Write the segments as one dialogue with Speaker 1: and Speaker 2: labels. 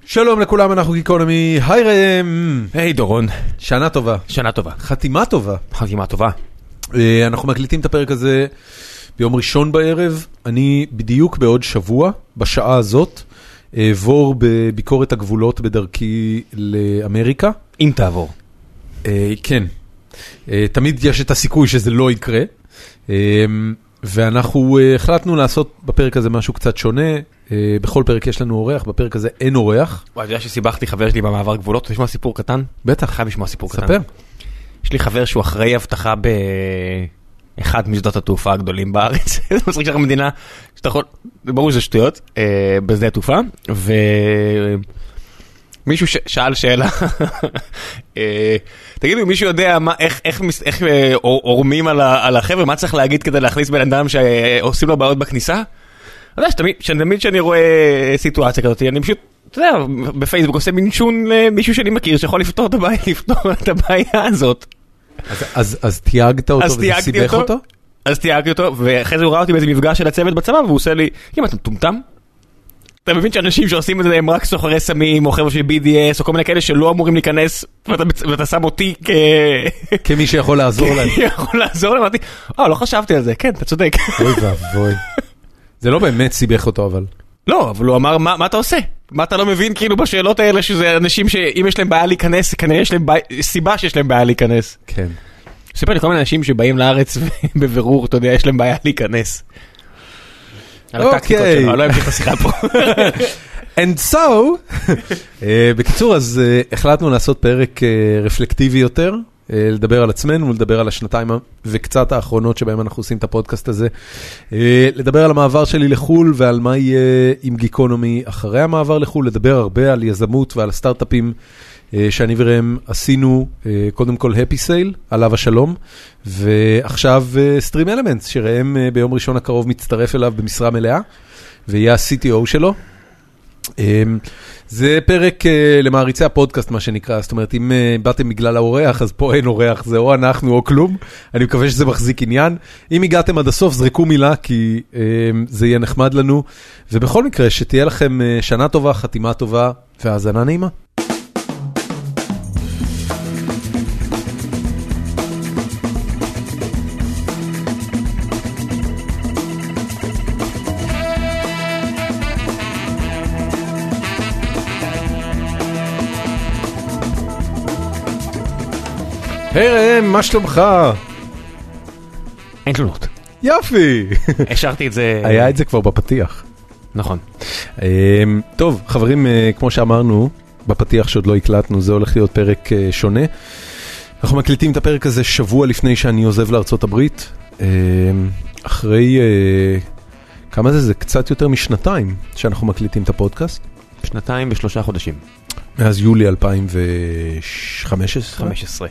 Speaker 1: שלום לכולם, אנחנו גיקונומי, היי ראם.
Speaker 2: היי דורון.
Speaker 1: שנה טובה.
Speaker 2: שנה טובה.
Speaker 1: חתימה טובה.
Speaker 2: חתימה טובה.
Speaker 1: אנחנו מקליטים את הפרק הזה ביום ראשון בערב. אני בדיוק בעוד שבוע, בשעה הזאת, אעבור בביקורת הגבולות בדרכי לאמריקה.
Speaker 2: אם תעבור.
Speaker 1: כן. תמיד יש את הסיכוי שזה לא יקרה. ואנחנו החלטנו לעשות בפרק הזה משהו קצת שונה. בכל פרק יש לנו אורח, בפרק הזה אין אורח.
Speaker 2: וואי, אתה יודע שסיבכתי חבר שלי במעבר גבולות, אתה לשמוע סיפור קטן?
Speaker 1: בטח.
Speaker 2: חייב לשמוע סיפור קטן.
Speaker 1: ספר.
Speaker 2: יש לי חבר שהוא אחראי הבטחה באחד משדות התעופה הגדולים בארץ. זה מצחיק שלך מדינה, שאתה יכול, ברור שזה שטויות, בשדה התעופה, ומישהו שאל שאלה, תגידו, מישהו יודע איך עורמים על החבר'ה, מה צריך להגיד כדי להכניס בן אדם שעושים לו בעיות בכניסה? אתה יודע, תמיד שאני רואה סיטואציה כזאת, אני פשוט, אתה יודע, בפייסבוק עושה מינשון למישהו שאני מכיר שיכול לפתור את הבעיה הזאת.
Speaker 1: אז תייגת אותו וסיבך אותו?
Speaker 2: אז תייגתי אותו, ואחרי זה הוא ראה אותי באיזה מפגש של הצוות בצבא, והוא עושה לי, אם אתה מטומטם? אתה מבין שאנשים שעושים את זה הם רק סוחרי סמים, או חבר'ה של BDS, או כל מיני כאלה שלא אמורים להיכנס, ואתה שם אותי
Speaker 1: כמי שיכול לעזור להם.
Speaker 2: יכול לעזור להם, אמרתי, לא חשבתי על זה, כן, אתה צודק.
Speaker 1: אוי ואבוי. זה לא באמת סיבך אותו, אבל.
Speaker 2: לא, אבל הוא אמר, מה אתה עושה? מה אתה לא מבין כאילו בשאלות האלה, שזה אנשים שאם יש להם בעיה להיכנס, כנראה יש להם סיבה שיש להם בעיה להיכנס.
Speaker 1: כן.
Speaker 2: סיפר לי כל מיני אנשים שבאים לארץ ובבירור, אתה יודע, יש להם בעיה להיכנס.
Speaker 1: אוקיי.
Speaker 2: לא אמשיך את השיחה פה.
Speaker 1: And so, בקיצור, אז החלטנו לעשות פרק רפלקטיבי יותר, לדבר על עצמנו, לדבר על השנתיים וקצת האחרונות שבהם אנחנו עושים את הפודקאסט הזה, לדבר על המעבר שלי לחול ועל מה יהיה עם גיקונומי אחרי המעבר לחול, לדבר הרבה על יזמות ועל הסטארט-אפים שאני וראם עשינו, קודם כל Happy Sale, עליו השלום, ועכשיו Stream Elements, שראם ביום ראשון הקרוב מצטרף אליו במשרה מלאה, ויהיה ה-CTO שלו. זה פרק למעריצי הפודקאסט, מה שנקרא, זאת אומרת, אם באתם בגלל האורח, אז פה אין אורח, זה או אנחנו או כלום, אני מקווה שזה מחזיק עניין. אם הגעתם עד הסוף, זרקו מילה, כי זה יהיה נחמד לנו, ובכל מקרה, שתהיה לכם שנה טובה, חתימה טובה, והאזנה נעימה. היי ראם, מה שלומך?
Speaker 2: אין תלונות.
Speaker 1: יופי.
Speaker 2: השארתי את זה.
Speaker 1: היה את זה כבר בפתיח.
Speaker 2: נכון.
Speaker 1: טוב, חברים, כמו שאמרנו, בפתיח שעוד לא הקלטנו, זה הולך להיות פרק שונה. אנחנו מקליטים את הפרק הזה שבוע לפני שאני עוזב לארצות הברית. אחרי, כמה זה? זה קצת יותר משנתיים שאנחנו מקליטים את הפודקאסט.
Speaker 2: 2 ו3 חודשים.
Speaker 1: מאז יולי 2015.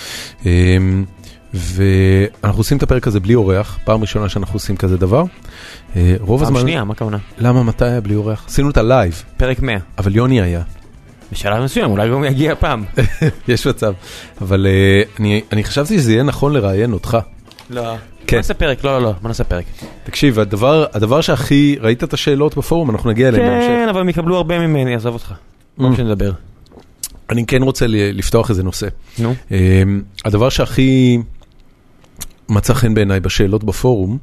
Speaker 1: ואנחנו עושים את הפרק הזה בלי אורח, פעם ראשונה שאנחנו עושים כזה דבר. רוב הזמן...
Speaker 2: פעם שנייה, מה כוונה?
Speaker 1: למה, מתי היה בלי אורח? עשינו את הלייב.
Speaker 2: פרק 100.
Speaker 1: אבל יוני היה.
Speaker 2: בשלב מסוים, אולי גם יגיע פעם.
Speaker 1: יש מצב. אבל אני חשבתי שזה יהיה נכון לראיין אותך.
Speaker 2: לא. בוא נעשה פרק, לא, בוא נעשה פרק.
Speaker 1: תקשיב, הדבר שהכי... ראית את השאלות בפורום? אנחנו נגיע אליהם בהמשך.
Speaker 2: כן, אבל הם יקבלו הרבה ממני, עזוב אותך. בוא שנדבר.
Speaker 1: אני כן רוצה לפתוח איזה נושא.
Speaker 2: נו.
Speaker 1: הדבר שהכי מצא חן בעיניי בשאלות בפורום,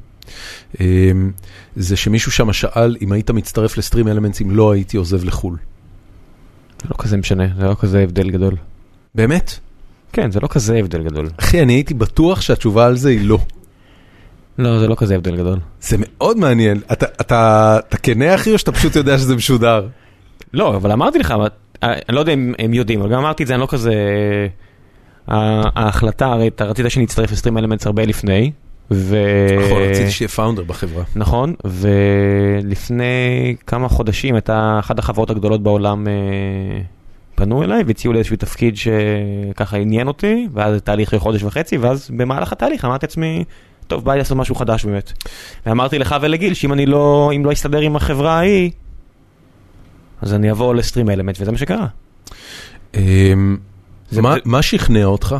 Speaker 1: זה שמישהו שם שאל אם היית מצטרף לסטרים אלמנטס אם לא הייתי עוזב לחול.
Speaker 2: זה לא כזה משנה, זה לא כזה הבדל גדול.
Speaker 1: באמת?
Speaker 2: כן, זה לא כזה הבדל גדול.
Speaker 1: אחי, אני הייתי בטוח שהתשובה על זה היא לא.
Speaker 2: לא, זה לא כזה הבדל גדול.
Speaker 1: זה מאוד מעניין. אתה כנה אחי או שאתה פשוט יודע שזה משודר?
Speaker 2: לא, אבל אמרתי לך, אני לא יודע אם הם יודעים, אבל גם אמרתי את זה, אני לא כזה... ההחלטה, הרי אתה רצית שנצטרף לסטרים אלמנטס הרבה לפני,
Speaker 1: נכון, רציתי שיהיה פאונדר בחברה.
Speaker 2: נכון, ולפני כמה חודשים הייתה אחת החברות הגדולות בעולם פנו אליי, והציעו לי איזשהו תפקיד שככה עניין אותי, ואז תהליך חודש וחצי, ואז במהלך התהליך אמרתי לעצמי, טוב, בא לי לעשות משהו חדש באמת. ואמרתי לך ולגיל, שאם אני לא, אם לא אסתדר עם החברה ההיא, אז אני אבוא לסטרים אלמנט, וזה מה שקרה.
Speaker 1: מה שכנע אותך?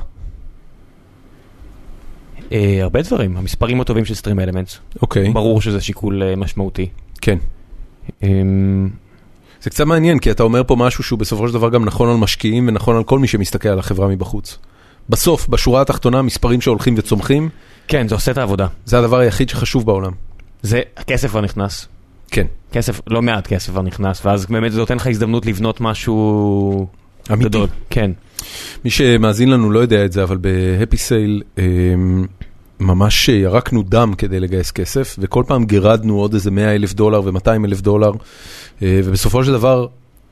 Speaker 2: הרבה דברים, המספרים הטובים של סטרים אלמנטס.
Speaker 1: אוקיי.
Speaker 2: ברור שזה שיקול משמעותי.
Speaker 1: כן. זה קצת מעניין, כי אתה אומר פה משהו שהוא בסופו של דבר גם נכון על משקיעים, ונכון על כל מי שמסתכל על החברה מבחוץ. בסוף, בשורה התחתונה, מספרים שהולכים וצומחים.
Speaker 2: כן, זה עושה את העבודה.
Speaker 1: זה הדבר היחיד שחשוב בעולם.
Speaker 2: זה, הכסף כבר נכנס.
Speaker 1: כן.
Speaker 2: כסף, לא מעט כסף כבר נכנס, ואז באמת זה נותן לך הזדמנות לבנות משהו
Speaker 1: אמיתי.
Speaker 2: גדול. כן.
Speaker 1: מי שמאזין לנו לא יודע את זה, אבל בהפי סייל ממש ירקנו דם כדי לגייס כסף, וכל פעם גירדנו עוד איזה $100,000 ו$200,000, ובסופו של דבר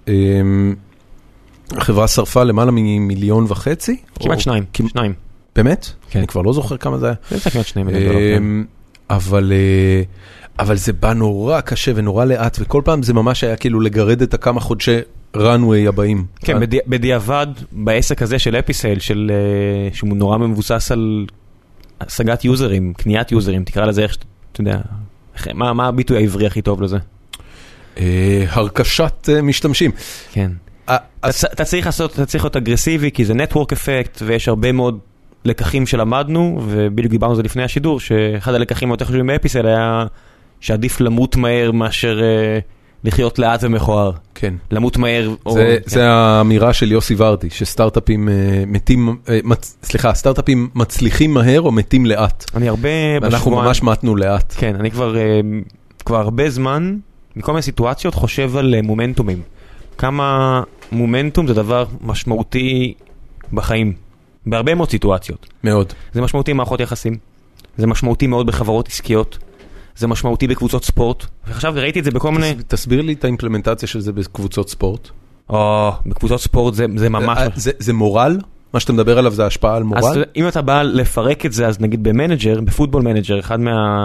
Speaker 1: החברה שרפה למעלה מ1.5 מיליון.
Speaker 2: כמעט 2.
Speaker 1: באמת?
Speaker 2: כן.
Speaker 1: אני כבר לא זוכר כמה זה היה.
Speaker 2: זה כמעט $2 מיליון.
Speaker 1: אבל זה בא נורא קשה ונורא לאט, וכל פעם זה ממש היה כאילו לגרד את הכמה חודשי runway הבאים.
Speaker 2: כן, בדיעבד, בעסק הזה של אפיסייל, שהוא נורא מבוסס על השגת יוזרים, קניית יוזרים, תקרא לזה איך שאתה יודע, מה הביטוי העברי הכי טוב לזה?
Speaker 1: הרכשת משתמשים.
Speaker 2: כן. אתה צריך להיות אגרסיבי, כי זה נטוורק אפקט, ויש הרבה מאוד לקחים שלמדנו, ובדיוק דיברנו על זה לפני השידור, שאחד הלקחים היותר חשובים באפיסייל היה שעדיף למות מהר מאשר לחיות לאט ומכוער.
Speaker 1: כן.
Speaker 2: למות מהר.
Speaker 1: זה האמירה של יוסי ורדי, שסטארט-אפים סטארט-אפים מצליחים מהר או מתים לאט.
Speaker 2: אני הרבה...
Speaker 1: אנחנו ממש מתנו לאט.
Speaker 2: כן, אני כבר הרבה זמן, מכל מיני סיטואציות, חושב על מומנטומים. כמה מומנטום זה דבר משמעותי בחיים. בהרבה מאוד סיטואציות.
Speaker 1: מאוד.
Speaker 2: זה משמעותי במערכות יחסים. זה משמעותי מאוד בחברות עסקיות. זה משמעותי בקבוצות ספורט. ועכשיו ראיתי את זה בכל מיני...
Speaker 1: תסביר לי את האימפלמנטציה של זה בקבוצות ספורט.
Speaker 2: בקבוצות ספורט זה ממש...
Speaker 1: זה מורל? מה שאתה מדבר עליו זה השפעה על מורל?
Speaker 2: אז אם אתה בא לפרק את זה, אז נגיד במנג'ר, בפוטבול מנג'ר, אחד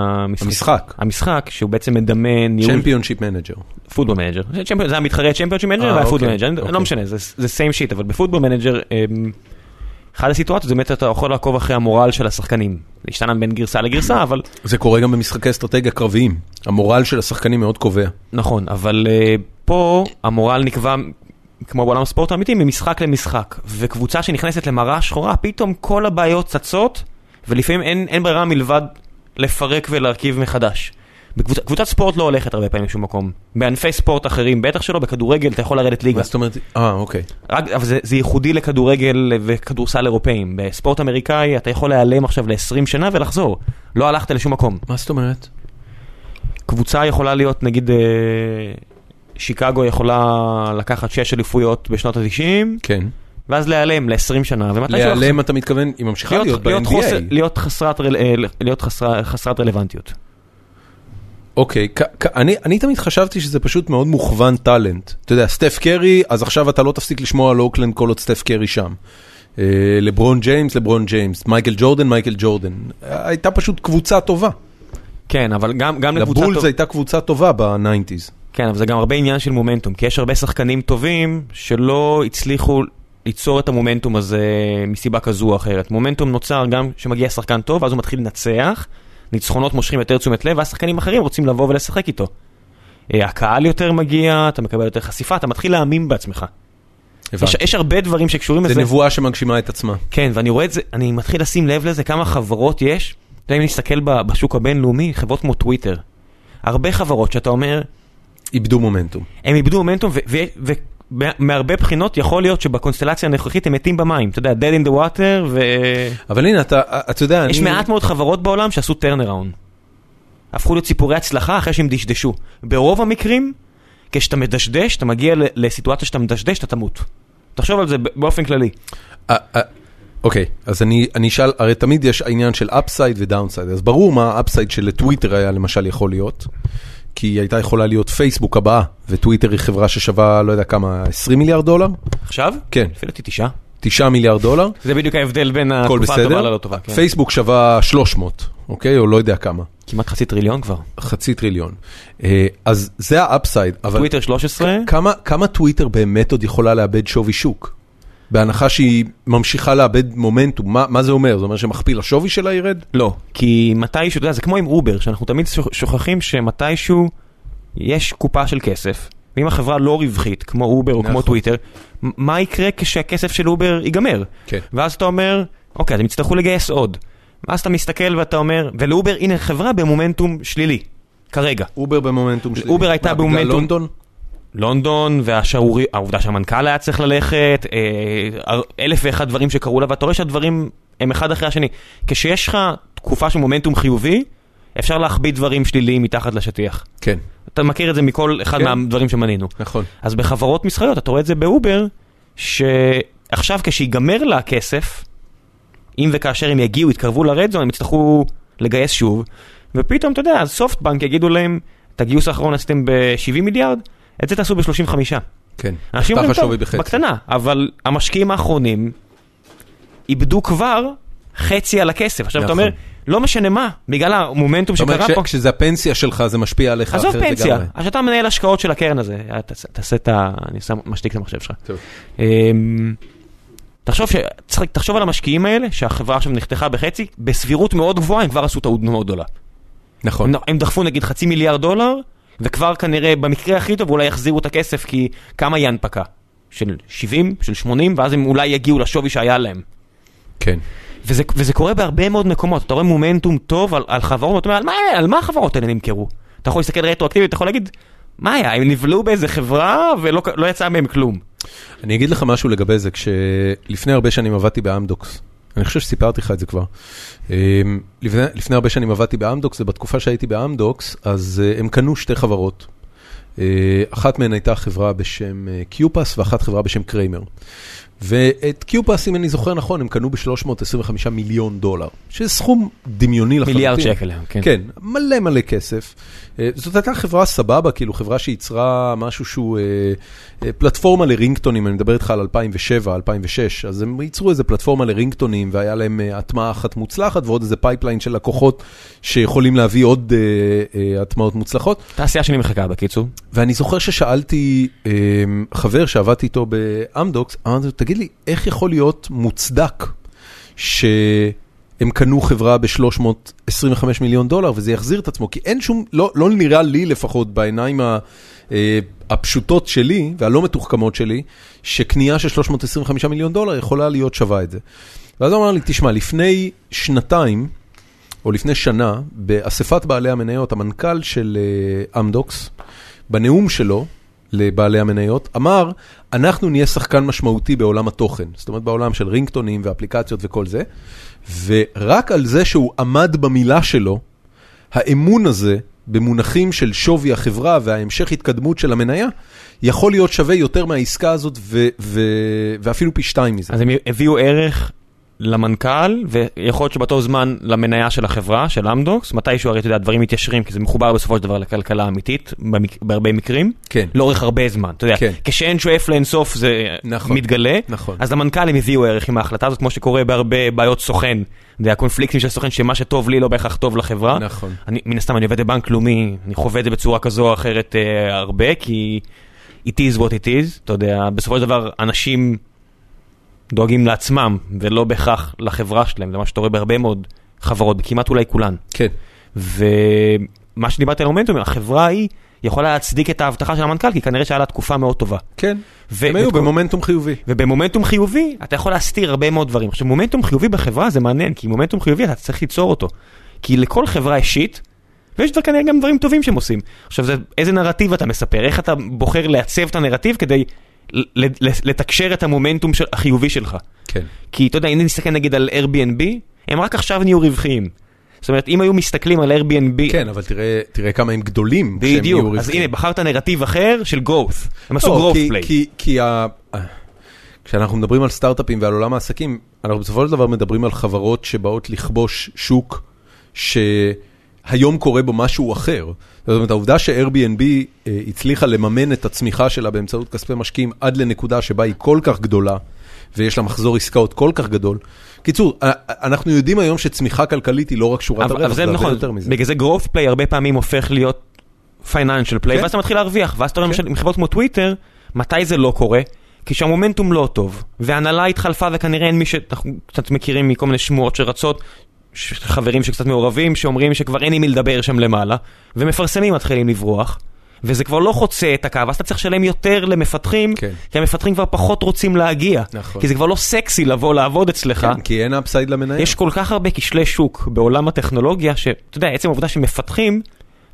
Speaker 2: המשחק, שהוא בעצם מדמן...
Speaker 1: צ'מפיונשיפ מנג'ר.
Speaker 2: פוטבול מנג'ר. זה המתחרה צ'מפיונשיפ מנג'ר והפוטבול מנג'ר. לא משנה, זה same shit, אבל בפוטבול מנג'ר... אחד הסיטואציות, זה באמת אתה יכול לעקוב אחרי המורל של השחקנים. זה השתנה בין גרסה לגרסה, אבל... זה
Speaker 1: קורה גם במשחקי אסטרטגיה קרביים. המורל של השחקנים מאוד קובע.
Speaker 2: נכון, אבל פה המורל נקבע, כמו בעולם הספורט האמיתי, ממשחק למשחק. וקבוצה שנכנסת למראה שחורה, פתאום כל הבעיות צצות, ולפעמים אין ברירה מלבד לפרק ולהרכיב מחדש. בקבוצת ספורט לא הולכת הרבה פעמים בשום מקום. בענפי ספורט אחרים, בטח שלא, בכדורגל אתה יכול לרדת ליגה.
Speaker 1: מה זאת אומרת? אוקיי.
Speaker 2: אבל זה ייחודי לכדורגל וכדורסל אירופאים. בספורט אמריקאי אתה יכול להיעלם עכשיו ל-20 שנה ולחזור. לא הלכת לשום מקום.
Speaker 1: מה זאת אומרת?
Speaker 2: קבוצה יכולה להיות, נגיד, שיקגו יכולה לקחת 6 אליפויות בשנות ה-90.
Speaker 1: כן.
Speaker 2: ואז להיעלם ל-20 שנה.
Speaker 1: להיעלם אתה מתכוון, היא ממשיכה להיות ב-NBA.
Speaker 2: להיות חסרת רלוונטיות.
Speaker 1: אוקיי, אני תמיד חשבתי שזה פשוט מאוד מוכוון טלנט. אתה יודע, סטף קרי, אז עכשיו אתה לא תפסיק לשמוע על אוקלנד כל עוד סטף קרי שם. לברון ג'יימס, מייקל ג'ורדן. הייתה פשוט קבוצה טובה.
Speaker 2: כן, אבל גם לקבוצה
Speaker 1: טובה. לבולס הייתה קבוצה טובה ב-90s.
Speaker 2: כן, אבל זה גם הרבה עניין של מומנטום, כי יש הרבה שחקנים טובים שלא הצליחו ליצור את המומנטום הזה מסיבה כזו או אחרת. מומנטום נוצר גם שמגיע שחקן טוב, אז הוא מתחיל לנצח, ניצחונות מושכים יותר תשומת לב, והשחקנים אחרים רוצים לבוא ולשחק איתו. הקהל יותר מגיע, אתה מקבל יותר חשיפה, אתה מתחיל להאמין בעצמך. יש הרבה דברים שקשורים לזה.
Speaker 1: זה נבואה שמגשימה את עצמה.
Speaker 2: כן, ואני רואה את זה, אני מתחיל לשים לב לזה, כמה חברות יש, אתה יודע, אם נסתכל בשוק הבינלאומי, חברות כמו טוויטר. הרבה חברות שאתה אומר...
Speaker 1: איבדו מומנטום.
Speaker 2: הם איבדו מומנטום, ומהרבה בחינות יכול להיות שבקונסטלציה הנוכחית הם מתים במים. אתה יודע, dead in the water
Speaker 1: אבל הנה, אתה יודע...
Speaker 2: יש מעט מאוד חברות בעולם שעשו turnaround. הפכו להיות סיפורי הצלחה אחרי שהם דשדשו. ברוב המקרים, כשאתה מדשדש, אתה מגיע לסיטואציה שאתה מדשדש, אתה תמות. תחשוב על זה באופן כללי.
Speaker 1: אוקיי, אז אני אשאל, הרי תמיד יש העניין של אפסייד ודאונסייד, אז ברור מה האפסייד שלטוויטר היה למשל יכול להיות, כי היא הייתה יכולה להיות פייסבוק הבאה, וטוויטר היא חברה ששווה, לא יודע כמה, $20 מיליארד?
Speaker 2: עכשיו?
Speaker 1: כן.
Speaker 2: אפילו 9.
Speaker 1: $9 מיליארד. זה
Speaker 2: בדיוק ההבדל בין התקופה הטובה ללא טובה.
Speaker 1: פייסבוק שווה 300, אוקיי? או לא יודע כמה.
Speaker 2: כמעט $500 ביליון כבר.
Speaker 1: $500 ביליון. אז זה האפסייד.
Speaker 2: טוויטר 13.
Speaker 1: כמה טוויטר באמת עוד יכולה לאבד שווי שוק? בהנחה שהיא ממשיכה לאבד מומנטום, מה זה אומר? זה אומר שמכפיל השווי שלה ירד?
Speaker 2: לא, כי מתישהו, אתה יודע, זה כמו עם אובר, שאנחנו תמיד שוכחים שמתישהו יש קופה של כסף, ואם החברה לא רווחית, כמו אובר או כמו טוויטר, מה יקרה כשהכסף של אובר ייגמר? ואז אתה אומר, אוקיי, אז הם יצטרכו לגייס עוד. ואז אתה מסתכל ואתה אומר, ולאובר, הנה חברה במומנטום שלילי, כרגע.
Speaker 1: אובר במומנטום שלילי.
Speaker 2: אובר הייתה במומנטום...
Speaker 1: לונדון?
Speaker 2: לונדון, העובדה שהמנכ"ל היה צריך ללכת, 1,001 דברים שקרו לה, ואתה רואה שהדברים הם אחד אחרי השני. כשיש לך תקופה של מומנטום חיובי, אפשר להכביד דברים שליליים מתחת לשטיח.
Speaker 1: כן.
Speaker 2: אתה מכיר את זה מכל אחד מהדברים שמנינו.
Speaker 1: נכון.
Speaker 2: אז בחברות מסחריות, אתה רואה את זה באובר, שעכשיו כשיגמר לה הכסף, אם וכאשר הם יגיעו, יתקרבו לרדזון, הם יצטרכו לגייס שוב, ופתאום, אתה יודע, אז סופטבנק יגידו להם, את הגיוס האחרון עשיתם ב-70 מיליארד, את זה תעשו ב-35.
Speaker 1: כן.
Speaker 2: אנשים אומרים טוב, בקטנה, אבל המשקיעים האחרונים איבדו כבר חצי על הכסף. עכשיו אתה אומר, לא משנה מה, בגלל המומנטום שקרה פה.
Speaker 1: כשזה הפנסיה שלך, זה משפיע עליך אחרת
Speaker 2: לגמרי. עזוב פנסיה, אז אתה מנהל השקעות של הקרן הזה, תעשה את אני משתיק את המחשב שלך. תחשוב על המשקיעים האלה, שהחברה עכשיו נחתכה בחצי, בסבירות מאוד גבוהה, הם כבר עשו טעות מאוד גדולה.
Speaker 1: נכון.
Speaker 2: הם דחפו נגיד $500 מיליארד, וכבר כנראה במקרה הכי טוב אולי יחזירו את הכסף, כי כמה היא הנפקה? של 70, של 80, ואז הם אולי יגיעו לשווי שהיה להם.
Speaker 1: כן.
Speaker 2: וזה קורה בהרבה מאוד מקומות. אתה רואה מומנטום טוב על חברות, אתה אומר, על מה החברות האלה נמכרו? אתה יכול להסתכל רטרואקטיבית, אתה יכול להגיד, מה היה? הם נבלעו באיזה חברה ולא יצא מהם כלום.
Speaker 1: אני אגיד לך משהו לגבי זה, כשלפני הרבה שנים עבדתי באמדוקס, אני חושב שסיפרתי לך את זה כבר. לפני הרבה שנים עבדתי באמדוקס, ובתקופה שהייתי באמדוקס, אז הם קנו שתי חברות. אחת מהן הייתה חברה בשם קיופס, ואחת חברה בשם קריימר. ואת קיופס, אם אני זוכר נכון, הם קנו $325 מיליון, שזה סכום דמיוני לחלוטין.
Speaker 2: מיליארד שקל, כן.
Speaker 1: כן, מלא כסף. זאת הייתה חברה סבבה, כאילו חברה שיצרה משהו שהוא פלטפורמה לרינגטונים, אני מדבר איתך על 2007, 2006, אז הם ייצרו איזה פלטפורמה לרינגטונים, והיה להם הטמעה אחת מוצלחת, ועוד איזה פייפליין של לקוחות שיכולים להביא עוד הטמעות מוצלחות. תעשייה שלי מחכה בקיצור. ואני זוכר ששאלתי חבר שעבדתי איתו באמדוקס, אמרתי, תגיד לי, איך יכול להיות מוצדק שהם קנו חברה $325 מיליון וזה יחזיר את עצמו? כי אין שום, לא נראה לי לפחות בעיניים הפשוטות שלי והלא מתוחכמות שלי, שקנייה של $325 מיליון יכולה להיות שווה את זה. ואז הוא אמר לי, תשמע, לפני שנתיים, או לפני שנה, באספת בעלי המניות, המנכ"ל של אמדוקס, בנאום שלו, לבעלי המניות, אמר, אנחנו נהיה שחקן משמעותי בעולם התוכן, זאת אומרת בעולם של רינגטונים ואפליקציות וכל זה, ורק על זה שהוא עמד במילה שלו, האמון הזה במונחים של שווי החברה וההמשך התקדמות של המניה, יכול להיות שווה יותר מהעסקה הזאת ואפילו פי 2 מזה.
Speaker 2: אז הם הביאו ערך למנכ"ל, ויכול להיות שבאותו זמן למניה של החברה, של אמדוקס, מתישהו הרי, אתה יודע, הדברים מתיישרים, כי זה מחובר בסופו של דבר לכלכלה האמיתית, בהרבה מקרים,
Speaker 1: כן.
Speaker 2: לאורך הרבה זמן, אתה יודע,
Speaker 1: כן.
Speaker 2: כשאין שואף לאינסוף זה
Speaker 1: נכון.
Speaker 2: מתגלה,
Speaker 1: נכון.
Speaker 2: אז למנכ"ל הם הביאו ערך עם ההחלטה הזאת, כמו שקורה בהרבה בעיות סוכן, והקונפליקטים של סוכן, שמה שטוב לי לא בהכרח טוב לחברה.
Speaker 1: נכון.
Speaker 2: מן הסתם, אני עובד בבנק לאומי, אני חווה את זה בצורה כזו או אחרת הרבה, כי it is what it is, אתה יודע, בסופו של דבר, אנשים דואגים לעצמם, ולא בהכרח לחברה שלהם, זה מה שאתה רואה בהרבה מאוד חברות, כמעט אולי כולן.
Speaker 1: כן.
Speaker 2: ומה שדיברתי על המומנטום, החברה היא יכולה להצדיק את ההבטחה של המנכ"ל, כי כנראה שהיה לה תקופה מאוד טובה.
Speaker 1: כן, הם היו במומנטום חיובי.
Speaker 2: ובמומנטום חיובי, אתה יכול להסתיר הרבה מאוד דברים. עכשיו, מומנטום חיובי בחברה זה מעניין, כי מומנטום חיובי אתה צריך ליצור אותו. כי לכל חברה אישית, ויש כנראה גם דברים טובים שהם עושים. עכשיו, איזה נרטיב אתה מספר? איך אתה בוחר לעצב את הנרטיב כדי לתקשר את המומנטום החיובי שלך.
Speaker 1: כן.
Speaker 2: כי אתה יודע, אם נסתכל נגיד על Airbnb, הם רק עכשיו נהיו רווחיים. זאת אומרת, אם היו מסתכלים על Airbnb...
Speaker 1: כן, אבל תראה כמה הם גדולים.
Speaker 2: בדיוק. אז הנה, בחרת נרטיב אחר של growth. הם עשו growth play.
Speaker 1: כי כשאנחנו מדברים על סטארט-אפים ועל עולם העסקים, אנחנו בסופו של דבר מדברים על חברות שבאות לכבוש שוק שהיום קורה בו משהו אחר. זאת אומרת, העובדה ש-Airbnb הצליחה לממן את הצמיחה שלה באמצעות כספי משקיעים עד לנקודה שבה היא כל כך גדולה, ויש לה מחזור עסקאות כל כך גדול. קיצור, אנחנו יודעים היום שצמיחה כלכלית היא לא רק שורת הרווח,
Speaker 2: זה נכון, בגלל זה growth play הרבה פעמים הופך להיות financial play, ואז אתה מתחיל להרוויח, ואז אתה רואה מחברות כמו טוויטר, מתי זה לא קורה? כי שהמומנטום לא טוב, והנהלה התחלפה וכנראה אין מי שאנחנו קצת מכירים מכל מיני שמועות שרצות, חברים שקצת מעורבים, שאומרים שכבר אין עם מי לדבר שם למעלה, ומפרסמים מתחילים לברוח, וזה כבר לא חוצה את הקו, אז אתה צריך לשלם יותר למפתחים, כן. כי המפתחים כבר פחות רוצים להגיע, נכון. כי זה כבר לא סקסי לבוא לעבוד אצלך.
Speaker 1: כן, כי אין אפסייד למנהל.
Speaker 2: יש כל כך הרבה כשלי שוק בעולם הטכנולוגיה, שאתה יודע, עצם העובדה שמפתחים,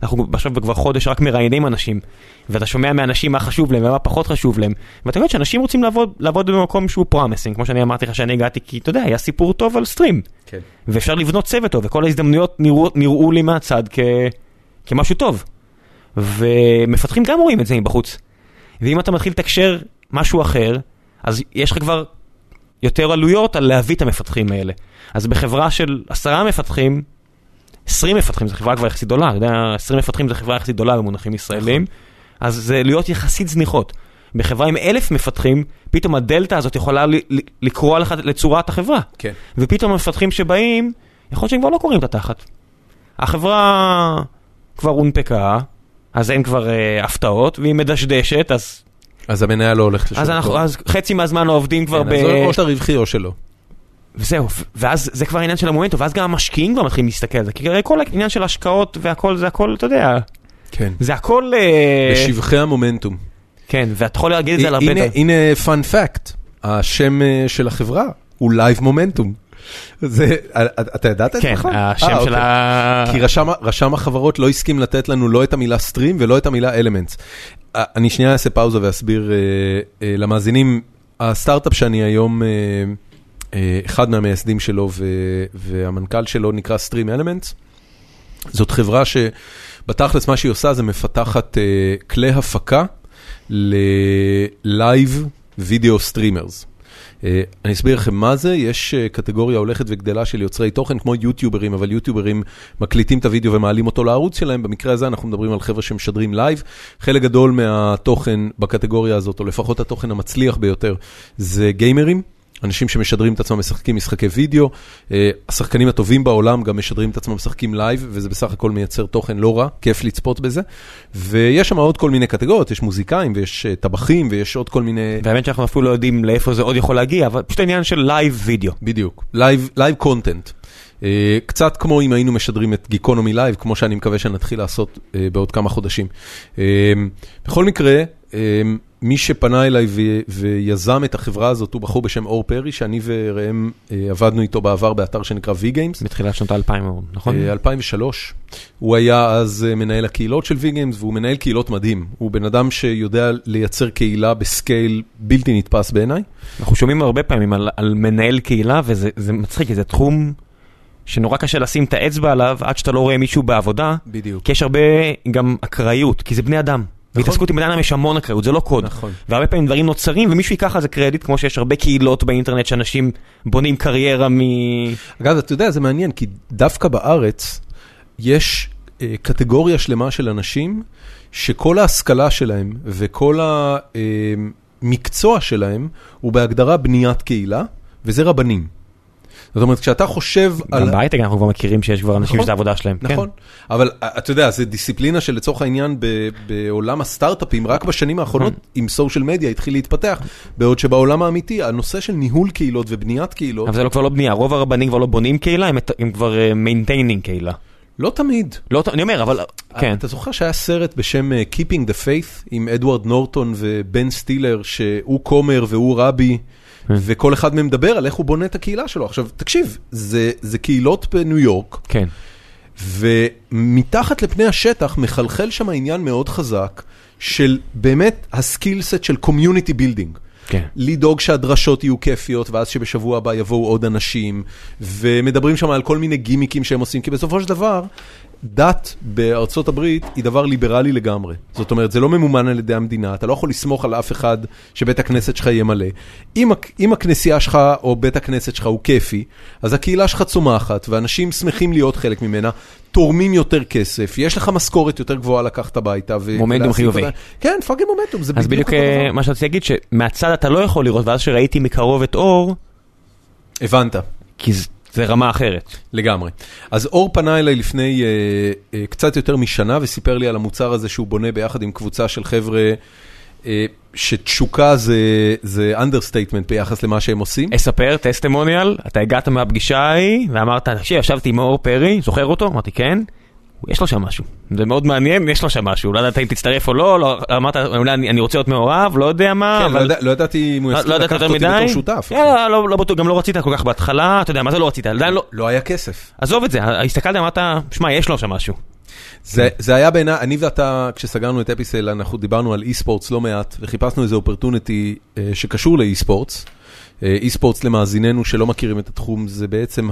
Speaker 2: אנחנו עכשיו כבר חודש רק מראיינים אנשים, ואתה שומע מאנשים מה חשוב להם ומה פחות חשוב להם, ואתה יודע שאנשים רוצים לעבוד במקום שהוא פרומסינג, כמו שאני אמרתי לך שאני הגעתי, כי אתה יודע, היה סיפור טוב על סטרים, כן. ואפשר לבנות צוות טוב, וכל ההזדמנויות נראו לי מהצד כמשהו טוב, ומפתחים גם רואים את זה מבחוץ, ואם אתה מתחיל לתקשר משהו אחר, אז יש לך כבר יותר עלויות על להביא את המפתחים האלה. אז בחברה של 10 מפתחים, 20 מפתחים, זו חברה כבר יחסית גדולה, אתה יודע, 20 מפתחים זו חברה יחסית גדולה במונחים ישראלים, אז זה עלויות יחסית זניחות. בחברה עם 1,000 מפתחים, פתאום הדלטה הזאת יכולה לקרוא לך לצורת החברה. כן. ופתאום המפתחים שבאים, יכול להיות שהם כבר לא קוראים את התחת. החברה כבר הונפקה, אז אין כבר הפתעות, והיא מדשדשת,
Speaker 1: אז המניה לא הולכת לשום.
Speaker 2: אז חצי מהזמן העובדים כבר
Speaker 1: או שאתה רווחי או שלא.
Speaker 2: וזהו, ואז זה כבר העניין של המומנטום, ואז גם המשקיעים כבר מתחילים להסתכל על זה, כי כל העניין של השקעות והכל, זה הכל, אתה יודע,
Speaker 1: כן.
Speaker 2: זה הכל...
Speaker 1: בשבחי המומנטום.
Speaker 2: כן, ואתה יכול להגיד את זה על הרבה...
Speaker 1: הנה fun fact, השם של החברה הוא Live Momentum. אתה ידעת את זה?
Speaker 2: כן, השם של ה...
Speaker 1: כי רשם החברות לא הסכים לתת לנו לא את המילה Stream ולא את המילה Elements. אני שנייה אעשה פאוזה ואסביר למאזינים, הסטארט-אפ שאני היום... אחד מהמייסדים שלו והמנכ"ל שלו נקרא Stream Elements. זאת חברה שבתכלס מה שהיא עושה זה מפתחת כלי הפקה ללייב וידאו סטרימרס. אני אסביר לכם מה זה, יש קטגוריה הולכת וגדלה של יוצרי תוכן כמו יוטיוברים, אבל יוטיוברים מקליטים את הוידאו ומעלים אותו לערוץ שלהם, במקרה הזה אנחנו מדברים על חבר'ה שמשדרים לייב, חלק גדול מהתוכן בקטגוריה הזאת, או לפחות התוכן המצליח ביותר, זה גיימרים, אנשים שמשדרים את עצמם משחקים משחקי וידאו, השחקנים הטובים בעולם גם משדרים את עצמם משחקים לייב, וזה בסך הכל מייצר תוכן לא רע, כיף לצפות בזה, ויש שם עוד כל מיני קטגוריות, יש מוזיקאים ויש טבחים ויש עוד כל מיני...
Speaker 2: והאמת שאנחנו אפילו לא יודעים לאיפה זה עוד יכול להגיע, אבל פשוט העניין של לייב וידאו.
Speaker 1: בדיוק, לייב קונטנט. קצת כמו אם היינו משדרים את גיקונומי לייב, כמו שאני מקווה שנתחיל לעשות בעוד כמה חודשים. בכל מקרה, מי שפנה אליי ויזם את החברה הזאת הוא בחור בשם אור פרי, שאני וראם עבדנו איתו בעבר באתר שנקרא V-Games.
Speaker 2: בתחילת שנות 2000, נכון?
Speaker 1: 2003. הוא היה אז מנהל הקהילות של V-Games, והוא מנהל קהילות מדהים. הוא בן אדם שיודע לייצר קהילה בסקייל בלתי נתפס בעיניי.
Speaker 2: אנחנו שומעים הרבה פעמים על מנהל קהילה, וזה מצחיק, כי זה תחום שנורא קשה לשים את האצבע עליו, עד שאתה לא רואה מישהו בעבודה.
Speaker 1: בדיוק.
Speaker 2: כי יש הרבה גם אקראיות, כי זה בני אדם. והתעסקות עם בני אדם יש המון אקראיות, זה לא קוד.
Speaker 1: נכון.
Speaker 2: והרבה פעמים דברים נוצרים, ומישהו ייקח על זה קרדיט, כמו שיש הרבה קהילות באינטרנט שאנשים בונים קריירה
Speaker 1: אגב, אתה יודע, זה מעניין, כי דווקא בארץ יש קטגוריה שלמה של אנשים, שכל ההשכלה שלהם וכל המקצוע שלהם הוא בהגדרה בניית קהילה, וזה רבנים. זאת אומרת, כשאתה חושב על...
Speaker 2: גם בהייטק אנחנו כבר מכירים שיש כבר אנשים שזה העבודה שלהם.
Speaker 1: נכון, אבל אתה יודע, זה דיסציפלינה שלצורך העניין בעולם הסטארט-אפים, רק בשנים האחרונות עם סושיאל מדיה התחיל להתפתח, בעוד שבעולם האמיתי, הנושא של ניהול קהילות ובניית קהילות...
Speaker 2: אבל זה כבר לא בנייה, רוב הרבנים כבר לא בונים קהילה, הם כבר מיינטיינינג קהילה.
Speaker 1: לא תמיד.
Speaker 2: אני אומר, אבל... כן.
Speaker 1: אתה זוכר שהיה סרט בשם Keeping the Faith, עם אדוארד נורטון ובן סטילר, שהוא קומר והוא רבי, וכל אחד מהם מדבר על איך הוא בונה את הקהילה שלו. עכשיו, תקשיב, זה קהילות בניו יורק,
Speaker 2: כן.
Speaker 1: ומתחת לפני השטח מחלחל שם העניין מאוד חזק, של באמת הסקילסט של קומיוניטי בילדינג.
Speaker 2: כן.
Speaker 1: לדאוג שהדרשות יהיו כיפיות, ואז שבשבוע הבא יבואו עוד אנשים, ומדברים שם על כל מיני גימיקים שהם עושים, כי בסופו של דבר, דת בארצות הברית היא דבר ליברלי לגמרי. זאת אומרת, זה לא ממומן על ידי המדינה, אתה לא יכול לסמוך על אף אחד שבית הכנסת שלך יהיה מלא. אם הכנסייה שלך או בית הכנסת שלך הוא כיפי, אז הקהילה שלך צומחת, ואנשים שמחים להיות חלק ממנה, תורמים יותר כסף, יש לך משכורת יותר גבוהה לקחת הביתה.
Speaker 2: מומנטום חיובי.
Speaker 1: כן, פאקינג מומנטום, זה
Speaker 2: בדיוק. אז בדיוק מה שרציתי להגיד, שמהצד אתה לא יכול לראות, ואז שראיתי מקרוב את אור,
Speaker 1: הבנת.
Speaker 2: כי זה רמה אחרת.
Speaker 1: לגמרי. אז אור פנה אליי לפני קצת יותר משנה, וסיפר לי על המוצר הזה שהוא בונה ביחד עם קבוצה של חבר'ה, שתשוקה זה understatement ביחס למה שהם עושים.
Speaker 2: אספר, טסטימוניאל, אתה הגעת מהפגישה ההיא, ואמרת, ישבתי עם אור פרי, זוכר אותו? אמרתי, כן. יש לו שם משהו. זה מאוד מעניין, יש לו שם משהו. לא יודעת אם תצטרף או לא, אמרת, אולי אני רוצה להיות מעורב, לא יודע מה.
Speaker 1: כן, לא ידעתי אם הוא יסכים לקחת אותי בתור שותף.
Speaker 2: לא בטוח, גם לא רצית כל כך בהתחלה, אתה יודע, מה זה לא רצית?
Speaker 1: לא היה כסף.
Speaker 2: עזוב את זה, הסתכלת, אמרת, שמע, יש לו שם משהו.
Speaker 1: זה היה בעיניי, אני ואתה, כשסגרנו את אפיסל, אנחנו דיברנו על אי-ספורטס לא מעט, וחיפשנו איזה אופרטוניטי שקשור לאי-ספורטס. אי-ספורטס למאזיננו שלא מכירים את התחום, זה בעצם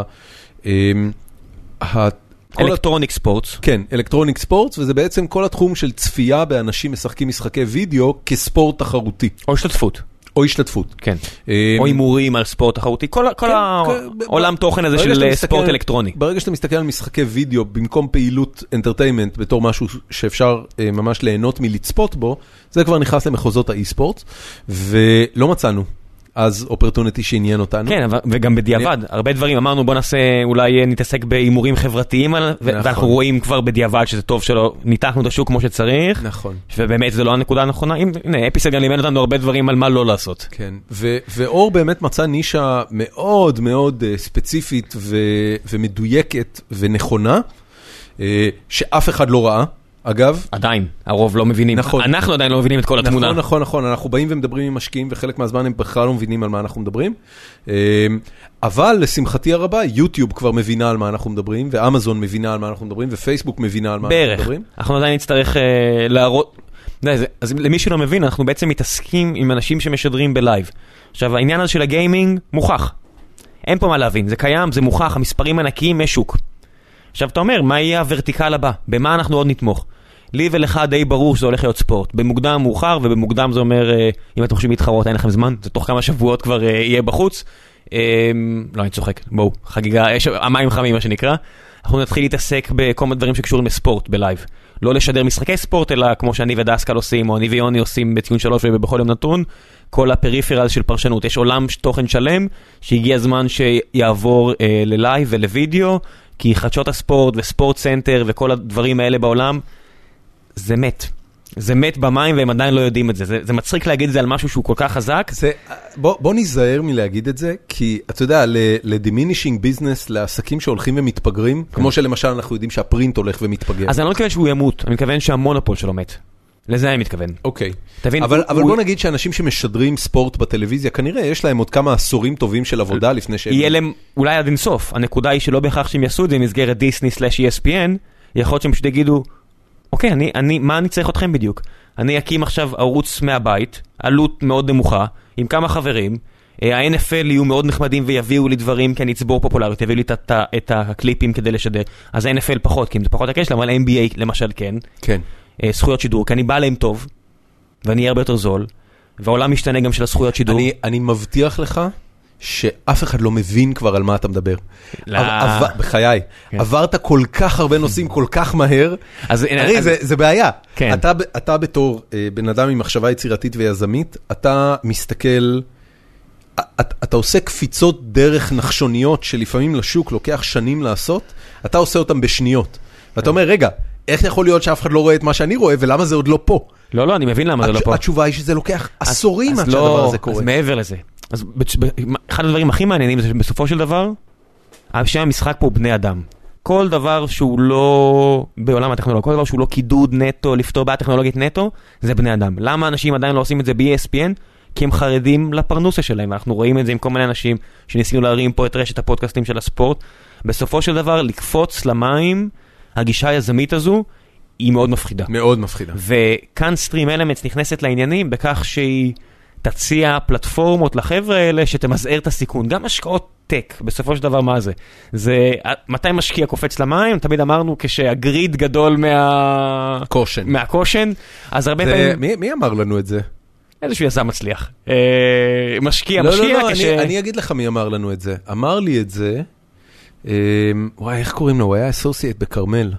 Speaker 2: אלקטרוניק ספורטס.
Speaker 1: כן, אלקטרוניק ספורטס, וזה בעצם כל התחום של צפייה באנשים משחקים משחקי וידאו כספורט תחרותי.
Speaker 2: או השתתפות.
Speaker 1: או השתתפות.
Speaker 2: כן. או הימורים על ספורט תחרותי. כל העולם תוכן הזה של ספורט אלקטרוני.
Speaker 1: ברגע שאתה מסתכל על משחקי וידאו, במקום פעילות אנטרטיימנט, בתור משהו שאפשר ממש ליהנות מלצפות בו, זה כבר נכנס למחוזות האי-ספורט, ולא מצאנו. אז אופרטוניטי שעניין אותנו.
Speaker 2: כן, וגם בדיעבד. הרבה דברים אמרנו, בוא נעשה, אולי נתעסק באימורים חברתיים, ואנחנו רואים כבר בדיעבד שזה טוב שלא ניתחנו את השוק כמו שצריך.
Speaker 1: נכון.
Speaker 2: ובאמת זה לא הנקודה הנכונה. הנה, אפיסל גם לימד אותנו הרבה דברים על מה לא לעשות.
Speaker 1: כן, ואור באמת מצא נישה מאוד מאוד ספציפית ומדויקת ונכונה, שאף אחד לא ראה. אגב,
Speaker 2: עדיין, הרוב לא מבינים.
Speaker 1: נכון.
Speaker 2: אנחנו עדיין לא מבינים את כל התמונה.
Speaker 1: נכון. אנחנו באים ומדברים עם משקיעים, וחלק מהזמן הם בכלל לא מבינים על מה אנחנו מדברים. אבל לשמחתי הרבה, יוטיוב כבר מבינה על מה אנחנו מדברים, ואמזון מבינה על מה אנחנו מדברים, ופייסבוק מבינה על מה אנחנו מדברים.
Speaker 2: בערך. אנחנו עדיין נצטרך להראות... אז למי שלא מבין, אנחנו בעצם מתעסקים עם אנשים שמשדרים בלייב. עכשיו, העניין הזה של הגיימינג מוכח. אין פה מה להבין, זה קיים, זה מוכח, המספרים ענקיים, יש שוק. עכשיו אתה אומר, מה יהיה הוורטיקל הבא? במה אנחנו עוד נתמוך? לי ולך די ברור שזה הולך להיות ספורט. במוקדם מאוחר, ובמוקדם זה אומר, אם אתם חושבים להתחרות, אין לכם זמן, זה תוך כמה שבועות כבר יהיה בחוץ. לא, אני צוחק, בואו, חגיגה, יש המים חמים מה שנקרא. אנחנו נתחיל להתעסק בכל מיני דברים שקשורים לספורט בלייב. לא לשדר משחקי ספורט, אלא כמו שאני ודסקל עושים, או אני ויוני עושים בציון 3 ובכל יום נתון, כל הפריפרל של פרשנות. יש עולם תוכן שלם, שהגיע הזמן שיעבור ללייב ולוידאו, כי חדשות הספורט וספורט סנטר וכל הדברים האלה בעולם, זה מת. זה מת במים והם עדיין לא יודעים את זה. זה מצחיק להגיד את זה על משהו שהוא כל כך חזק.
Speaker 1: בוא נזהר מלהגיד את זה, כי אתה יודע, לדימינישינג ביזנס, לעסקים שהולכים ומתפגרים, כמו שלמשל אנחנו יודעים שהפרינט הולך ומתפגר.
Speaker 2: אז אני לא מתכוון שהוא ימות, אני מתכוון שהמונופול שלו מת. לזה אני מתכוון.
Speaker 1: אוקיי. אבל בוא נגיד שאנשים שמשדרים ספורט בטלוויזיה, כנראה יש להם עוד כמה עשורים טובים של עבודה לפני שהם...
Speaker 2: יהיה להם אולי עד אינסוף. הנקודה היא שלא בהכרח שהם יעשו את זה במסגרת דיסני/ESPN, יכול להיות שהם פשוט יגידו, אוקיי, מה אני צריך אתכם בדיוק? אני אקים עכשיו ערוץ מהבית, עלות מאוד נמוכה, עם כמה חברים, ה-NFL יהיו מאוד נחמדים ויביאו לי דברים, כי אני אצבור פופולריות, יביאו לי את הקליפים כדי לשדר. אז ה-NFL פחות, כי אם זה פחות הקש להם, אבל ה-NBA למשל כן.
Speaker 1: כן.
Speaker 2: זכויות שידור, כי אני בא להם טוב, ואני אהיה הרבה יותר זול, והעולם משתנה גם של הזכויות שידור.
Speaker 1: אני מבטיח לך שאף אחד לא מבין כבר על מה אתה מדבר. בחיי. עברת כל כך הרבה נושאים כל כך מהר. זה בעיה. אתה בתור בן אדם עם מחשבה יצירתית ויזמית, אתה מסתכל, אתה עושה קפיצות דרך נחשוניות שלפעמים לשוק לוקח שנים לעשות, אתה עושה אותם בשניות. ואתה אומר, רגע, איך יכול להיות שאף אחד לא רואה את מה שאני רואה, ולמה זה עוד לא פה?
Speaker 2: לא, אני מבין למה זה לא פה.
Speaker 1: התשובה היא שזה לוקח עשורים עד שהדבר הזה קורה.
Speaker 2: אז מעבר לזה. אז אחד הדברים הכי מעניינים זה שבסופו של דבר, שם המשחק פה הוא בני אדם. כל דבר שהוא לא, בעולם הטכנולוגיה, כל דבר שהוא לא קידוד נטו, לפתור בעיה טכנולוגית נטו, זה בני אדם. למה אנשים עדיין לא עושים את זה ב-ESPN? כי הם חרדים לפרנוסה שלהם. אנחנו רואים את זה עם כל מיני אנשים שניסינו להרים פה את רשת הפודקאסטים של הספורט. בסופו של דבר, לקפוץ למים, הגישה היזמית הזו, היא מאוד מפחידה.
Speaker 1: מאוד מפחידה.
Speaker 2: וכאן סטרים אלמנטס נכנסת לעניינים בכך שהיא תציע פלטפורמות לחבר'ה האלה שתמזער את הסיכון. גם השקעות טק, בסופו של דבר מה זה? זה, מתי משקיע קופץ למים? תמיד אמרנו כשהגריד גדול מהקושן. אז הרבה פעמים...
Speaker 1: מי אמר לנו את זה?
Speaker 2: איזשהו יזם מצליח. משקיע
Speaker 1: אני אגיד לך מי אמר לנו את זה. אמר לי את זה, וואי, איך קוראים לו? הוא היה אסוסייט בקרמל.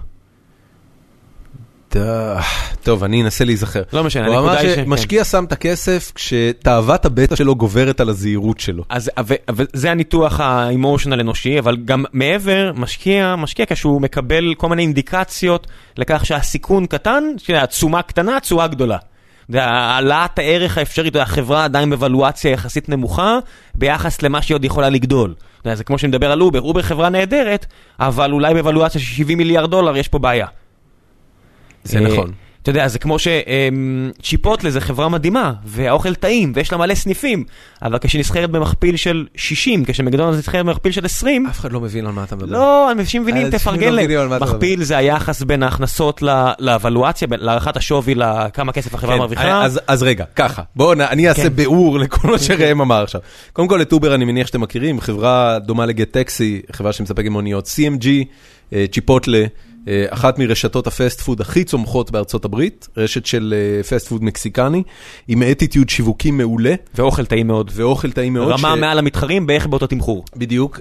Speaker 1: טוב, אני אנסה להיזכר.
Speaker 2: לא משנה,
Speaker 1: הוא אמר שמשקיע שם את הכסף כשתאוות הבטא שלו גוברת על הזהירות שלו.
Speaker 2: אז זה הניתוח האמושיונל אנושי, אבל גם מעבר, משקיע כשהוא מקבל כל מיני אינדיקציות לכך שהסיכון קטן, שהתשומה קטנה, תשואה גדולה. העלאת הערך האפשרית, החברה עדיין בוולואציה יחסית נמוכה, ביחס למה שהיא עוד יכולה לגדול. זה כמו שמדבר על אובר, אובר חברה נהדרת, אבל אולי בוולואציה של $70 מיליארד יש פה בעיה.
Speaker 1: זה נכון.
Speaker 2: אתה יודע, זה כמו שצ'יפוטלה זה חברה מדהימה, והאוכל טעים, ויש לה מלא סניפים, אבל כשנסחרת במכפיל של 60, כשמקדונלדס נסחרת במכפיל של 20,
Speaker 1: אף אחד לא מבין על מה אתה מדבר.
Speaker 2: לא, אנשים מבינים, תפרגן להם. מכפיל זה היחס בין ההכנסות לאבלואציה, להערכת השווי לכמה כסף החברה מרוויחה.
Speaker 1: אז רגע, ככה, בואו, אני אעשה ביאור לכל מה שראם אמר עכשיו. קודם כל, את אובר אני מניח שאתם מכירים, חברה דומה לגט טקסי, חברה שמספקת מוניות, CMG, צ'יפוטלה, אחת מרשתות הפסט פוד הכי צומחות בארצות הברית, רשת של פסט פוד מקסיקני, עם אטיטיוד שיווקי מעולה.
Speaker 2: ואוכל טעים מאוד.
Speaker 1: ואוכל טעים מאוד.
Speaker 2: רמה מעל המתחרים בערך באותו תמחור.
Speaker 1: בדיוק.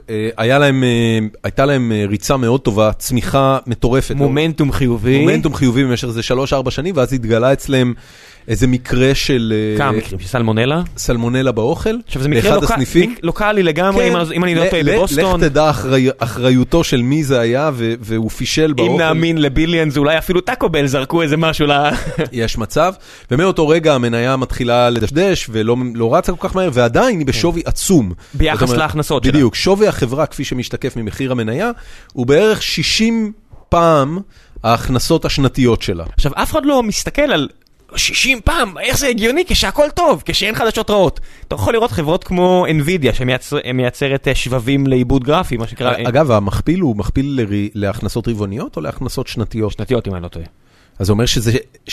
Speaker 1: הייתה להם ריצה מאוד טובה, צמיחה מטורפת.
Speaker 2: מומנטום חיובי.
Speaker 1: מומנטום חיובי במשך זה 3-4 שנים, ואז התגלה אצלם איזה מקרה של...
Speaker 2: כמה מקרים? סלמונלה?
Speaker 1: סלמונלה באוכל.
Speaker 2: עכשיו זה מקרה לוקלי לגמרי, אם אני לא טועה בבוסטון.
Speaker 1: לך תדע אחריותו של מי זה היה, והוא פישל באוכל.
Speaker 2: אם נאמין לביליאנס, אולי אפילו טאקו בל זרקו איזה משהו
Speaker 1: יש מצב, ומאותו רגע המניה מתחילה לדשדש, ולא רצה כל כך מהר, ועדיין היא בשווי עצום.
Speaker 2: ביחס להכנסות שלה.
Speaker 1: בדיוק, שווי החברה, כפי שמשתקף ממחיר המניה, הוא בערך 60 פעם ההכנסות השנתיות שלה.
Speaker 2: עכשיו, אף אחד לא מסתכל על 60 פעם, איך זה הגיוני כשהכל טוב, כשאין חדשות רעות. אתה יכול לראות חברות כמו NVIDIA, שמייצרת שבבים לעיבוד גרפי, מה שקרה...
Speaker 1: אגב, המכפיל הוא מכפיל להכנסות רבעוניות או להכנסות שנתיות?
Speaker 2: שנתיות, אם אני לא טועה.
Speaker 1: אז זה אומר שזה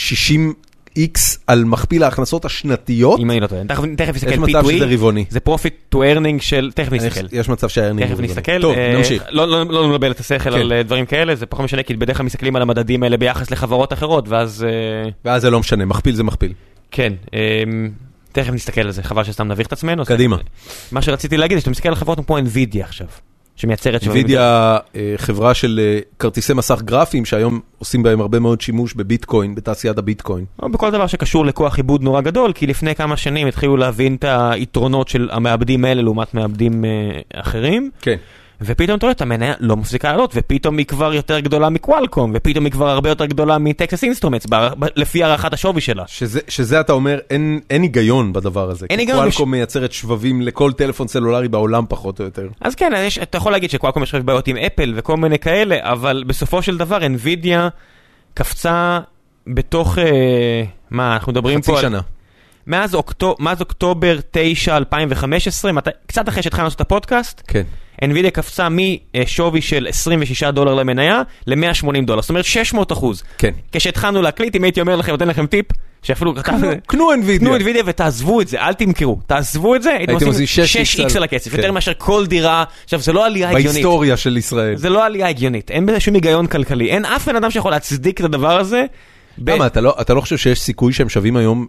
Speaker 1: 60x על מכפיל ההכנסות השנתיות?
Speaker 2: אם אני לא טועה. תכף נסתכל
Speaker 1: יש מצב שזה רבעוני.
Speaker 2: זה profit to earning של... תכף נסתכל.
Speaker 1: יש מצב שהארנינג
Speaker 2: תכף נסתכל.
Speaker 1: טוב, נמשיך.
Speaker 2: לא נבלבל את השכל על דברים כאלה, זה פחות משנה, כי בדרך כלל מסתכלים על המדדים האלה ביחס לחברות אחרות, ואז
Speaker 1: זה לא משנה, מכפיל זה מכפיל.
Speaker 2: כן, תכף נסתכל על זה, חבל שסתם נביך את עצמנו.
Speaker 1: קדימה.
Speaker 2: מה שרציתי להגיד, שאתה מסתכל על חברות כמו NVIDIA עכשיו, שמייצרת שבבים.
Speaker 1: NVIDIA, חברה של כרטיסי מסך גרפיים, שהיום עושים בהם הרבה מאוד שימוש בביטקוין, בתעשיית הביטקוין.
Speaker 2: או בכל דבר שקשור לכוח עיבוד נורא גדול, כי לפני כמה שנים התחילו להבין את היתרונות של המעבדים האלה, לעומת מעבדים אחרים.
Speaker 1: כן.
Speaker 2: ופתאום אתה רואה, המניה לא מפסיקה לעלות, ופתאום היא כבר יותר גדולה מקוואלקום, ופתאום היא כבר הרבה יותר גדולה מטקסס אינסטרומנטס, לפי הערכת השווי שלה.
Speaker 1: שזה אתה אומר, אין היגיון בדבר הזה. כי קוואלקום מייצרת שבבים לכל טלפון סלולרי בעולם פחות או יותר. אז
Speaker 2: כן, אתה יכול להגיד שקוואלקום יש בעיות עם אפל וכל מיני כאלה, אבל בסופו של דבר, NVIDIA קפצה בתוך, מה, אנחנו מדברים פה...
Speaker 1: חצי שנה.
Speaker 2: מאז אוקטובר 9, 2015, קצת אחרי שהתחלנו לעשות את הפודקאסט,
Speaker 1: כן.
Speaker 2: NVIDIA קפצה משווי של $26 למניה ל$180, זאת אומרת 600%. כן. כשהתחלנו להקליט, אם הייתי אומר לכם, נותן לכם טיפ, שאפילו...
Speaker 1: קנו NVIDIA
Speaker 2: ותעזבו את זה, אל תמכרו. תעזבו את זה, הייתם עושים 6x על הכסף, יותר מאשר כל דירה. עכשיו, זה לא עלייה הגיונית.
Speaker 1: בהיסטוריה של ישראל.
Speaker 2: זה לא עלייה הגיונית, אין בזה שום היגיון כלכלי. אין אף בן אדם שיכול להצדיק את הדבר הזה.
Speaker 1: למה, אתה לא חושב שיש סיכוי שהם שווים היום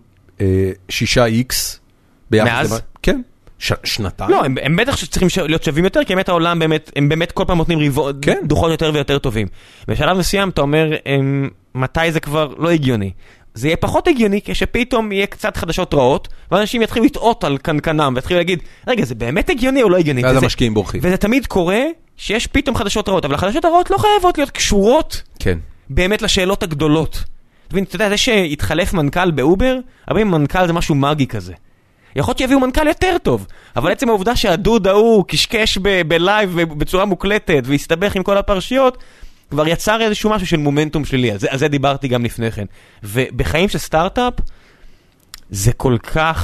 Speaker 1: 6x
Speaker 2: מאז?
Speaker 1: כן. שנתיים?
Speaker 2: לא, הם בטח שצריכים להיות שווים יותר, כי באמת העולם הם באמת כל פעם נותנים דוחות יותר ויותר טובים. בשלב מסוים אתה אומר, מתי זה כבר לא הגיוני? זה יהיה פחות הגיוני כשפתאום יהיה קצת חדשות רעות, ואנשים יתחילו לטעות על קנקנם, ויתחילו להגיד, רגע, זה באמת הגיוני או לא הגיוני?
Speaker 1: ואז המשקיעים בורחים.
Speaker 2: וזה תמיד קורה שיש פתאום חדשות רעות, אבל החדשות הרעות לא חייבות להיות קשורות באמת לשאלות הגדולות. אתה יודע, זה שהתחלף מנכ"ל באובר, אבל מנכ"ל זה משהו מגי כזה. יכול להיות שיביאו מנכ"ל יותר טוב, אבל עצם העובדה שהדוד ההוא קשקש בלייב בצורה מוקלטת והסתבך עם כל הפרשיות, כבר יצר איזשהו משהו של מומנטום שלי, על זה דיברתי גם לפני כן. ובחיים של סטארט-אפ, זה כל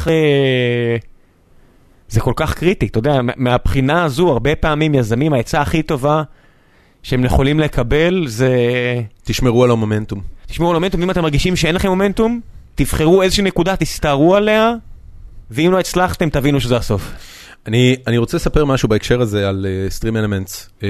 Speaker 2: כך קריטי, אתה יודע, מהבחינה הזו, הרבה פעמים יזמים, העצה הכי טובה שהם יכולים לקבל, זה...
Speaker 1: תשמרו על המומנטום.
Speaker 2: תשמרו על המומנטום, אם אתם מרגישים שאין לכם מומנטום, תבחרו איזושהי נקודה, תסתערו עליה, ואם לא הצלחתם, תבינו שזה הסוף.
Speaker 1: אני רוצה לספר משהו בהקשר הזה על Stream Elements.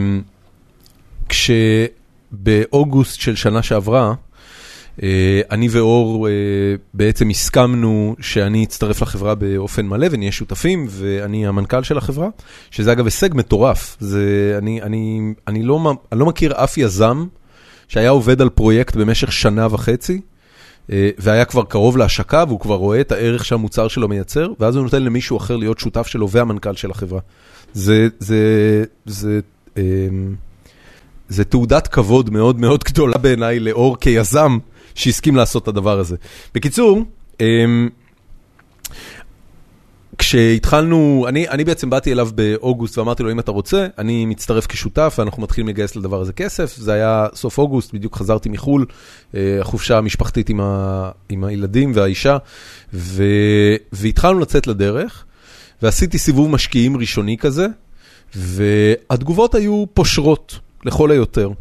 Speaker 1: כשבאוגוסט של שנה שעברה, אני ואור בעצם הסכמנו שאני אצטרף לחברה באופן מלא ונהיה שותפים, ואני המנכ"ל של החברה, שזה אגב הישג מטורף. אני לא מכיר אף יזם שהיה עובד על פרויקט במשך שנה וחצי, והיה כבר קרוב להשקה, והוא כבר רואה את הערך שהמוצר שלו מייצר, ואז הוא נותן למישהו אחר להיות שותף שלו והמנכ"ל של החברה. זה תעודת כבוד מאוד מאוד גדולה בעיניי לאור כיזם שהסכים לעשות את הדבר הזה. בקיצור, כשהתחלנו, אני בעצם באתי אליו באוגוסט ואמרתי לו, אם אתה רוצה, אני מצטרף כשותף, ואנחנו מתחילים לגייס לדבר הזה כסף. זה היה סוף אוגוסט, בדיוק חזרתי מחול, החופשה המשפחתית עם הילדים והאישה, והתחלנו לצאת לדרך, ועשיתי סיבוב משקיעים ראשוני כזה, והתגובות היו פושרות לכל היותר.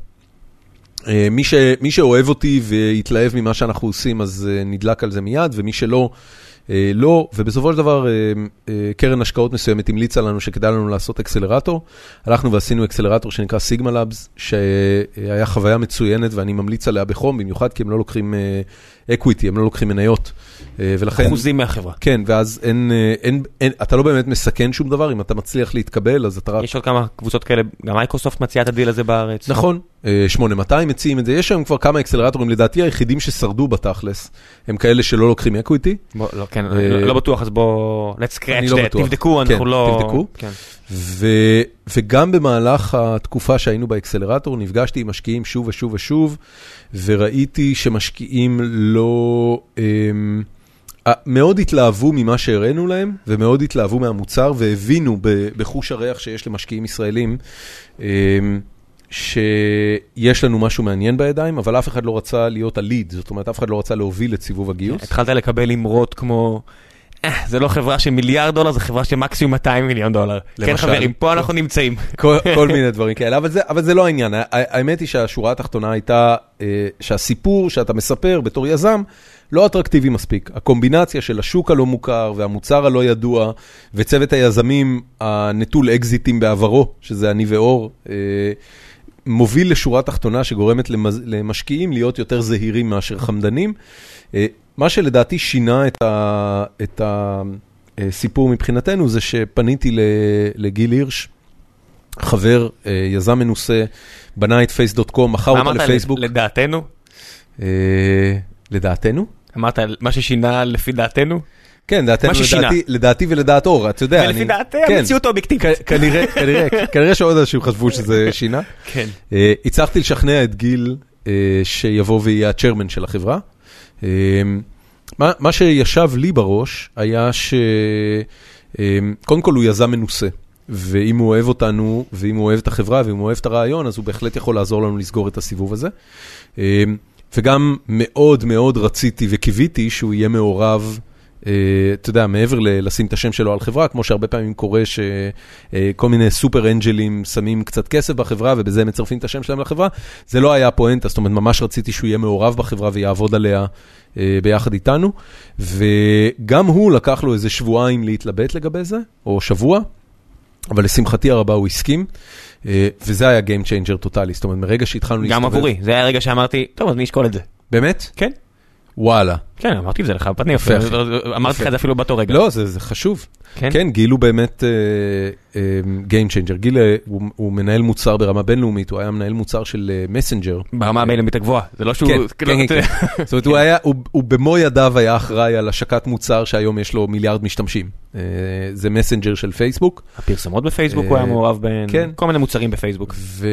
Speaker 1: מי שאוהב אותי והתלהב ממה שאנחנו עושים, אז נדלק על זה מיד, ומי שלא, לא, ובסופו של דבר קרן השקעות מסוימת המליצה לנו שכדאי לנו לעשות אקסלרטור. הלכנו ועשינו אקסלרטור שנקרא סיגמה לאבס, שהיה חוויה מצוינת ואני ממליץ עליה בחום, במיוחד כי הם לא לוקחים אקוויטי, הם לא לוקחים מניות. ולכן,
Speaker 2: אחוזים מהחברה.
Speaker 1: כן, ואז אתה לא באמת מסכן שום דבר, אם אתה מצליח להתקבל, אז אתה רק...
Speaker 2: יש עוד כמה קבוצות כאלה, גם מייקרוסופט מציעה את הדיל הזה בארץ.
Speaker 1: נכון, 8200 מציעים את זה, יש היום כבר כמה אקסלרטורים, לדעתי היחידים ששרדו בתכלס, הם כאלה שלא לוקחים אקוויטי.
Speaker 2: כן, לא בטוח, אז בוא, let's scratch that, תבדקו, אנחנו לא...
Speaker 1: תבדקו, וגם במהלך התקופה שהיינו באקסלרטור, נפגשתי עם משקיעים שוב ושוב ושוב, וראיתי שמשקיעים לא... מאוד התלהבו ממה שהראינו להם, ומאוד התלהבו מהמוצר, והבינו בחוש הריח שיש למשקיעים ישראלים, שיש לנו משהו מעניין בידיים, אבל אף אחד לא רצה להיות הליד, זאת אומרת, אף אחד לא רצה להוביל את סיבוב הגיוס.
Speaker 2: התחלת לקבל אמרות כמו, זה לא חברה של $1 מיליארד, זה חברה של מקסימום $200 מיליון. כן חברים, פה אנחנו נמצאים.
Speaker 1: כל מיני דברים כאלה, אבל זה לא העניין. האמת היא שהשורה התחתונה הייתה, שהסיפור שאתה מספר בתור יזם, לא אטרקטיבי מספיק. הקומבינציה של השוק הלא מוכר והמוצר הלא ידוע, וצוות היזמים הנטול אקזיטים בעברו, שזה אני ואור, מוביל לשורה תחתונה שגורמת למשקיעים להיות יותר זהירים מאשר חמדנים. מה שלדעתי שינה את הסיפור מבחינתנו, זה שפניתי לגיל הירש, חבר, יזם מנוסה, בנה את face.com, מכר אותה לפייסבוק.
Speaker 2: לדעתנו?
Speaker 1: לדעתנו?
Speaker 2: אמרת מה ששינה לפי דעתנו?
Speaker 1: כן, לדעתי ולדעת אור, אתה יודע.
Speaker 2: ולפי דעתי, המציאות האובייקטיבית.
Speaker 1: כנראה שעוד אנשים חשבו שזה שינה.
Speaker 2: כן.
Speaker 1: הצלחתי לשכנע את גיל שיבוא ויהיה הצ'רמן של החברה. מה שישב לי בראש היה קודם כל הוא יזם מנוסה, ואם הוא אוהב אותנו, ואם הוא אוהב את החברה, ואם הוא אוהב את הרעיון, אז הוא בהחלט יכול לעזור לנו לסגור את הסיבוב הזה. וגם מאוד מאוד רציתי וקיוויתי שהוא יהיה מעורב, אתה יודע, מעבר לשים את השם שלו על חברה, כמו שהרבה פעמים קורה שכל מיני סופר אנג'לים שמים קצת כסף בחברה, ובזה הם מצרפים את השם שלהם לחברה. זה לא היה פואנטה, זאת אומרת, ממש רציתי שהוא יהיה מעורב בחברה ויעבוד עליה ביחד איתנו, וגם הוא לקח לו איזה שבועיים להתלבט לגבי זה, או שבוע, אבל לשמחתי הרבה הוא הסכים, וזה היה game changer טוטלי, זאת אומרת, מרגע שהתחלנו
Speaker 2: להסתובב... גם עבורי, זה היה הרגע שאמרתי, טוב, אז אני אשקול את זה.
Speaker 1: באמת?
Speaker 2: כן.
Speaker 1: וואלה.
Speaker 2: כן, אמרתי את זה לך, פתני, אמרתי לך את זה אפילו באותו רגע.
Speaker 1: לא, זה חשוב. כן, גיל הוא באמת game changer. גיל הוא מנהל מוצר ברמה בינלאומית, הוא היה מנהל מוצר של מסנג'ר.
Speaker 2: ברמה הבינלאומית הגבוהה, זה לא שהוא...
Speaker 1: כן. זאת אומרת, הוא במו ידיו היה אחראי על השקת מוצר שהיום יש לו 1 מיליארד משתמשים. זה מסנג'ר של פייסבוק.
Speaker 2: הפרסומות בפייסבוק הוא היה מעורב בין כל מיני מוצרים בפייסבוק.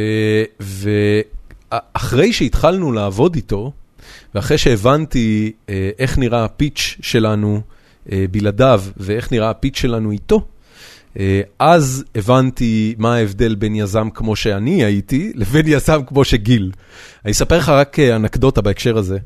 Speaker 1: ואחרי שהתחלנו לעבוד איתו, ואחרי שהבנתי איך נראה הפיץ' שלנו בלעדיו, ואיך נראה הפיץ' שלנו איתו, אז הבנתי מה ההבדל בין יזם כמו שאני הייתי, לבין יזם כמו שגיל. אני אספר לך רק אנקדוטה בהקשר הזה.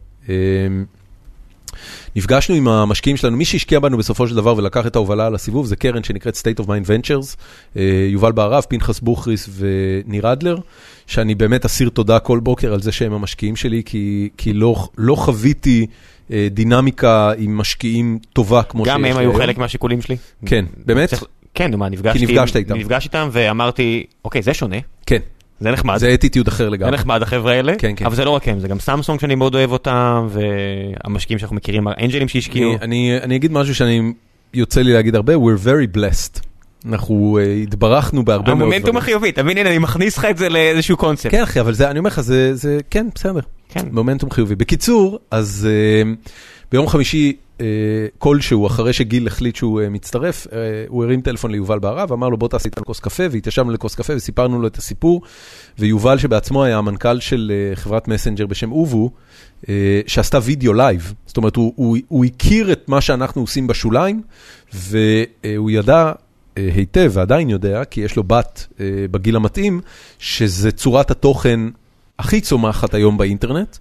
Speaker 1: נפגשנו עם המשקיעים שלנו, מי שהשקיע בנו בסופו של דבר ולקח את ההובלה על הסיבוב, זה קרן שנקראת State of Mind Ventures, יובל בערב, פנחס בוכריס וניר אדלר, שאני באמת אסיר תודה כל בוקר על זה שהם המשקיעים שלי, כי לא חוויתי דינמיקה עם משקיעים טובה כמו שיש.
Speaker 2: גם הם היו חלק מהשיקולים שלי?
Speaker 1: כן, באמת?
Speaker 2: כן, נפגשתי איתם ואמרתי, אוקיי, זה שונה. כן. זה נחמד.
Speaker 1: זה אטיטיוד אחר לגמרי.
Speaker 2: זה נחמד, החבר'ה האלה.
Speaker 1: כן, כן.
Speaker 2: אבל זה לא רק הם, זה גם סמסונג שאני מאוד אוהב אותם, והמשקיעים שאנחנו מכירים, האנג'לים שהשקיעו.
Speaker 1: אני אגיד משהו שאני יוצא לי להגיד הרבה, we're very blessed. אנחנו התברכנו בהרבה מאוד דברים.
Speaker 2: המומנטום החיובי, תבין, הנה, אני מכניס לך את זה לאיזשהו קונספט.
Speaker 1: כן, אחי, אבל אני אומר לך, זה כן, בסדר.
Speaker 2: כן.
Speaker 1: מומנטום חיובי. בקיצור, אז ביום חמישי כלשהו, אחרי שגיל החליט שהוא מצטרף, הוא הרים טלפון ליובל בערב, אמר לו בוא תעשי איתנו כוס קפה, והתיישבנו לכוס קפה וסיפרנו לו את הסיפור, ויובל שבעצמו היה המנכ"ל של חברת מסנג'ר בשם אובו, שעשתה וידאו לייב, זאת אומרת הוא הכיר את מה שאנחנו עושים בשוליים, והוא ידע היטב ועדיין יודע, כי יש לו בת בגיל המתאים, שזה צורת התוכן הכי צומחת היום באינטרנט,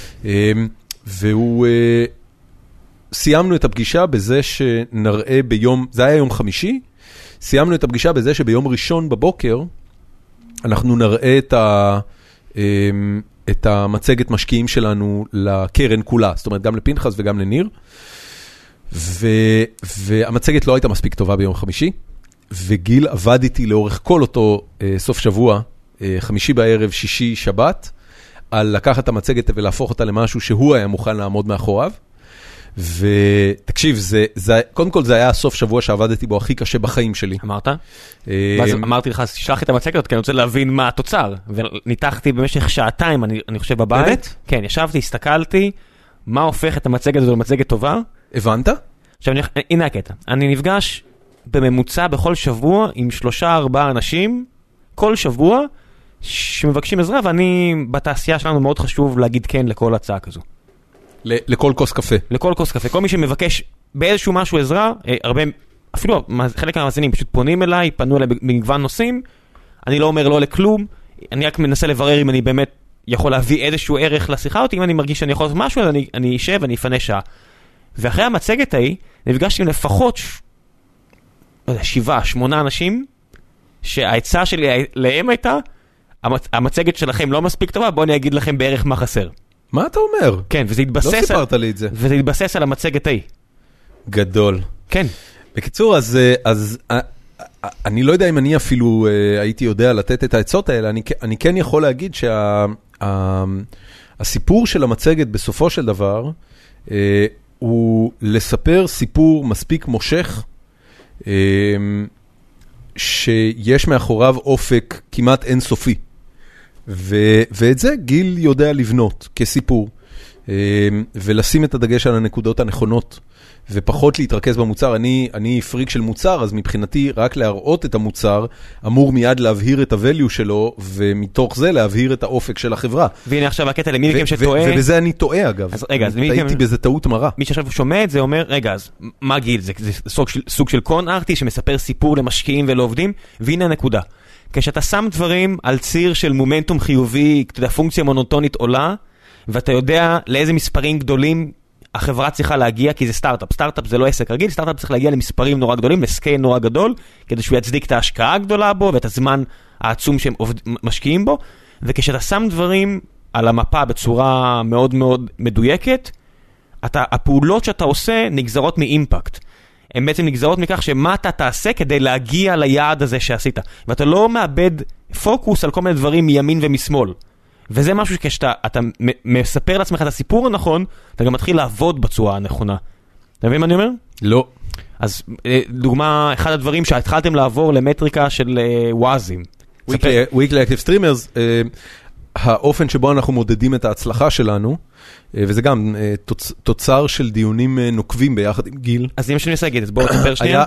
Speaker 1: והוא סיימנו את הפגישה בזה שנראה ביום, זה היה יום חמישי, סיימנו את הפגישה בזה שביום ראשון בבוקר, אנחנו נראה את המצגת משקיעים שלנו לקרן כולה, זאת אומרת גם לפנחס וגם לניר, והמצגת לא הייתה מספיק טובה ביום חמישי, וגיל עבד איתי לאורך כל אותו סוף שבוע, חמישי בערב, שישי, שבת, על לקחת את המצגת ולהפוך אותה למשהו שהוא היה מוכן לעמוד מאחוריו, ותקשיב, קודם כל זה היה הסוף שבוע שעבדתי בו הכי קשה בחיים שלי.
Speaker 2: אמרת? ואז אמרתי לך, שלח את המצגת, כי אני רוצה להבין מה התוצר, וניתחתי במשך שעתיים, אני חושב בבית.
Speaker 1: באמת?
Speaker 2: כן, ישבתי, הסתכלתי, מה הופך את המצגת הזו למצגגת טובה.
Speaker 1: הבנת?
Speaker 2: עכשיו, הנה הקטע. אני נפגש בממוצע בכל שבוע עם 3-4 אנשים, כל שבוע, שמבקשים עזרה, ואני בתעשייה שלנו מאוד חשוב להגיד כן לכל הצעה כזו.
Speaker 1: לכל כוס קפה.
Speaker 2: לכל כוס קפה. כל מי שמבקש באיזשהו משהו עזרה, הרבה, אפילו חלק מהמאזינים פשוט פונים אליי, פנו אליי במגוון נושאים, אני לא אומר לא לכלום, אני רק מנסה לברר אם אני באמת יכול להביא איזשהו ערך לשיחה אותי, אם אני מרגיש שאני יכול לעשות משהו, אז אני אשב ואני אפנה שעה. ואחרי המצגת ההיא, נפגשתי עם לפחות 7-8 אנשים, שההצעה שלי להם הייתה, המצגת שלכם לא מספיק טובה, בואו אני אגיד לכם בערך מה חסר.
Speaker 1: מה אתה אומר?
Speaker 2: כן, וזה התבסס...
Speaker 1: לא סיפרת לי את זה.
Speaker 2: וזה התבסס על המצגת ההיא. גדול. כן.
Speaker 1: בקיצור, אז אני לא יודע אם אני אפילו הייתי יודע לתת את העצות האלה, אני כן יכול להגיד שהסיפור של המצגת בסופו של דבר, הוא לספר סיפור מספיק מושך, שיש מאחוריו אופק כמעט אינסופי. ואת זה גיל יודע לבנות כסיפור, ולשים את הדגש על הנקודות הנכונות, ופחות להתרכז במוצר. אני פריק של מוצר, אז מבחינתי רק להראות את המוצר, אמור מיד להבהיר את הvalue שלו, ומתוך זה להבהיר את האופק של החברה.
Speaker 2: והנה עכשיו הקטע למי מכם שטועה.
Speaker 1: ובזה אני טועה אגב.
Speaker 2: אז רגע, אז
Speaker 1: טעיתי בזה טעות מרה.
Speaker 2: מי שעכשיו שומע את זה אומר, רגע, אז מה גיל? זה סוג של קון ארטי שמספר סיפור למשקיעים ולעובדים, והנה הנקודה. כשאתה שם דברים על ציר של מומנטום חיובי, אתה יודע, פונקציה מונוטונית עולה, ואתה יודע לאיזה מספרים גדולים החברה צריכה להגיע, כי זה סטארט-אפ. סטארט-אפ זה לא עסק רגיל, סטארט-אפ צריך להגיע למספרים נורא גדולים, לסקייל נורא גדול, כדי שהוא יצדיק את ההשקעה הגדולה בו, ואת הזמן העצום שהם משקיעים בו, וכשאתה שם דברים על המפה בצורה מאוד מאוד מדויקת, הפעולות שאתה עושה נגזרות מאימפקט. הן בעצם נגזרות מכך שמה אתה תעשה כדי להגיע ליעד הזה שעשית. ואתה לא מאבד פוקוס על כל מיני דברים מימין ומשמאל. וזה משהו שכשאתה מספר לעצמך את הסיפור הנכון, אתה גם מתחיל לעבוד בצורה הנכונה. אתה מבין מה אני אומר?
Speaker 1: לא.
Speaker 2: אז דוגמה, אחד הדברים שהתחלתם לעבור למטריקה של וואזים.
Speaker 1: Weekly Active Streamers, האופן שבו אנחנו מודדים את ההצלחה שלנו, וזה גם תוצר של דיונים נוקבים ביחד עם גיל.
Speaker 2: אז זה מה שאני רוצה להגיד, אז בואו תספר שנייה.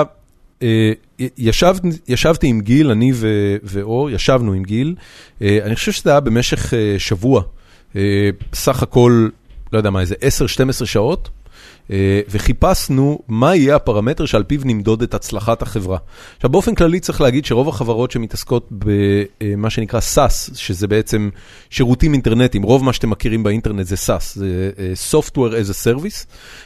Speaker 1: ישבתי עם גיל, אני ואור, ישבנו עם גיל, אני חושב שזה היה במשך שבוע, סך הכל, לא יודע מה, איזה 10-12 שעות, וחיפשנו מה יהיה הפרמטר שעל פיו נמדוד את הצלחת החברה. עכשיו באופן כללי צריך להגיד שרוב החברות שמתעסקות במה שנקרא SaaS, שזה בעצם שירותים אינטרנטיים, רוב מה שאתם מכירים באינטרנט זה SaaS, זה Software as a Service,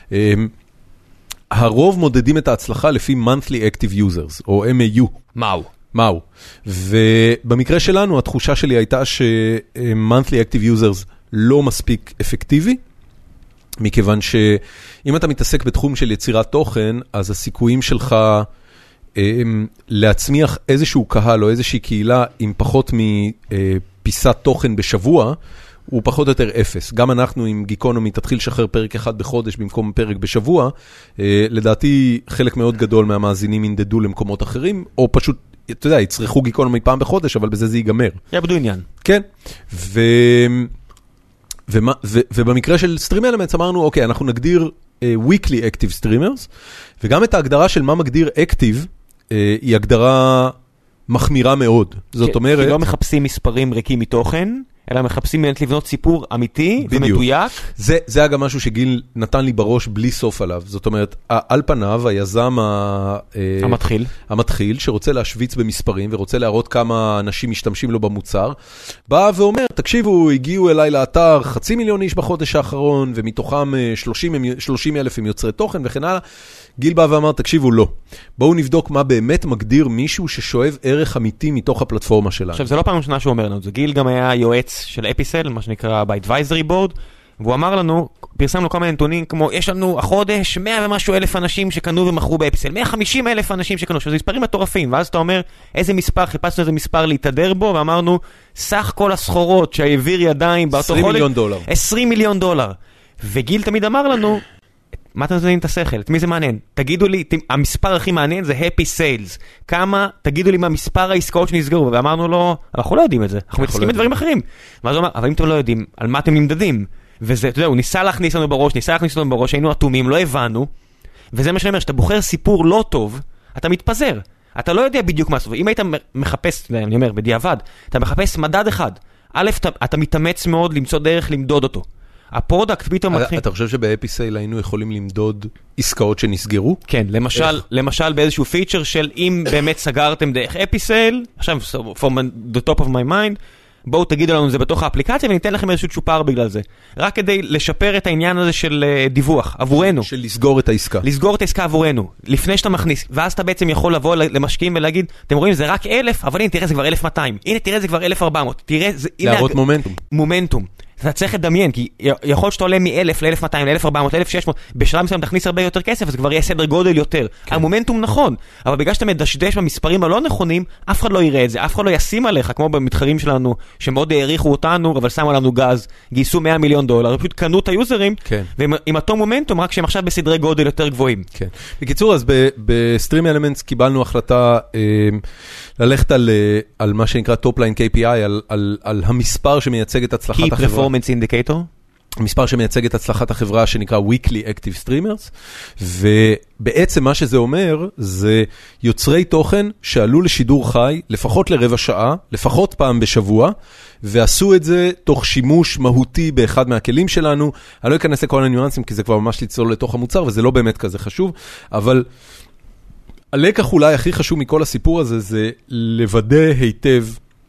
Speaker 1: הרוב מודדים את ההצלחה לפי monthly active users, או MAU. מאו. ובמקרה שלנו התחושה שלי הייתה ש-monthly active users לא מספיק אפקטיבי, מכיוון שאם אתה מתעסק בתחום של יצירת תוכן, אז הסיכויים שלך להצמיח איזשהו קהל או איזושהי קהילה עם פחות מפיסת תוכן בשבוע, הוא פחות או יותר אפס. גם אנחנו עם גיקונומי תתחיל לשחרר פרק אחד בחודש במקום פרק בשבוע. לדעתי חלק מאוד גדול מהמאזינים ינדדו למקומות אחרים, או פשוט, אתה יודע, יצרכו גיקונומי פעם בחודש, אבל בזה זה ייגמר.
Speaker 2: יעבדו עניין.
Speaker 1: כן. ובמקרה של סטרים אלמנטס אמרנו, אוקיי, אנחנו נגדיר weekly active streamers, וגם את ההגדרה של מה מגדיר active, היא הגדרה מחמירה מאוד. זאת אומרת...
Speaker 2: כי לא מחפשים מספרים ריקים מתוכן, אלא מחפשים באמת לבנות סיפור אמיתי ומדויק.
Speaker 1: זה גם משהו שגיל נתן לי בראש בלי סוף עליו. זאת אומרת, על פניו, היזם המתחיל, שרוצה להשוויץ במספרים, ורוצה להראות כמה אנשים משתמשים לו במוצר, בא ואומר, תקשיבו, הגיעו אליי לאתר 500,000 איש בחודש האחרון, ומתוכם 30,000 הם יוצרי תוכן וכן הלאה. גיל בא ואמר, תקשיבו, לא. בואו נבדוק מה באמת מגדיר מישהו ששואב ערך אמיתי מתוך הפלטפורמה שלנו.
Speaker 2: עכשיו, זה לא פעם ראשונה שהוא אומר לנו, זה גיל גם היה יועץ של אפיסל, מה שנקרא ב-advisory board, והוא אמר לנו, פרסם לו כל מיני נתונים, כמו, יש לנו החודש 100 ומשהו אלף אנשים שקנו ומכרו באפיסל, 150,000 אנשים שקנו, שזה מספרים מטורפים, ואז אתה אומר, איזה מספר, חיפשנו איזה מספר להתהדר בו, ואמרנו, סך כל הסחורות שהעביר ידיים באותו חודש,
Speaker 1: 20 מיליון דולר.
Speaker 2: 20 מיליון דולר. וגיל תמיד אמר לנו, מה אתם נותנים את השכל? את מי זה מעניין? תגידו לי, המספר הכי מעניין זה happy sales. כמה, תגידו לי מה מספר העסקאות שנסגרו. ואמרנו לו, אנחנו לא יודעים את זה. אנחנו מתעסקים בדברים אחרים. ואז הוא אמר, אבל אם אתם לא יודעים, על מה אתם נמדדים? וזה, אתה יודע, הוא ניסה להכניס לנו בראש, היינו אטומים, לא הבנו. וזה מה שאני אומר, שאתה בוחר סיפור לא טוב, אתה מתפזר. אתה לא יודע בדיוק מה. אם היית מחפש, אני אומר, בדיעבד, אתה מחפש מדד אחד. א', אתה מתאמץ מאוד למצוא דרך למדוד אותו. הפרודקט פתאום מתחיל.
Speaker 1: אתה חושב שבאפיסייל היינו יכולים למדוד עסקאות שנסגרו?
Speaker 2: כן, למשל באיזשהו פיצ'ר של אם באמת סגרתם דרך אפיסייל, עכשיו, from the top of my mind, בואו תגידו לנו זה בתוך האפליקציה וניתן לכם איזשהו צ'ופר בגלל זה. רק כדי לשפר את העניין הזה של דיווח עבורנו.
Speaker 1: של לסגור את העסקה.
Speaker 2: לסגור את העסקה עבורנו, לפני שאתה מכניס. ואז אתה בעצם יכול לבוא למשקיעים ולהגיד, אתם רואים זה רק 1,000, אבל הנה תראה זה כבר 1,200. הנה תראה זה כבר 1,400.
Speaker 1: להראות מומנטום.
Speaker 2: מומנטום. אתה צריך לדמיין, כי יכול שאתה עולה מ-1,000 ל-1,200, ל-1,400, ל-1,600, בשלב מסוים תכניס הרבה יותר כסף, אז כבר יהיה סדר גודל יותר. המומנטום נכון, אבל בגלל שאתה מדשדש במספרים הלא נכונים, אף אחד לא יראה את זה, אף אחד לא ישים עליך, כמו במתחרים שלנו, שמאוד העריכו אותנו, אבל שמו לנו גז, גייסו $100 מיליון, פשוט קנו את היוזרים, ועם אותו מומנטום, רק שהם עכשיו בסדרי גודל יותר גבוהים.
Speaker 1: בקיצור, אז בסטרים אלמנטס קיבלנו החלטה ללכת על מה שנקרא top line KPI, על המספר שמייצג את הצלחת החברה.
Speaker 2: performance indicator?
Speaker 1: מספר שמייצג את הצלחת החברה שנקרא weekly active streamers, ובעצם מה שזה אומר, זה יוצרי תוכן שעלו לשידור חי, לפחות לרבע שעה, לפחות פעם בשבוע, ועשו את זה תוך שימוש מהותי באחד מהכלים שלנו. אני לא אכנס לכל הניואנסים, כי זה כבר ממש לצלול לתוך המוצר, וזה לא באמת כזה חשוב, אבל הלקח אולי הכי חשוב מכל הסיפור הזה, זה לוודא היטב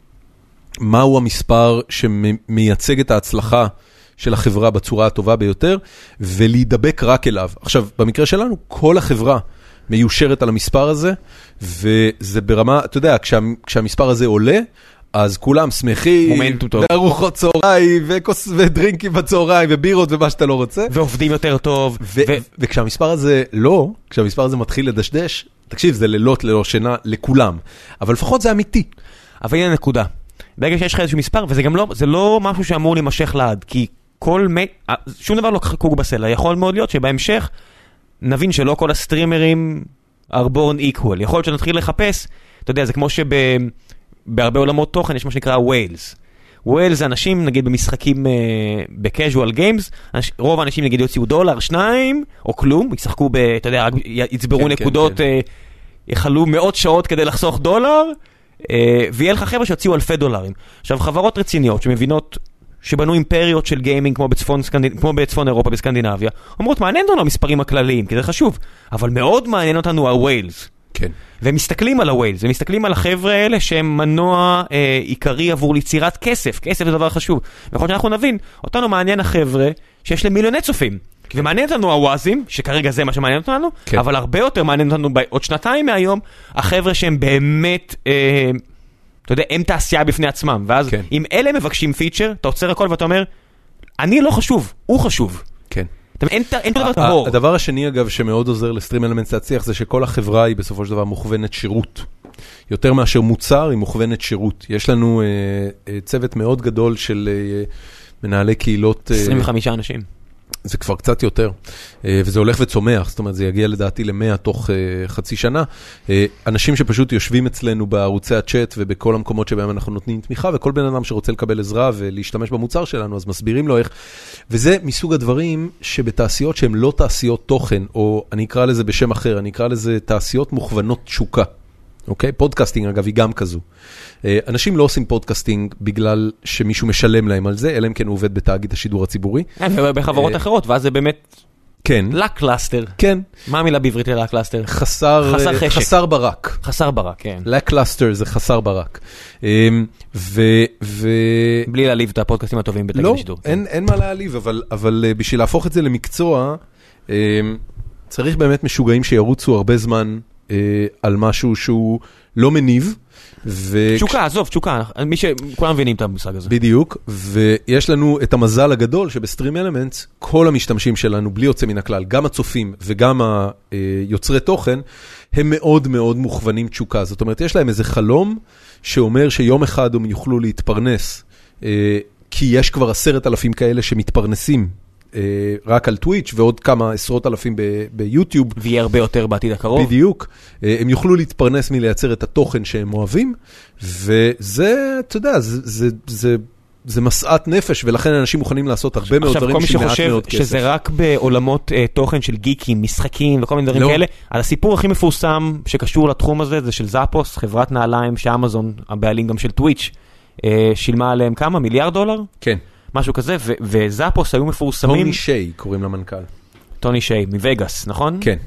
Speaker 1: מהו המספר שמייצג את ההצלחה של החברה בצורה הטובה ביותר, ולהידבק רק אליו. עכשיו, במקרה שלנו, כל החברה מיושרת על המספר הזה, וזה ברמה, אתה יודע, כשהמספר הזה עולה, אז כולם שמחים, וארוחות צהריים, ודרינקים בצהריים, ובירות ומה שאתה לא רוצה.
Speaker 2: ועובדים יותר טוב.
Speaker 1: וכשהמספר הזה לא, כשהמספר הזה מתחיל לדשדש, תקשיב, זה לילות ללא שינה לכולם. אבל לפחות זה אמיתי.
Speaker 2: אבל הנה נקודה. ברגע שיש לך איזשהו מספר, וזה גם לא, זה לא משהו שאמור להימשך לעד, כי שום דבר לא חקוק בסלע. יכול מאוד להיות שבהמשך נבין שלא כל הסטרימרים are born equal. יכול להיות שנתחיל לחפש, אתה יודע, זה כמו שבהרבה עולמות תוכן יש מה שנקרא whales. whales זה אנשים, נגיד במשחקים ב-casual games, רוב האנשים נגיד יוציאו $1, 2, או כלום, ישחקו אתה יודע, יצברו נקודות, יחלו מאות שעות כדי לחסוך $, ויהיה לך חבר'ה שהוציאו $1,000. עכשיו, חברות רציניות שמבינות שבנו אימפריות של גיימינג כמו בצפון אירופה, בסקנדינביה, אומרות, מעניין אותנו המספרים הכלליים, כי זה חשוב, אבל מאוד מעניין אותנו הווילס.
Speaker 1: כן.
Speaker 2: והם מסתכלים על הווילס, הם מסתכלים על החבר'ה האלה שהם מנוע עיקרי עבור ליצירת כסף. כסף זה דבר חשוב. ויכול שאנחנו נבין, אותנו מעניין החבר'ה שיש להם מיליוני צופים. ומעניין אותנו הוואזים, שכרגע זה מה שמעניין אותנו, אבל הרבה יותר מעניין אותנו עוד שנתיים מהיום, החבר'ה שהם באמת, אתה יודע, הם תעשייה בפני עצמם. ואז אם אלה מבקשים פיצ'ר, אתה עוצר הכל ואתה אומר, אני לא חשוב, הוא חשוב.
Speaker 1: כן.
Speaker 2: אין דבר טהור.
Speaker 1: הדבר השני, אגב, שמאוד עוזר לסטרים אלמנטס להצליח, זה שכל החברה היא בסופו של דבר מוכוונת שירות. יותר מאשר מוצר, היא מוכוונת שירות. יש לנו צוות מאוד גדול של מנהלי קהילות.
Speaker 2: 25 אנשים.
Speaker 1: זה כבר קצת יותר, וזה הולך וצומח, זאת אומרת, זה יגיע לדעתי ל100 תוך חצי שנה. אנשים שפשוט יושבים אצלנו בערוצי הצ'אט ובכל המקומות שבהם אנחנו נותנים תמיכה, וכל בן אדם שרוצה לקבל עזרה ולהשתמש במוצר שלנו, אז מסבירים לו איך. וזה מסוג הדברים שבתעשיות שהן לא תעשיות תוכן, או אני אקרא לזה בשם אחר, אני אקרא לזה תעשיות מוכוונות תשוקה. אוקיי? פודקאסטינג, אגב, היא גם כזו. אנשים לא עושים פודקאסטינג בגלל שמישהו משלם להם על זה, אלא אם כן הוא עובד בתאגיד השידור הציבורי.
Speaker 2: בחברות אחרות, ואז זה באמת...
Speaker 1: כן.
Speaker 2: לקלאסטר.
Speaker 1: כן.
Speaker 2: מה המילה בעברית ללקלאסטר?
Speaker 1: חסר ברק.
Speaker 2: חסר ברק, כן.
Speaker 1: לקלאסטר זה חסר ברק.
Speaker 2: בלי להעליב את הפודקאסטים הטובים בתאגיד השידור.
Speaker 1: לא, אין מה להעליב, אבל בשביל להפוך את זה למקצוע, צריך באמת משוגעים שירוצו הרבה זמן על משהו שהוא לא מניב.
Speaker 2: תשוקה, עזוב, תשוקה, כולם מבינים את המושג הזה.
Speaker 1: בדיוק, ויש לנו את המזל הגדול שבסטרים אלמנטס, כל המשתמשים שלנו, בלי יוצא מן הכלל, גם הצופים וגם היוצרי תוכן, הם מאוד מאוד מוכוונים תשוקה. זאת אומרת, יש להם איזה חלום שאומר שיום אחד הם יוכלו להתפרנס, כי יש כבר 10,000 כאלה שמתפרנסים, רק על טוויץ' ועוד כמה עשרות אלפים ביוטיוב.
Speaker 2: ויהיה הרבה יותר בעתיד הקרוב.
Speaker 1: בדיוק. הם יוכלו להתפרנס מלייצר את התוכן שהם אוהבים, וזה, אתה יודע, זה מסעת נפש, ולכן אנשים מוכנים לעשות הרבה מאוד דברים של מעט מאוד כסף.
Speaker 2: עכשיו, כל מי שחושב שזה רק בעולמות תוכן של גיקים, משחקים וכל מיני דברים כאלה, על הסיפור הכי מפורסם שקשור לתחום הזה, זה של זאפוס, חברת נעליים שאמזון, הבעלים גם של טוויץ', שילמה עליהם כמה? $1 מיליארד?
Speaker 1: כן.
Speaker 2: משהו כזה, וזאפוס היו מפורסמים...
Speaker 1: טוני שיי קוראים למנכ"ל.
Speaker 2: טוני שיי, מווגאס, נכון?
Speaker 1: כן.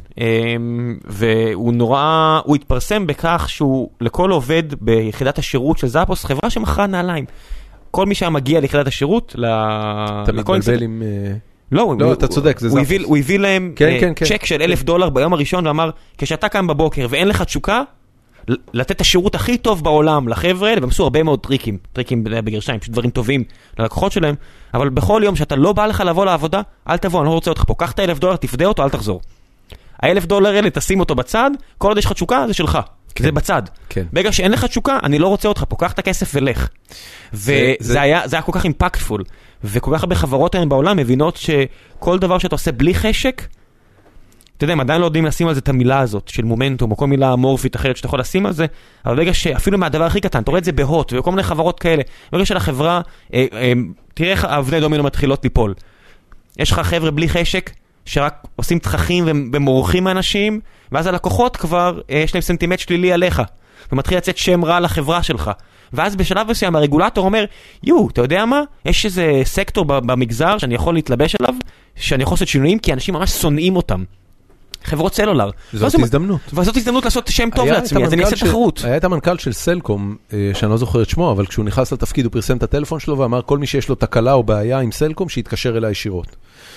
Speaker 2: והוא נורא, הוא התפרסם בכך שהוא לכל עובד ביחידת השירות של זאפוס, חברה שמכרה נעליים. כל מי שמגיע ליחידת השירות,
Speaker 1: אתה מתבלבל עם...
Speaker 2: לא,
Speaker 1: אתה צודק, זה זאפוס.
Speaker 2: הוא הביא להם צ'ק של $1,000 ביום הראשון, ואמר, כשאתה קם בבוקר ואין לך תשוקה, לתת את השירות הכי טוב בעולם לחבר'ה האלה, והם עשו הרבה מאוד טריקים בגרשיים, פשוט דברים טובים ללקוחות שלהם, אבל בכל יום שאתה לא בא לך לבוא לעבודה, אל תבוא, אני לא רוצה אותך פה, קח את $1,000, תפדה אותו, אל תחזור. $1,000 האלה, תשים אותו בצד, כל עוד יש לך תשוקה, זה שלך, זה בצד. ברגע שאין לך תשוקה, אני לא רוצה אותך פה, קח את הכסף ולך. וזה היה כל כך אימפקטפול, וכל כך הרבה חברות היום בעולם מבינות שכל דבר שאתה עושה בלי חשק, אתה יודע, הם עדיין לא יודעים לשים על זה את המילה הזאת של מומנטום, או כל מילה אמורפית אחרת שאתה יכול לשים על זה, אבל ברגע שאפילו מהדבר הכי קטן, אתה רואה את זה בהוט, וכל מיני חברות כאלה, ברגע של החברה, תראה איך אבני דומינו מתחילות ליפול. יש לך חבר'ה בלי חשק, שרק עושים תככים ומורחים מאנשים, ואז הלקוחות כבר, יש להם סנטימט שלילי עליך, ומתחיל לצאת שם רע לחברה שלך. ואז בשלב מסוים הרגולטור אומר, אתה יודע מה? יש איזה סקטור במגזר שאני יכול להתלבש עליו, שאני יכול לעשות שינויים, כי אנשים ממש שונאים אותם. חברות סלולר.
Speaker 1: זאת הזדמנות.
Speaker 2: וזאת הזדמנות לעשות שם טוב לעצמי, אז אני אעשה תחרות.
Speaker 1: היה את המנכ"ל של סלקום, שאני לא זוכר את שמו, אבל כשהוא נכנס לתפקיד הוא פרסם את הטלפון שלו ואמר, כל מי שיש לו תקלה או בעיה עם סלקום, שיתקשר אליי ישירות.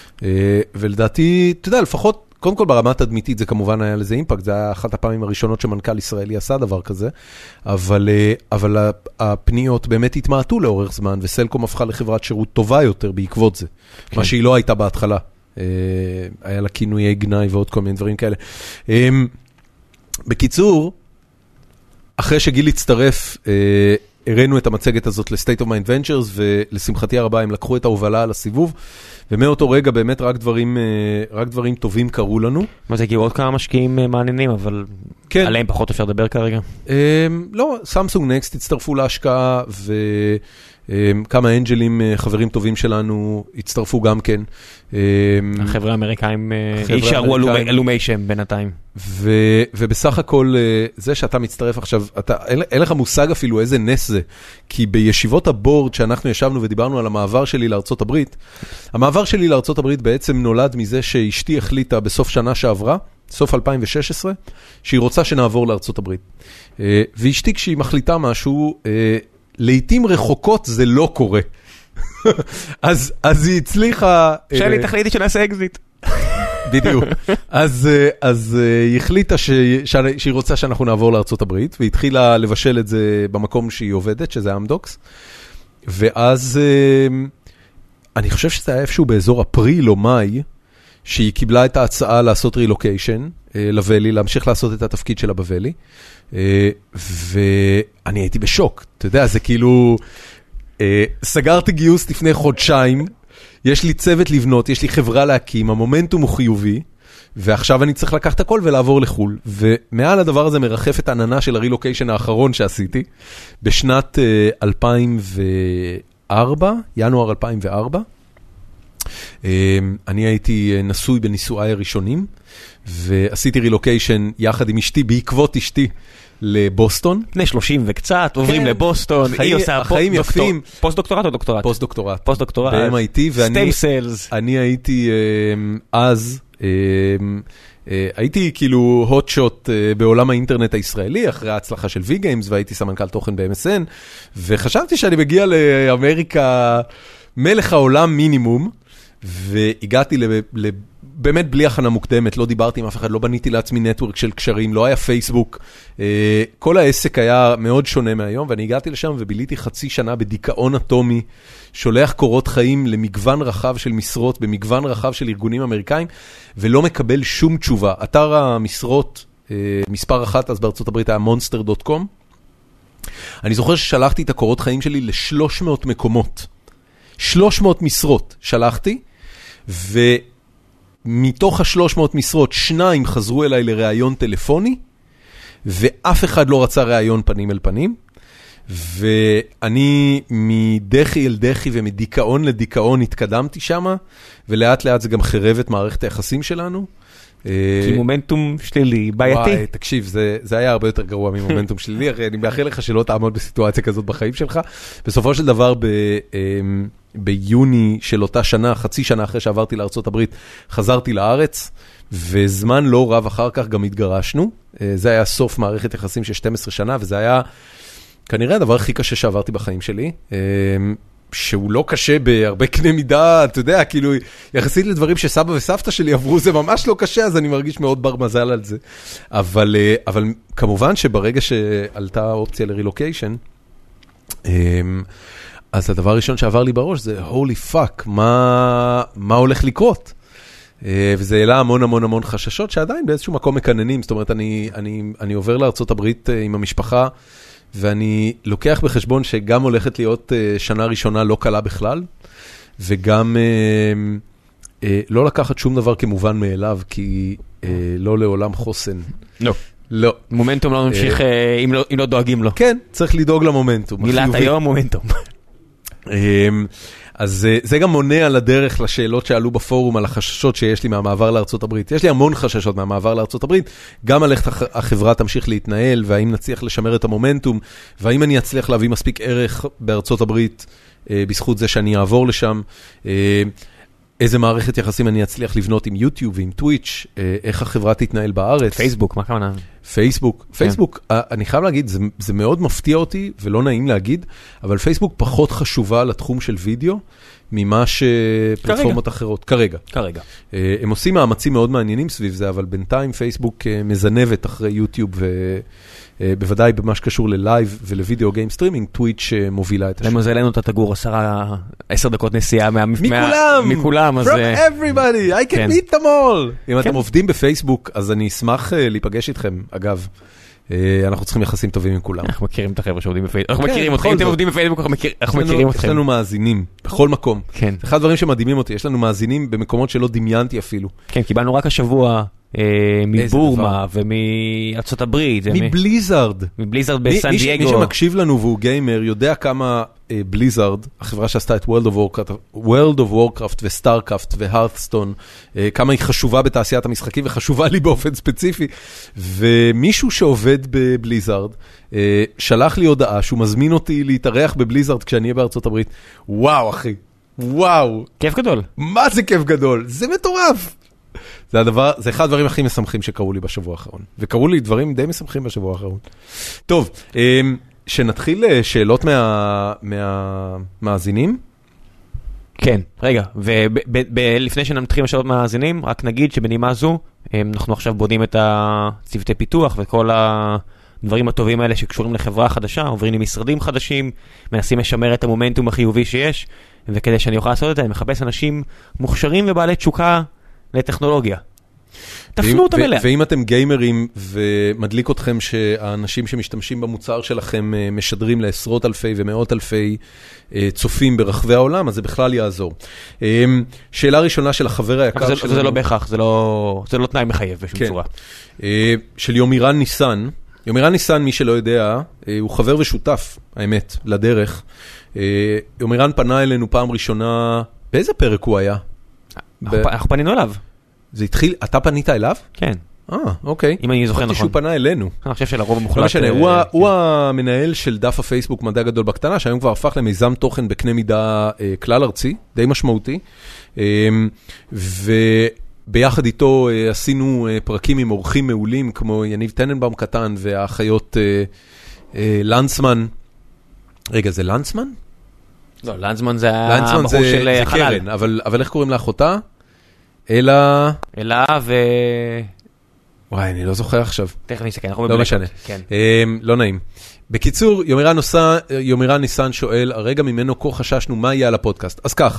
Speaker 1: ולדעתי, אתה יודע, לפחות, קודם כל ברמה תדמיתית, זה כמובן היה לזה אימפקט, זה היה אחת הפעמים הראשונות שמנכ"ל ישראלי עשה דבר כזה, אבל הפניות באמת התמעטו לאורך זמן, וסלקום הפכה לחברת שירות טובה יותר בעקבות זה, מה שהיא לא הייתה בהתחלה. היה לה כינויי גנאי ועוד כל מיני דברים כאלה. בקיצור, אחרי שגיל הצטרף, הראינו את המצגת הזאת ל-State of Mind Ventures, ולשמחתי הרבה הם לקחו את ההובלה על הסיבוב, ומאותו רגע באמת רק דברים טובים קרו לנו. מה
Speaker 2: זה, כי עוד כמה משקיעים מעניינים, אבל עליהם פחות אפשר לדבר כרגע?
Speaker 1: לא, סמסונג נקסט הצטרפו להשקעה, כמה אנג'לים, חברים טובים שלנו, הצטרפו גם כן.
Speaker 2: החבר'ה האמריקאים יישארו אלומי שם בינתיים.
Speaker 1: ובסך הכל, זה שאתה מצטרף עכשיו, אין לך מושג אפילו איזה נס זה, כי בישיבות הבורד שאנחנו ישבנו ודיברנו על המעבר שלי לארצות הברית, המעבר שלי לארצות הברית בעצם נולד מזה שאשתי החליטה בסוף שנה שעברה, סוף 2016, שהיא רוצה שנעבור לארצות הברית. ואשתי כשהיא מחליטה משהו, לעתים רחוקות זה לא קורה. אז היא הצליחה...
Speaker 2: שלי תחליטי שנעשה אקזיט.
Speaker 1: בדיוק. אז היא החליטה שהיא רוצה שאנחנו נעבור לארצות הברית, והתחילה לבשל את זה במקום שהיא עובדת, שזה אמדוקס. ואז אני חושב שזה היה איפשהו באזור אפריל או מאי, שהיא קיבלה את ההצעה לעשות רילוקיישן לוולי, להמשיך לעשות את התפקיד שלה בוולי. ואני הייתי בשוק, אתה יודע, זה כאילו, סגרתי גיוס לפני חודשיים, יש לי צוות לבנות, יש לי חברה להקים, המומנטום הוא חיובי, ועכשיו אני צריך לקחת הכל ולעבור לחול. ומעל הדבר הזה מרחפת עננה של הרילוקיישן האחרון שעשיתי, בשנת 2004, ינואר 2004. אני הייתי נשוי בנישואיי הראשונים, ועשיתי רילוקיישן יחד עם אשתי, בעקבות אשתי, לבוסטון.
Speaker 2: בני 30 וקצת, עוברים לבוסטון, היא עושה פוסט-דוקטורט או דוקטורט?
Speaker 1: פוסט-דוקטורט.
Speaker 2: פוסט-דוקטורט.
Speaker 1: ב-MIT,
Speaker 2: סטם סיילס.
Speaker 1: אני הייתי אז, הייתי כאילו hot shot בעולם האינטרנט הישראלי, אחרי ההצלחה של V-Games, והייתי סמנכ"ל תוכן ב-MSN, וחשבתי שאני מגיע לאמריקה, מלך העולם מינימום, והגעתי באמת בלי הכנה מוקדמת, לא דיברתי עם אף אחד, לא בניתי לעצמי נטוורק של קשרים, לא היה פייסבוק, כל העסק היה מאוד שונה מהיום, ואני הגעתי לשם וביליתי חצי שנה בדיכאון אטומי, שולח קורות חיים למגוון רחב של משרות, במגוון רחב של ארגונים אמריקאים, ולא מקבל שום תשובה. אתר המשרות, מספר אחת, אז בארצות הברית היה monster.com, אני זוכר ששלחתי את הקורות חיים שלי ל-300 מקומות, 300 משרות שלחתי, ומתוך ה-300 משרות, 2 חזרו אליי לראיון טלפוני, ואף אחד לא רצה ראיון פנים אל פנים, ואני מדחי אל דחי ומדיכאון לדיכאון התקדמתי שמה, ולאט לאט זה גם חרב את מערכת היחסים שלנו.
Speaker 2: כי מומנטום שלילי, בעייתי.
Speaker 1: וואי, תקשיב, זה היה הרבה יותר גרוע ממומנטום שלילי, אני מאחל לך שלא תעמוד בסיטואציה כזאת בחיים שלך. בסופו של דבר, ביוני של אותה שנה, חצי שנה אחרי שעברתי לארצות הברית, חזרתי לארץ, וזמן לא רב אחר כך גם התגרשנו. זה היה סוף מערכת יחסים של 12 שנה, וזה היה כנראה הדבר הכי קשה שעברתי בחיים שלי. שהוא לא קשה בהרבה קנה מידה, אתה יודע, כאילו, יחסית לדברים שסבא וסבתא שלי עברו, זה ממש לא קשה, אז אני מרגיש מאוד בר מזל על זה. אבל כמובן שברגע שעלתה האופציה לרילוקיישן, אז הדבר הראשון שעבר לי בראש זה, holy fuck, מה הולך לקרות? וזה העלה המון המון המון חששות, שעדיין באיזשהו מקום מקננים, זאת אומרת, אני עובר לארצות הברית עם המשפחה, ואני לוקח בחשבון שגם הולכת להיות שנה ראשונה לא קלה בכלל, וגם לא לקחת שום דבר כמובן מאליו, כי לא לעולם חוסן.
Speaker 2: לא.
Speaker 1: לא.
Speaker 2: מומנטום לא ממשיך אם לא דואגים לו.
Speaker 1: כן, צריך לדאוג למומנטום.
Speaker 2: מילת היום מומנטום.
Speaker 1: אז זה גם מונע על הדרך לשאלות שעלו בפורום על החששות שיש לי מהמעבר לארצות הברית. יש לי המון חששות מהמעבר לארצות הברית, גם על איך החברה תמשיך להתנהל, והאם נצליח לשמר את המומנטום, והאם אני אצליח להביא מספיק ערך בארצות הברית, בזכות זה שאני אעבור לשם, איזה מערכת יחסים אני אצליח לבנות עם יוטיוב ועם טוויץ', איך החברה תתנהל בארץ.
Speaker 2: פייסבוק, מה כמובן?
Speaker 1: פייסבוק, אני חייב להגיד, זה מאוד מפתיע אותי ולא נעים להגיד, אבל פייסבוק פחות חשובה לתחום של וידאו, ממה שפלטפורמות אחרות. כרגע. הם עושים מאמצים מאוד מעניינים סביב זה, אבל בינתיים פייסבוק מזנבת אחרי יוטיוב בוודאי במה שקשור ללייב ולוידאו גיים סטרימינג, טוויץ' מובילה את השם.
Speaker 2: למזלנו אתה תגור 10 דקות נסיעה מכולם.
Speaker 1: From everybody, I can meet them all. אם אתם עובדים בפייסבוק, אז אני אשמח להיפגש איתכם. אגב, אנחנו צריכים יחסים טובים עם כולם.
Speaker 2: אנחנו מכירים את החבר'ה שעובדים בפייסבוק. אנחנו מכירים אתכם, אם אתם עובדים בפייסבוק, אנחנו מכירים אתכם.
Speaker 1: יש לנו מאזינים, בכל מקום. אחד הדברים שמדהימים אותי, יש לנו מאזינים במקומות שלא דמיינתי אפילו. כן,
Speaker 2: קיבלנו רק השבוע מבורמה ומארצות הברית.
Speaker 1: מבליזארד.
Speaker 2: מבליזארד בסן דייגו.
Speaker 1: מי שמקשיב לנו והוא גיימר יודע כמה בליזארד, החברה שעשתה את World of Warcraft וסטארקראפט והארת'סטון, כמה היא חשובה בתעשיית המשחקים וחשובה לי באופן ספציפי. ומישהו שעובד בבליזארד שלח לי הודעה שהוא מזמין אותי להתארח בבליזארד כשאני אהיה בארצות הברית. וואו אחי, וואו.
Speaker 2: כיף גדול.
Speaker 1: מה זה כיף גדול? זה מטורף. זה אחד הדברים הכי משמחים שקראו לי בשבוע האחרון. וקראו לי דברים די משמחים בשבוע האחרון. טוב, שנתחיל שאלות מהמאזינים.
Speaker 2: כן, רגע, ולפני שנתחיל שאלות מהמאזינים, רק נגיד שבנימה זו, אנחנו עכשיו בונים את הצוותי פיתוח וכל הדברים הטובים האלה שקשורים לחברה חדשה, עוברים למשרדים חדשים, מנסים לשמר את המומנטום החיובי שיש, וכדי שאני אוכל לעשות את זה, אני מחפש אנשים מוכשרים ובעלי תשוקה לטכנולוגיה. תפנו אותם אליה.
Speaker 1: ואם אתם גיימרים ומדליק אתכם שהאנשים שמשתמשים במוצר שלכם משדרים לעשרות אלפי ומאות אלפי צופים ברחבי העולם, אז זה בכלל יעזור. שאלה ראשונה של החבר היקר שלנו.
Speaker 2: זה לא בהכרח, זה לא תנאי מחייב בשום צורה.
Speaker 1: של יומירן ניסן. יומירן ניסן, מי שלא יודע, הוא חבר ושותף, האמת, לדרך. יומירן פנה אלינו פעם ראשונה, באיזה פרק הוא היה?
Speaker 2: אנחנו פנינו אליו.
Speaker 1: זה התחיל, אתה פנית אליו?
Speaker 2: כן.
Speaker 1: אוקיי.
Speaker 2: אם אני זוכר נכון.
Speaker 1: שהוא פנה אלינו.
Speaker 2: אני חושב שלרוב המוחלט.
Speaker 1: לא משנה, הוא המנהל של דף הפייסבוק מדע גדול בקטנה, שהיום כבר הפך למיזם תוכן בקנה מידה כלל ארצי, די משמעותי. וביחד איתו עשינו פרקים עם אורחים מעולים, כמו יניב טננבאום קטן, והאחיות לנסמן. רגע, זה לנסמן?
Speaker 2: לא, לנסמן זה הבחור של החלל.
Speaker 1: קרן, אבל איך קוראים לאחותה? אלה וואי, אני לא זוכר עכשיו.
Speaker 2: תכף נסתכל, אנחנו
Speaker 1: לא משנה. לא נעים. בקיצור, יומירן ניסן שואל, הרגע ממנו כה חששנו מה יהיה על הפודקאסט. אז ככה,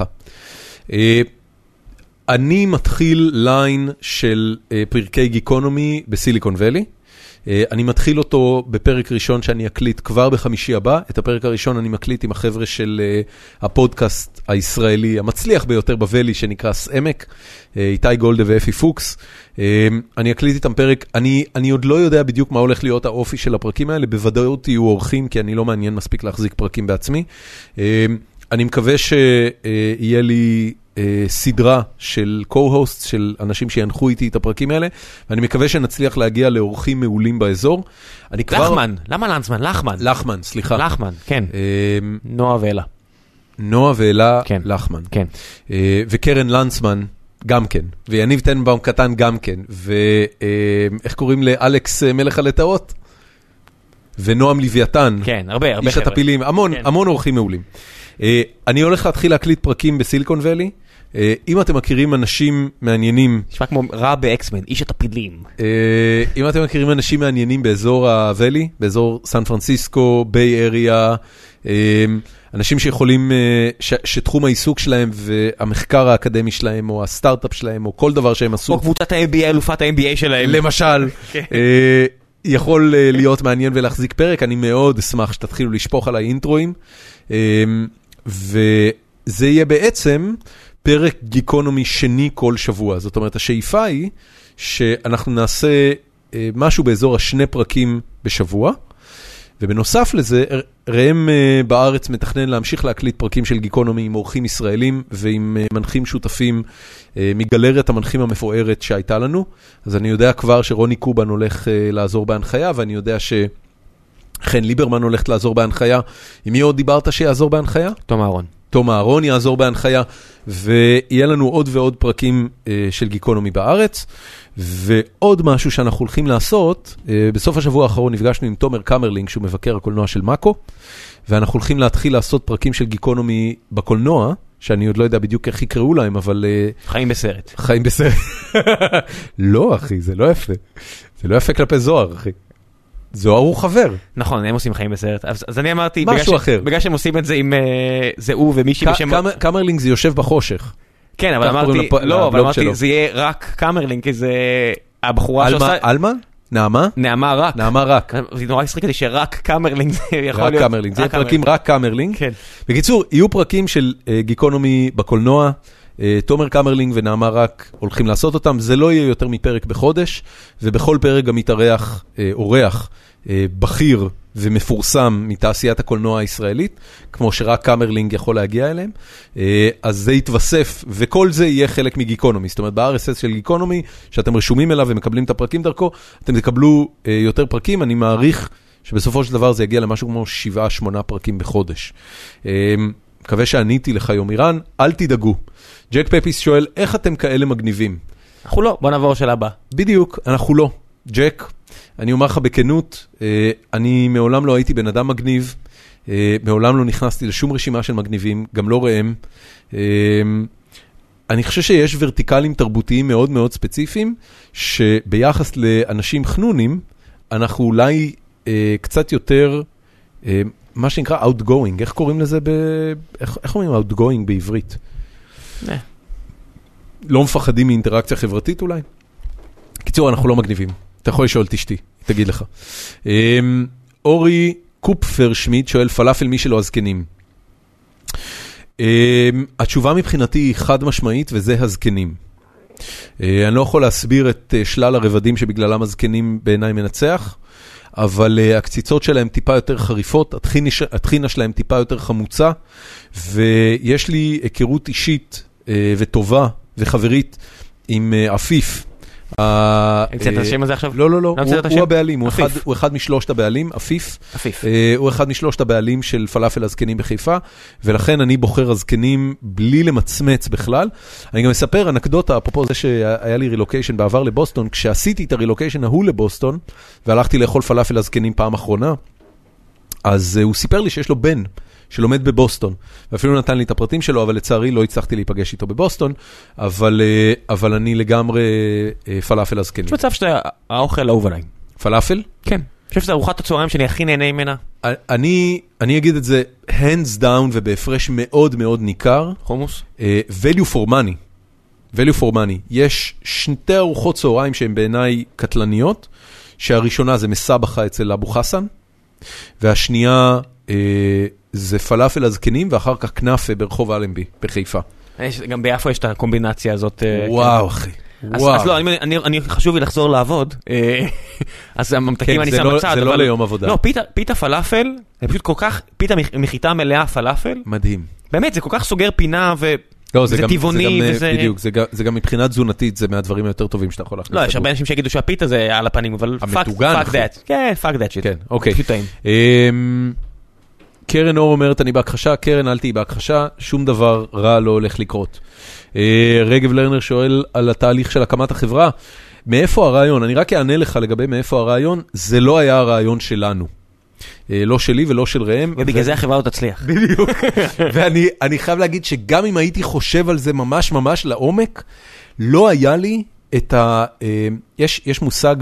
Speaker 1: אני מתחיל ליין של פרקי גיקונומי בסיליקון ולי. אני מתחיל אותו בפרק ראשון שאני אקליט כבר בחמישי הבא. את הפרק הראשון אני מקליט עם החבר'ה של הפודקאסט הישראלי המצליח ביותר בוואלי שנקרא סעמק, איתי גולדה ואפי פוקס. אני אקליט איתם פרק, אני עוד לא יודע בדיוק מה הולך להיות האופי של הפרקים האלה, בוודאות יהיו אורחים כי אני לא מעניין מספיק להחזיק פרקים בעצמי. אני מקווה שיהיה לי סדרה של co-hosts, של אנשים שינחו איתי את הפרקים האלה, ואני מקווה שנצליח להגיע לאורחים מעולים באזור.
Speaker 2: לחמן, למה לנסמן? לחמן.
Speaker 1: לחמן, סליחה.
Speaker 2: לחמן, כן. נועה ואלה.
Speaker 1: נועה ואלה, לחמן.
Speaker 2: כן.
Speaker 1: וקרן לנסמן, גם כן. ויניב טננבאום קטן, גם כן. ואיך קוראים לאלכס מלך הלטאות? ונועם לוויתן.
Speaker 2: כן, הרבה חבר'ה.
Speaker 1: איש הטפילים, המון אורחים מעולים. אני הולך להתחיל להקליט פרקים בסיליקון ולי. אם אתם מכירים אנשים מעניינים...
Speaker 2: נשמע כמו רע באקסמן, איש הטפילים.
Speaker 1: אם אתם מכירים אנשים מעניינים באזור הוואלי, באזור סן פרנסיסקו, ביי אריה, אנשים שיכולים, שתחום העיסוק שלהם והמחקר האקדמי שלהם, או הסטארט-אפ שלהם, או כל דבר שהם עשו...
Speaker 2: או קבוצת ה-MBA, אלופת ה-MBA שלהם.
Speaker 1: למשל, יכול להיות מעניין ולהחזיק פרק. אני מאוד אשמח שתתחילו לשפוך עליי אינטרואים. וזה יהיה בעצם פרק גיקונומי שני כל שבוע. זאת אומרת, השאיפה היא שאנחנו נעשה משהו באזור השני פרקים בשבוע, ובנוסף לזה, ראם בארץ מתכנן להמשיך להקליט פרקים של גיקונומי עם אורחים ישראלים ועם מנחים שותפים מגלריית המנחים המפוארת שהייתה לנו. אז אני יודע כבר שרוני קובן הולך לעזור בהנחיה, ואני יודע חן ליברמן הולכת לעזור בהנחיה. עם מי עוד דיברת שיעזור בהנחיה?
Speaker 2: תום אהרון.
Speaker 1: תום אהרון יעזור בהנחיה, ויהיה לנו עוד ועוד פרקים של גיקונומי בארץ. ועוד משהו שאנחנו הולכים לעשות, בסוף השבוע האחרון נפגשנו עם תומר קמרלינג, שהוא מבקר הקולנוע של מאקו, ואנחנו הולכים להתחיל לעשות פרקים של גיקונומי בקולנוע, שאני עוד לא יודע בדיוק איך יקראו להם, אבל...
Speaker 2: חיים בסרט.
Speaker 1: חיים בסרט. לא, אחי, זה לא יפה. זה לא יפה כלפי זוהר, אחי. זוהר הוא חבר.
Speaker 2: נכון, הם עושים חיים בסרט. אז אני אמרתי,
Speaker 1: משהו אחר.
Speaker 2: בגלל שהם עושים את זה עם זהו ומישהי בשם...
Speaker 1: קמרלינג זה יושב בחושך.
Speaker 2: כן, אבל אמרתי, לא, אבל אמרתי, זה יהיה רק קמרלינג, כי זה הבחורה שעושה...
Speaker 1: אלמה? נעמה?
Speaker 2: נעמה רק.
Speaker 1: נעמה רק.
Speaker 2: זה נורא הסריק אותי שרק קמרלינג זה יכול להיות...
Speaker 1: רק קמרלינג, זה יהיה פרקים רק קמרלינג.
Speaker 2: כן.
Speaker 1: בקיצור, יהיו פרקים של גיקונומי בקולנוע, תומר קמרלינג ונעמה רק הולכים לעשות אותם, זה לא יהיה יותר מפרק בחודש, ובכל פרק גם מתארח אורח בכיר ומפורסם מתעשיית הקולנוע הישראלית, כמו שרק קמרלינג יכול להגיע אליהם, אז זה יתווסף, וכל זה יהיה חלק מגיקונומי, זאת אומרת, ב-RSS של גיקונומי, שאתם רשומים אליו ומקבלים את הפרקים דרכו, אתם תקבלו יותר פרקים, אני מעריך שבסופו של דבר זה יגיע למשהו כמו 7-8 פרקים בחודש. מקווה שעניתי לך יומירן, אל תדאגו. ג'ק פפיס שואל, איך אתם כאלה מגניבים?
Speaker 2: אנחנו לא, בוא נעבור של הבא.
Speaker 1: בדיוק, אנחנו לא. ג'ק, אני אומר לך בכנות, אני מעולם לא הייתי בן אדם מגניב, מעולם לא נכנסתי לשום רשימה של מגניבים, גם לא ראם. אני חושב שיש ורטיקלים תרבותיים מאוד מאוד ספציפיים, שביחס לאנשים חנונים, אנחנו אולי קצת יותר, מה שנקרא outgoing, איך קוראים לזה איך אומרים outgoing בעברית? לא מפחדים מאינטראקציה חברתית אולי? בקיצור, אנחנו לא מגניבים. אתה יכול לשאול את אשתי, תגיד לך. אורי קופפרשמיט שואל, פלאפל מי שלא הזקנים. התשובה מבחינתי היא חד משמעית, וזה הזקנים. אני לא יכול להסביר את שלל הרבדים שבגללם הזקנים בעיניי מנצח, אבל הקציצות שלהם טיפה יותר חריפות, התחינה שלהם טיפה יותר חמוצה, ויש לי היכרות אישית וטובה וחברית עם אפיף.
Speaker 2: המצאת את השם הזה עכשיו?
Speaker 1: לא, הוא הבעלים, הוא אחד משלושת הבעלים, אפיף. הוא אחד משלושת הבעלים של פלאפל הזקנים בחיפה, ולכן אני בוחר הזקנים בלי למצמץ בכלל. אני גם מספר אנקדוטה, אפרופו זה שהיה לי רילוקיישן בעבר לבוסטון, כשעשיתי את הרילוקיישן ההוא לבוסטון, והלכתי לאכול פלאפל הזקנים פעם אחרונה, אז הוא סיפר לי שיש לו בן, שלומד בבוסטון, ואפילו נתן לי את הפרטים שלו, אבל לצערי לא הצלחתי להיפגש איתו בבוסטון, אבל אני לגמרי פלאפל הזקנים.
Speaker 2: יש מצב שאתה האוכל האהוב עליי.
Speaker 1: פלאפל?
Speaker 2: כן. אני חושב שזו ארוחת הצהריים שאני הכי נהנה ממנה.
Speaker 1: אני אגיד את זה, hands down ובהפרש מאוד מאוד ניכר.
Speaker 2: חומוס?
Speaker 1: value for money. value for money. יש שתי ארוחות צהריים שהן בעיניי קטלניות, שהראשונה זה מסבחה אצל אבו חסן, והשנייה זה פלאפל הזקנים, ואחר כך כנאפה ברחוב אלנבי, בחיפה.
Speaker 2: גם ביפו יש את הקומבינציה הזאת.
Speaker 1: וואו, אחי.
Speaker 2: אז לא, אני חשוב לי לחזור לעבוד, אז הממתקים אני שם בצד.
Speaker 1: זה לא ליום עבודה.
Speaker 2: לא, פיתה פלאפל, זה פשוט כל כך, פיתה מחיטה מלאה פלאפל.
Speaker 1: מדהים.
Speaker 2: באמת, זה כל כך סוגר פינה, וזה טבעוני, וזה...
Speaker 1: בדיוק, זה גם מבחינת תזונתית, זה מהדברים היותר טובים שאתה יכול להכניס.
Speaker 2: לא, יש הרבה אנשים שיגידו שהפיתה זה על הפנים, אבל fuck that. כן, fuck that shit.
Speaker 1: כן, אוקיי. קרן אור אומרת, אני בהכחשה, קרן אל תהי בהכחשה, שום דבר רע לא הולך לקרות. רגב לרנר שואל על התהליך של הקמת החברה, מאיפה הרעיון? אני רק אענה לך לגבי מאיפה הרעיון, זה לא היה הרעיון שלנו. לא שלי ולא של ראם.
Speaker 2: ובגלל זה החברה לא תצליח.
Speaker 1: בדיוק. ואני חייב להגיד שגם אם הייתי חושב על זה ממש ממש לעומק, לא היה לי את יש מושג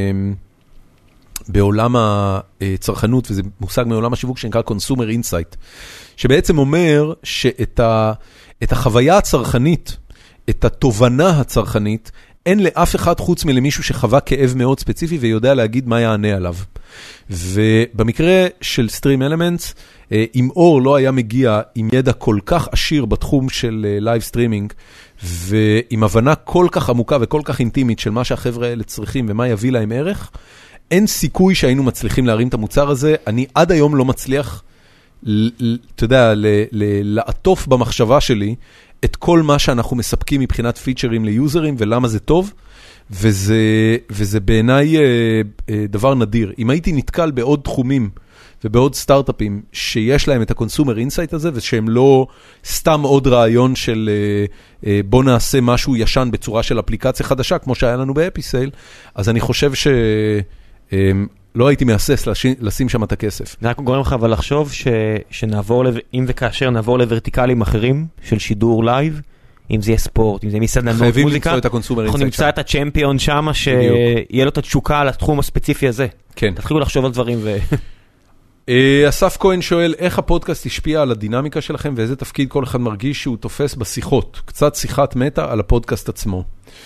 Speaker 1: בעולם הצרכנות, וזה מושג מעולם השיווק שנקרא Consumer Insight, שבעצם אומר שאת החוויה הצרכנית, את התובנה הצרכנית, אין לאף אחד חוץ מלמישהו שחווה כאב מאוד ספציפי ויודע להגיד מה יענה עליו. ובמקרה של Stream Elements, אם אור לא היה מגיע עם ידע כל כך עשיר בתחום של לייב סטרימינג, ועם הבנה כל כך עמוקה וכל כך אינטימית של מה שהחבר'ה האלה צריכים ומה יביא להם ערך, אין סיכוי שהיינו מצליחים להרים את המוצר הזה. אני עד היום לא מצליח, אתה יודע, לעטוף במחשבה שלי את כל מה שאנחנו מספקים מבחינת פיצ'רים ליוזרים ולמה זה טוב, וזה בעיניי דבר נדיר. אם הייתי נתקל בעוד תחומים ובעוד סטארט-אפים שיש להם את הקונסומר אינסייט הזה, ושהם לא סתם עוד רעיון של בוא נעשה משהו ישן בצורה של אפליקציה חדשה, כמו שהיה לנו באפיסייל, אז אני חושב לא הייתי מהסס לשים שם את הכסף.
Speaker 2: זה רק גורם לך אבל לחשוב שנעבור, אם וכאשר נעבור לוורטיקלים אחרים של שידור לייב, אם זה יהיה ספורט, אם זה מסעדנות, מוזיקה, אנחנו נמצא את הצ'מפיון שם, שיהיה לו את התשוקה לתחום הספציפי הזה.
Speaker 1: כן.
Speaker 2: תתחילו לחשוב על דברים
Speaker 1: אסף כהן שואל, איך הפודקאסט השפיע על הדינמיקה שלכם, ואיזה תפקיד כל אחד מרגיש שהוא תופס בשיחות? קצת שיחת מטה על הפודקאסט עצמו.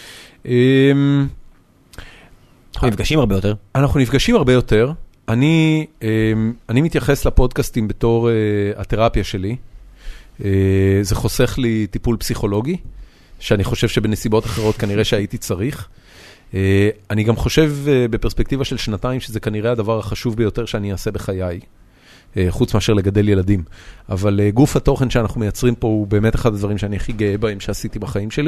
Speaker 2: אנחנו נפגשים הרבה יותר.
Speaker 1: אנחנו נפגשים הרבה יותר. אני מתייחס לפודקאסטים בתור התרפיה שלי. זה חוסך לי טיפול פסיכולוגי, שאני חושב שבנסיבות אחרות כנראה שהייתי צריך. אני גם חושב בפרספקטיבה של 2 שזה כנראה הדבר החשוב ביותר שאני אעשה בחיי, חוץ מאשר לגדל ילדים. אבל גוף התוכן שאנחנו מייצרים פה הוא באמת אחד הדברים שאני הכי גאה בהם שעשיתי בחיים שלי.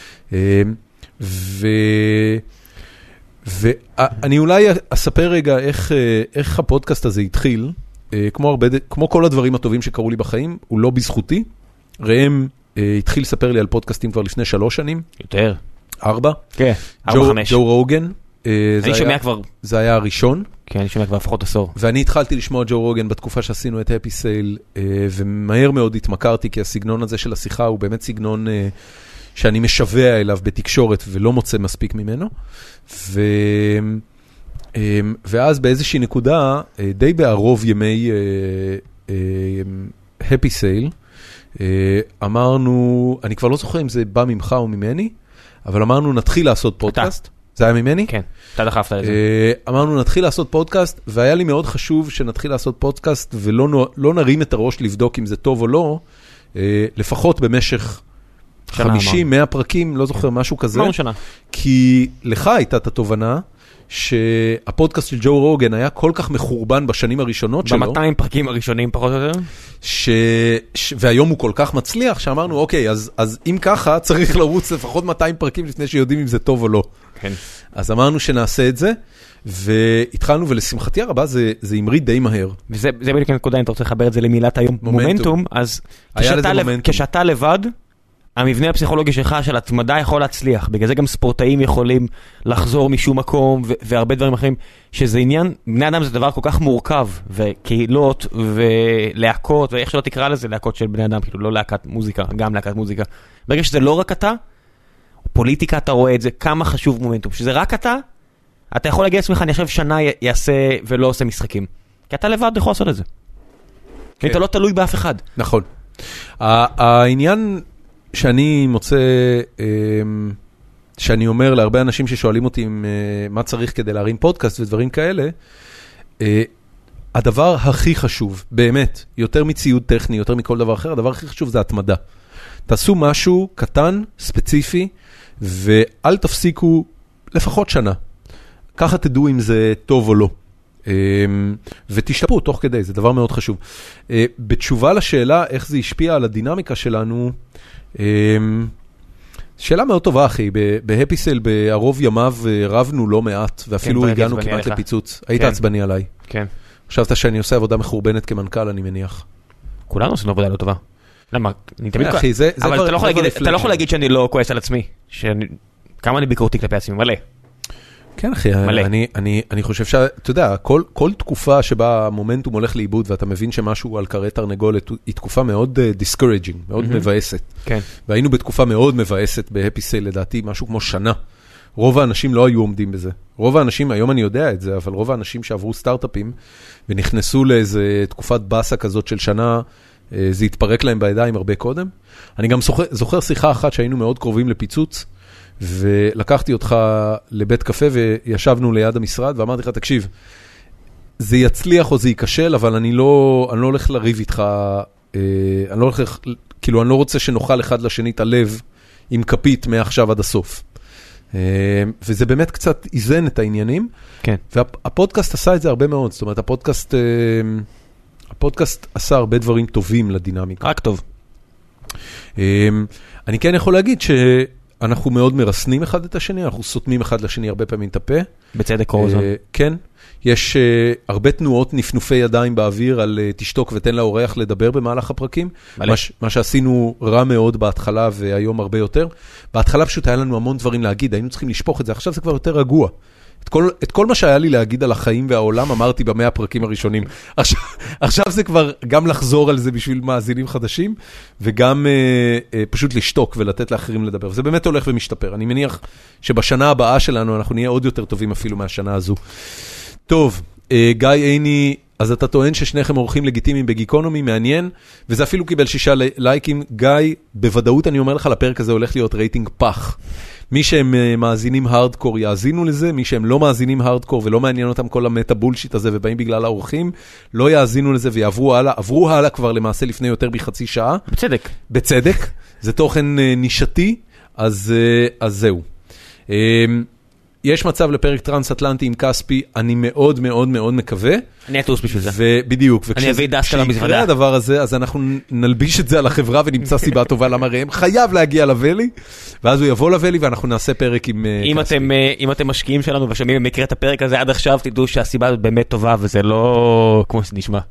Speaker 1: ואני אולי אספר רגע איך הפודקאסט הזה התחיל, כמו כל הדברים הטובים שקרו לי בחיים, הוא לא בזכותי. ראם התחיל לספר לי על פודקאסטים כבר לפני 3 שנים.
Speaker 2: יותר.
Speaker 1: 4.
Speaker 2: כן, 4-5.
Speaker 1: ג'ו רוגן.
Speaker 2: אני שומע כבר.
Speaker 1: זה היה הראשון.
Speaker 2: כן, אני שומע כבר לפחות עשור.
Speaker 1: ואני התחלתי לשמוע ג'ו רוגן בתקופה שעשינו את אפיסייל, ומהר מאוד התמכרתי, כי הסגנון הזה של השיחה הוא באמת סגנון שאני משווה אליו בתקשורת ולא מוצא מספיק ממנו. ואז באיזושהי נקודה, די בערוב ימי אפיסייל, אמרנו, אני כבר לא זוכר אם זה בא ממך או ממני, אבל אמרנו נתחיל לעשות פודקאסט. זה היה ממני?
Speaker 2: כן, אתה דחפת את זה.
Speaker 1: אמרנו נתחיל לעשות פודקאסט, והיה לי מאוד חשוב שנתחיל לעשות פודקאסט, ולא נרים את הראש לבדוק אם זה טוב או לא, לפחות במשך 50-100 פרקים, לא זוכר משהו כזה.
Speaker 2: אמרנו שנה.
Speaker 1: כי לך הייתה את התובנה, שהפודקאסט של ג'ו רוגן היה כל כך מחורבן בשנים הראשונות שלו.
Speaker 2: ב-200 פרקים הראשונים פחות או יותר.
Speaker 1: והיום הוא כל כך מצליח, שאמרנו, אוקיי, אז אם ככה, צריך לרוץ לפחות 200 פרקים לפני שיודעים אם זה טוב או לא.
Speaker 2: כן.
Speaker 1: אז אמרנו שנעשה את זה, והתחלנו, ולשמחתי הרבה זה המריא די מהר.
Speaker 2: וזה בדיוק הנקודה, אם אתה רוצה לחבר את זה למילת היום מומנטום, אז כשאתה לבד, המבנה הפסיכולוגי שלך של התמדה יכול להצליח, בגלל זה גם ספורטאים יכולים לחזור משום מקום והרבה דברים אחרים, שזה עניין, בני אדם זה דבר כל כך מורכב, וקהילות ולהקות, ואיך שלא תקרא לזה, להקות של בני אדם, כאילו לא להקת מוזיקה, גם להקת מוזיקה. ברגע שזה לא רק אתה, פוליטיקה אתה רואה את זה, כמה חשוב מומנטום, שזה רק אתה יכול להגיד לעצמך, אני חושב שנה יעשה ולא עושה משחקים, כי אתה לבד יכול לעשות את זה. כי אתה לא תלוי באף אחד.
Speaker 1: נכון. העניין שאני מוצא, שאני אומר להרבה אנשים ששואלים אותי מה צריך כדי להרים פודקאסט ודברים כאלה, הדבר הכי חשוב, באמת, יותר מציוד טכני, יותר מכל דבר אחר, הדבר הכי חשוב זה התמדה. תעשו משהו קטן, ספציפי, ואל תפסיקו לפחות שנה. ככה תדעו אם זה טוב או לא. ותשתפרו תוך כדי, זה דבר מאוד חשוב. בתשובה לשאלה איך זה השפיע על הדינמיקה שלנו, שאלה מאוד טובה אחי, בהפיסל בערוב ימיו רבנו לא מעט, ואפילו הגענו כמעט לפיצוץ. היית עצבני עליי.
Speaker 2: כן.
Speaker 1: חשבת שאני עושה עבודה מחורבנת כמנכ"ל, אני מניח.
Speaker 2: כולנו עושים עבודה לא טובה. למה? אני תמיד כועס.
Speaker 1: אחי, זה
Speaker 2: אבל אתה לא יכול להגיד שאני לא כועס על עצמי. כמה אני ביקורתי כלפי עצמי, מלא.
Speaker 1: כן אחי, אני חושב שאתה יודע, כל תקופה שבה המומנטום הולך לאיבוד ואתה מבין שמשהו על קרי תרנגולת היא תקופה מאוד discouraging, מאוד מבאסת.
Speaker 2: כן.
Speaker 1: והיינו בתקופה מאוד מבאסת בהפיסל לדעתי, משהו כמו שנה. רוב האנשים לא היו עומדים בזה. רוב האנשים, היום אני יודע את זה, אבל רוב האנשים שעברו סטארט-אפים ונכנסו לאיזה תקופת בסה כזאת של שנה, זה התפרק להם בידיים הרבה קודם. אני גם זוכר שיחה אחת שהיינו מאוד קרובים לפיצוץ, ולקחתי אותך לבית קפה וישבנו ליד המשרד ואמרתי לך, תקשיב, זה יצליח או זה ייכשל, אבל אני לא הולך לריב איתך, אני לא רוצה שנאכל אחד לשני את הלב עם כפית מעכשיו עד הסוף. וזה באמת קצת איזן את העניינים. כן. והפודקאסט עשה את זה הרבה מאוד, זאת אומרת, הפודקאסט עשה הרבה דברים טובים לדינמיקה.
Speaker 2: רק טוב.
Speaker 1: אני כן יכול להגיד אנחנו מאוד מרסנים אחד את השני, אנחנו סותמים אחד לשני הרבה פעמים את הפה.
Speaker 2: בצדק רוזן.
Speaker 1: כן, יש הרבה תנועות נפנופי ידיים באוויר על תשתוק ותן לאורח לדבר במהלך הפרקים. מה שעשינו רע מאוד בהתחלה והיום הרבה יותר. בהתחלה פשוט היה לנו המון דברים להגיד, היינו צריכים לשפוך את זה, עכשיו זה כבר יותר רגוע. את כל מה שהיה לי להגיד על החיים והעולם אמרתי ב100 הפרקים הראשונים. עכשיו זה כבר גם לחזור על זה בשביל מאזינים חדשים, וגם פשוט לשתוק ולתת לאחרים לדבר. וזה באמת הולך ומשתפר. אני מניח שבשנה הבאה שלנו אנחנו נהיה עוד יותר טובים אפילו מהשנה הזו. טוב, גיא עיני, אז אתה טוען ששניכם אורחים לגיטימיים בגיקונומי, מעניין, וזה אפילו קיבל 6 לייקים. גיא, בוודאות אני אומר לך, לפרק הזה הולך להיות רייטינג פח. מי שהם מאזינים הארדקור יאזינו לזה, מי שהם לא מאזינים הארדקור ולא מעניין אותם כל המטה בולשיט הזה ובאים בגלל האורחים, לא יאזינו לזה ויעברו הלאה, עברו הלאה כבר למעשה לפני יותר מחצי שעה.
Speaker 2: בצדק.
Speaker 1: בצדק, זה תוכן נישתי, אז זהו. יש מצב לפרק טרנס-אטלנטי עם כספי, אני מאוד מאוד מאוד מקווה.
Speaker 2: אני אטוס בשביל זה.
Speaker 1: ובדיוק.
Speaker 2: אני אביא דסקה למזוודה.
Speaker 1: כשיקרה הדבר הזה, אז אנחנו נלביש את זה על החברה ונמצא סיבה טובה למה ראם חייב להגיע לוולי, ואז הוא יבוא לוולי ואנחנו נעשה פרק עם כספי.
Speaker 2: אם אתם משקיעים שלנו ושומעים במקרה את הפרק הזה עד עכשיו, תדעו שהסיבה הזאת באמת טובה וזה לא כמו שזה נשמע.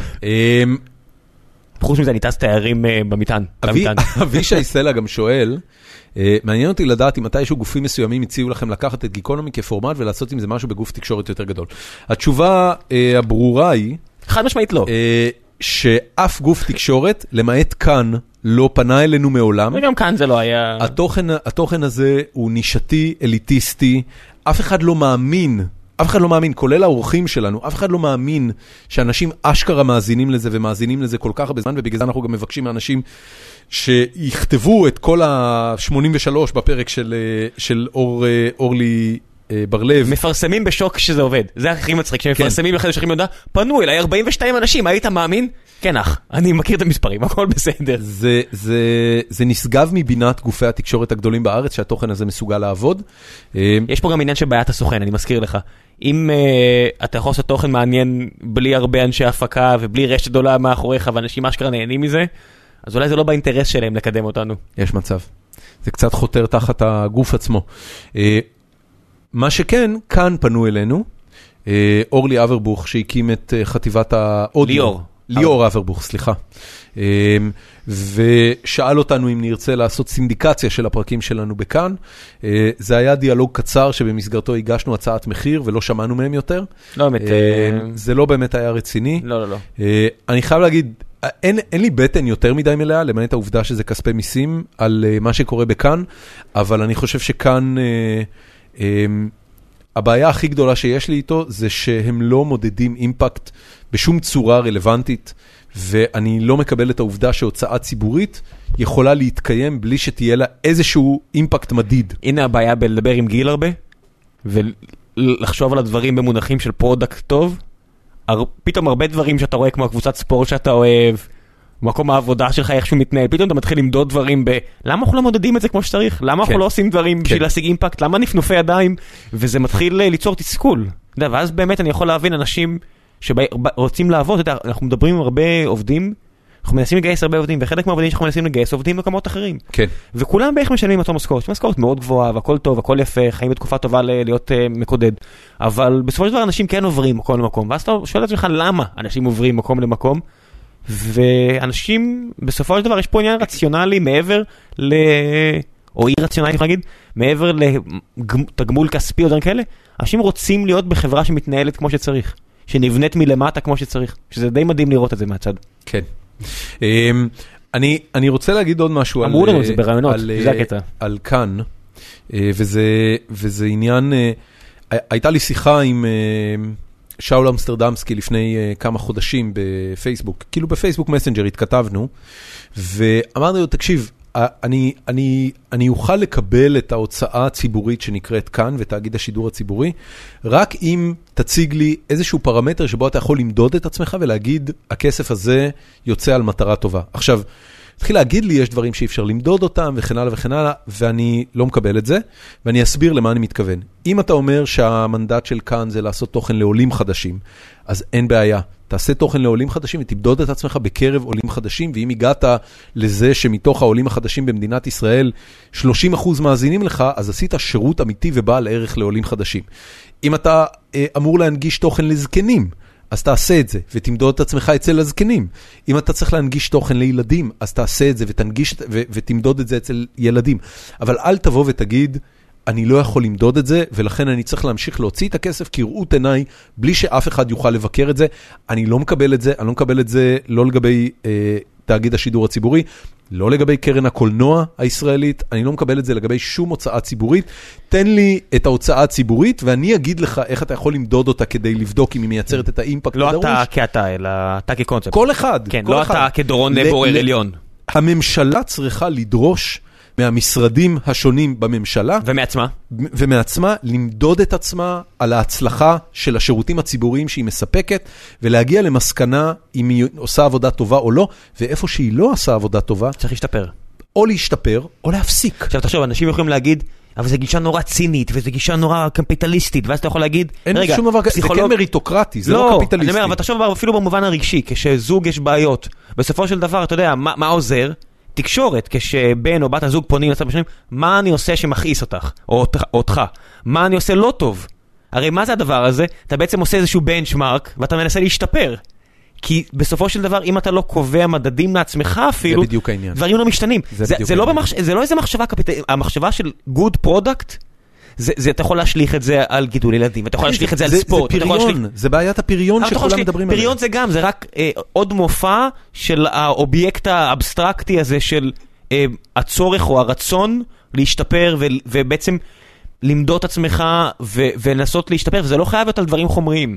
Speaker 2: חוץ מזה אני טס תיירים במטען.
Speaker 1: אבישי סלע גם שואל, מעניין אותי לדעת אם מתישהו גופים מסוימים הציעו לכם לקחת את גיקונומי כפורמט ולעשות עם זה משהו בגוף תקשורת יותר גדול. התשובה הברורה היא,
Speaker 2: חד משמעית לא.
Speaker 1: שאף גוף תקשורת, למעט כאן, לא פנה אלינו מעולם.
Speaker 2: וגם כאן זה לא היה...
Speaker 1: התוכן הזה הוא נישתי, אליטיסטי, אף אחד לא מאמין, כולל האורחים שלנו, אף אחד לא מאמין שאנשים אשכרה מאזינים לזה ומאזינים לזה כל כך הרבה זמן, ובגלל זה אנחנו גם מבקשים מאנשים שיכתבו את כל ה-83 בפרק של אורלי בר-לב.
Speaker 2: מפרסמים בשוק שזה עובד. זה הכי מצחיק, שמפרסמים אחרי שולחים הודעה, פנו אליי 42 אנשים, היית מאמין? כן אח, אני מכיר את המספרים, הכל בסדר.
Speaker 1: זה נשגב מבינת גופי התקשורת הגדולים בארץ, שהתוכן הזה מסוגל לעבוד.
Speaker 2: יש פה גם עניין של בעיית הסוכן, אני מזכיר לך. אם אתה יכול לעשות תוכן מעניין בלי הרבה אנשי הפקה, ובלי רשת גדולה מאחוריך, ואנשים אשכרה נהנים מזה, אז אולי זה לא באינטרס שלהם לקדם אותנו.
Speaker 1: יש מצב. זה קצת חותר תחת הגוף עצמו. מה שכן, כאן פנו אלינו, אורלי אברבוך, שהקים את חטיבת האודיו. ליאור אברבוך, סליחה. ושאל אותנו אם נרצה לעשות סינדיקציה של הפרקים שלנו בכאן. זה היה דיאלוג קצר שבמסגרתו הגשנו הצעת מחיר ולא שמענו מהם יותר.
Speaker 2: לא באמת.
Speaker 1: זה לא באמת היה רציני.
Speaker 2: לא.
Speaker 1: אני חייב להגיד, אין לי בטן יותר מדי מלאה, למעט העובדה שזה כספי מיסים על מה שקורה בכאן, אבל אני חושב שכאן הבעיה הכי גדולה שיש לי איתו זה שהם לא מודדים אימפקט בשום צורה רלוונטית, ואני לא מקבל את העובדה שהוצאה ציבורית יכולה להתקיים בלי שתהיה לה איזשהו אימפקט מדיד.
Speaker 2: הנה הבעיה בלדבר עם גיל הרבה, ולחשוב על הדברים במונחים של פרודקט טוב, פתאום הרבה דברים שאתה רואה כמו הקבוצת ספורט שאתה אוהב, מקום העבודה שלך איכשהו מתנהל, פתאום אתה מתחיל למדוד דברים למה אנחנו לא מודדים את זה כמו שצריך? למה אנחנו לא עושים דברים בשביל להשיג אימפקט? למה נפנופי ידיים? וזה מתחיל ליצור תסכול. ואז באמת אני יכול להבין אנשים שרוצים לעבוד, אנחנו מדברים עם הרבה עובדים, אנחנו מנסים לגייס הרבה עובדים, וחלק מהעובדים שאנחנו מנסים לגייס עובדים במקומות אחרים.
Speaker 1: כן.
Speaker 2: וכולם בערך משלמים אותו משכורת, משכורת מאוד גבוהה, והכל טוב, הכל יפה, חיים בתקופה טובה להיות מקודד. אבל בסופו של דבר אנשים כן עוברים מקום למקום, ואז אתה שואל את עצמך למה אנשים עוברים מקום למקום, ואנשים, בסופו של דבר יש פה עניין רציונלי מעבר או אי רציונלי, אני להגיד, מעבר לתגמול כספי או דברים כאלה, אנשים רוצים להיות בחברה שמתנהלת כמו שצריך. שנבנית מלמטה כמו שצריך, שזה די מדהים לראות את זה מהצד.
Speaker 1: כן. אני רוצה להגיד עוד משהו
Speaker 2: אמרו לנו את זה ברעיונות, זה הקטע.
Speaker 1: על כאן, וזה עניין, הייתה לי שיחה עם שאול אמסטרדמסקי לפני כמה חודשים בפייסבוק, כאילו בפייסבוק מסנג'ר התכתבנו, ואמרנו לו, תקשיב, אני אוכל לקבל את ההוצאה הציבורית שנקראת כאן ותאגיד השידור הציבורי, רק אם תציג לי איזשהו פרמטר שבו אתה יכול למדוד את עצמך ולהגיד, הכסף הזה יוצא על מטרה טובה. עכשיו, התחיל להגיד לי, יש דברים שאי אפשר למדוד אותם וכן הלאה וכן הלאה, ואני לא מקבל את זה, ואני אסביר למה אני מתכוון. אם אתה אומר שהמנדט של כאן זה לעשות תוכן לעולים חדשים, אז אין בעיה. תעשה תוכן לעולים חדשים ותמדוד את עצמך בקרב עולים חדשים, ואם הגעת לזה שמתוך העולים החדשים במדינת ישראל 30% מאזינים לך, אז עשית שירות אמיתי ובעל ערך לעולים חדשים. אם אתה אמור להנגיש תוכן לזקנים, אז תעשה את זה ותמדוד את עצמך אצל הזקנים. אם אתה צריך להנגיש תוכן לילדים, אז תעשה את זה ותמדוד את זה אצל ילדים. אבל אל תבוא ותגיד, אני לא יכול למדוד את זה, ולכן אני צריך להמשיך להוציא את הכסף כראות עיניי, בלי שאף אחד יוכל לבקר את זה. אני לא מקבל את זה, אני לא מקבל את זה לא לגבי תאגיד השידור הציבורי, לא לגבי קרן הקולנוע הישראלית, אני לא מקבל את זה לגבי שום הוצאה ציבורית. תן לי את ההוצאה הציבורית, ואני אגיד לך איך אתה יכול למדוד אותה כדי לבדוק אם היא מייצרת את האימפקט הדרוש.
Speaker 2: לא אתה כאתה, אלא אתה כקונספט.
Speaker 1: כל אחד.
Speaker 2: כן, לא אתה כדורון בורר עליון.
Speaker 1: הממשלה צריכה לדרוש מהמשרדים השונים בממשלה.
Speaker 2: ומעצמה.
Speaker 1: ומעצמה למדוד את עצמה על ההצלחה של השירותים הציבוריים שהיא מספקת, ולהגיע למסקנה אם היא עושה עבודה טובה או לא, ואיפה שהיא לא עושה עבודה טובה,
Speaker 2: צריך להשתפר.
Speaker 1: או להשתפר, או להפסיק.
Speaker 2: עכשיו תחשוב, אנשים יכולים להגיד, אבל זו גישה נורא צינית, וזו גישה נורא קפיטליסטית, ואז אתה יכול להגיד,
Speaker 1: אין שום דבר, זה כן מריטוקרטי, זה לא קפיטליסטי.
Speaker 2: אני אומר, אבל תחשוב אפילו במובן הרגשי, כשזוג יש בעיות, בסופו של דבר, אתה יודע, מה עוזר? תקשורת, כשבן או בת הזוג פונים לצד בשנים, מה אני עושה שמכעיס אותך, או אותך? מה אני עושה לא טוב? הרי מה זה הדבר הזה? אתה בעצם עושה איזשהו בנצ'מרק, ואתה מנסה להשתפר. כי בסופו של דבר, אם אתה לא קובע מדדים לעצמך אפילו, דברים לא משתנים. זה לא איזה מחשבה קפיטלית, המחשבה של good product, אתה יכול להשליך את זה על גידול ילדים, אתה יכול להשליך את זה על ספורט.
Speaker 1: זה פריון, זה בעיית הפריון שכולם מדברים עליה.
Speaker 2: פריון זה גם, זה רק עוד מופע של האובייקט האבסטרקטי הזה של הצורך או הרצון להשתפר ובעצם למדוד את עצמך ולנסות להשתפר, וזה לא חייב להיות על דברים חומריים.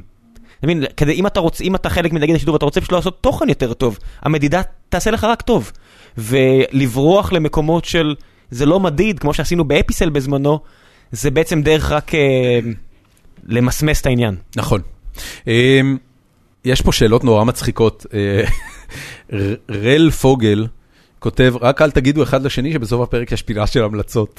Speaker 2: אם אתה חלק מתאגיד השידור ואתה רוצה פשוט לעשות תוכן יותר טוב, המדידה תעשה לך רק טוב. ולברוח למקומות של זה לא מדיד, כמו שעשינו באפיסל בזמנו, זה בעצם דרך רק למסמס את העניין.
Speaker 1: נכון. יש פה שאלות נורא מצחיקות. רל פוגל כותב, רק אל תגידו אחד לשני שבסוף הפרק יש פינה של המלצות.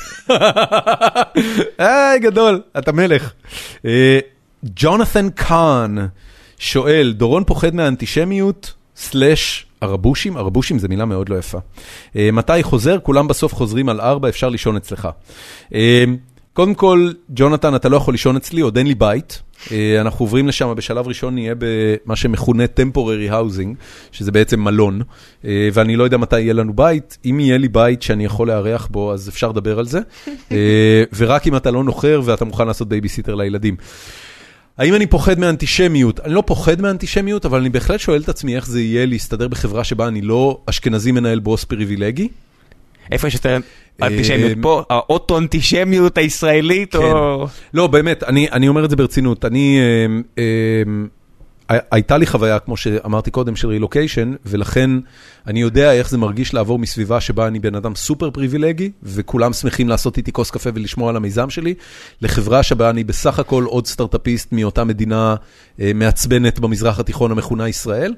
Speaker 1: גדול, אתה מלך. ג'ונת'ן קאן שואל, דורון פוחד מהאנטישמיות /ערבושים, ערבושים זה מילה מאוד לא יפה. מתי חוזר? כולם בסוף חוזרים על 4, אפשר לישון אצלך. קודם כל, ג'ונתן, אתה לא יכול לישון אצלי, עוד אין לי בית. אנחנו עוברים לשם, בשלב ראשון נהיה במה שמכונה temporary housing, שזה בעצם מלון, ואני לא יודע מתי יהיה לנו בית. אם יהיה לי בית שאני יכול לארח בו, אז אפשר לדבר על זה. ורק אם אתה לא נוחר ואתה מוכן לעשות בייביסיטר לילדים. האם אני פוחד מאנטישמיות? אני לא פוחד מאנטישמיות, אבל אני בהחלט שואל את עצמי איך זה יהיה להסתדר בחברה שבה אני לא אשכנזי מנהל בוס פריבילגי.
Speaker 2: איפה יש יותר אנטישמיות פה? האוטו-אנטישמיות הישראלית?
Speaker 1: לא, באמת, אני אומר את זה ברצינות. הייתה לי חוויה, כמו שאמרתי קודם, של רילוקיישן, ולכן אני יודע איך זה מרגיש לעבור מסביבה שבה אני בן אדם סופר פריבילגי, וכולם שמחים לעשות איתי כוס קפה ולשמוע על המיזם שלי, לחברה שבה אני בסך הכל עוד סטארט-אפיסט מאותה מדינה מעצבנת במזרח התיכון המכונה ישראל,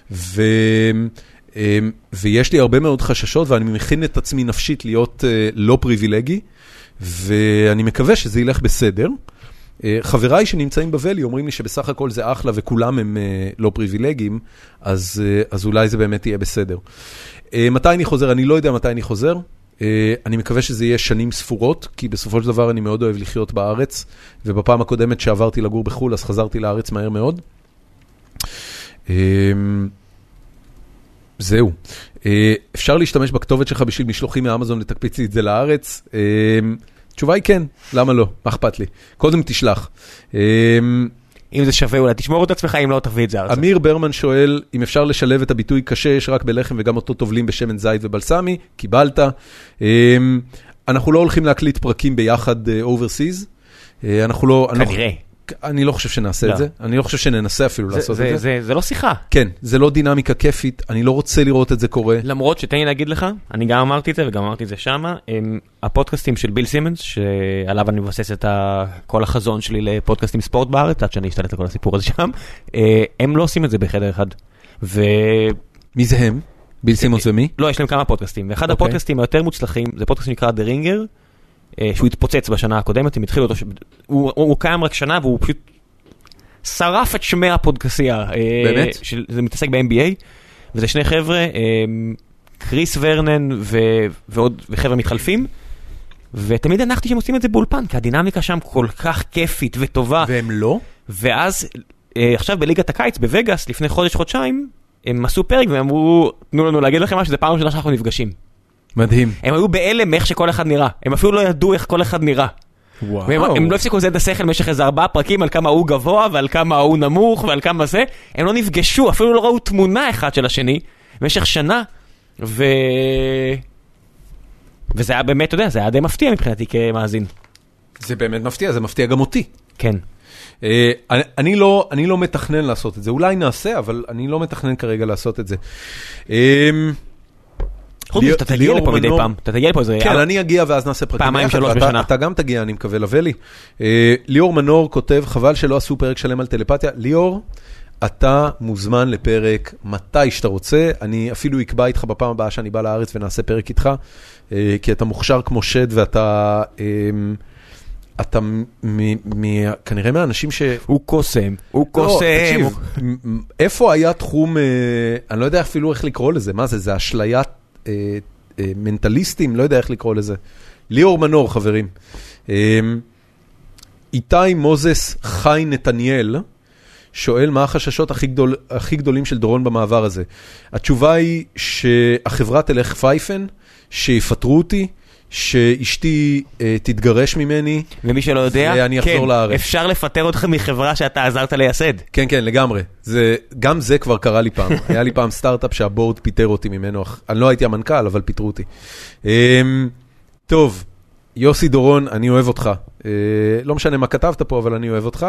Speaker 1: ויש לי הרבה מאוד חששות, ואני מכין את עצמי נפשית להיות לא פריבילגי, ואני מקווה שזה ילך בסדר. חבריי שנמצאים בוואלי אומרים לי שבסך הכל זה אחלה וכולם הם לא פריבילגיים, אז אולי זה באמת יהיה בסדר. מתי אני חוזר? אני לא יודע מתי אני חוזר. אני מקווה שזה יהיה שנים ספורות, כי בסופו של דבר אני מאוד אוהב לחיות בארץ, ובפעם הקודמת שעברתי לגור בחול, אז חזרתי לארץ מהר מאוד. זהו. אפשר להשתמש בכתובת שלך בשביל משלוחים מאמזון ותקפיצי את זה לארץ? תשובה היא כן, למה לא? מה אכפת לי? קודם תשלח.
Speaker 2: אם זה שווה, אולי תשמור את עצמך, אם לא תביא את זה ארצה.
Speaker 1: אמיר ברמן שואל, אם אפשר לשלב את הביטוי קשה, יש רק בלחם וגם אותו טובלים בשמן זית ובלסמי, קיבלת. אנחנו לא הולכים להקליט פרקים ביחד overseas. אנחנו לא...
Speaker 2: כנראה.
Speaker 1: אני לא חושב שנעשה את זה, אני לא חושב שננסה אפילו לעשות את זה.
Speaker 2: זה לא שיחה.
Speaker 1: כן, זה לא דינמיקה כיפית, אני לא רוצה לראות את זה קורה.
Speaker 2: למרות שתן לי להגיד לך, אני גם אמרתי את זה וגם אמרתי את זה שמה, הפודקאסטים של ביל סימנס, שעליו אני מבסס את כל החזון שלי לפודקאסטים ספורט בארץ, עד שאני אשתלט לכל הסיפור הזה שם, הם לא עושים את זה בחדר אחד.
Speaker 1: מי זה הם? ביל סימנס ומי?
Speaker 2: לא, יש להם כמה פודקאסטים, ואחד הפודקאסטים היותר מוצלחים, זה פודקאסט שנקרא The Ringer, שהוא התפוצץ בשנה הקודמת, הם התחילו אותו, הוא קיים רק שנה, והוא פשוט שרף את שמי הפודקאסיה.
Speaker 1: באמת?
Speaker 2: זה מתעסק ב-NBA, וזה שני חבר'ה, קריס ורנן וחבר'ה מתחלפים, ותמיד הנחתי שהם עושים את זה באולפן, כי הדינמיקה שם כל כך כיפית וטובה.
Speaker 1: והם לא?
Speaker 2: ואז, עכשיו בליגת הקיץ, בווגאס, לפני חודש-חודשיים, הם עשו פרק והם אמרו, תנו לנו להגיד לכם מה, שזה פעם ראשונה שאנחנו נפגשים.
Speaker 1: מדהים.
Speaker 2: הם היו בהלם איך שכל אחד נראה. הם אפילו לא ידעו איך כל אחד נראה.
Speaker 1: וואו.
Speaker 2: הם לא הפסיקו לזה את השכל במשך איזה 4 פרקים על כמה הוא גבוה ועל כמה הוא נמוך ועל כמה זה. הם לא נפגשו, אפילו לא ראו תמונה אחד של השני במשך שנה. וזה היה באמת, אתה יודע, זה היה די מפתיע מבחינתי כמאזין.
Speaker 1: זה באמת מפתיע, זה מפתיע גם אותי.
Speaker 2: כן.
Speaker 1: אני לא מתכנן לעשות את זה. אולי נעשה, אבל אני לא מתכנן כרגע לעשות את זה.
Speaker 2: אתה תגיע לפה מדי פעם, אתה תגיע לפה איזה...
Speaker 1: כן, אני אגיע ואז נעשה פרקים.
Speaker 2: פעמיים 3 בשנה.
Speaker 1: אתה גם תגיע, אני מקווה לבלי. ליאור מנור כותב, חבל שלא עשו פרק שלם על טלפתיה. ליאור, אתה מוזמן לפרק מתי שאתה רוצה. אני אפילו אקבע איתך בפעם הבאה שאני בא לארץ ונעשה פרק איתך, כי אתה מוכשר כמו שד ואתה... אתה כנראה מהאנשים ש...
Speaker 2: הוא קוסם, הוא קוסם.
Speaker 1: תקשיב, איפה היה תחום, אני לא יודע אפילו איך לקרוא לזה, מה זה? זה אשליית מנטליסטים, לא יודע איך לקרוא לזה. ליאור מנור, חברים. איתי מוזס חי נתניאל שואל מה החששות הכי גדולים של דורון במעבר הזה. התשובה היא שהחברה תלך פייפן, שיפטרו אותי, שאשתי תתגרש ממני,
Speaker 2: ומי שלא יודע,
Speaker 1: ואני אחזור לארץ.
Speaker 2: אפשר לפטר אותך מחברה שאתה עזרת לייסד.
Speaker 1: כן, כן, לגמרי. גם זה כבר קרה לי פעם. היה לי פעם סטארט-אפ שהבורד פיטר אותי ממנו. אני לא הייתי המנכ"ל, אבל פיטרו אותי. טוב, יוסי דורון, אני אוהב אותך. לא משנה מה כתבת פה, אבל אני אוהב אותך.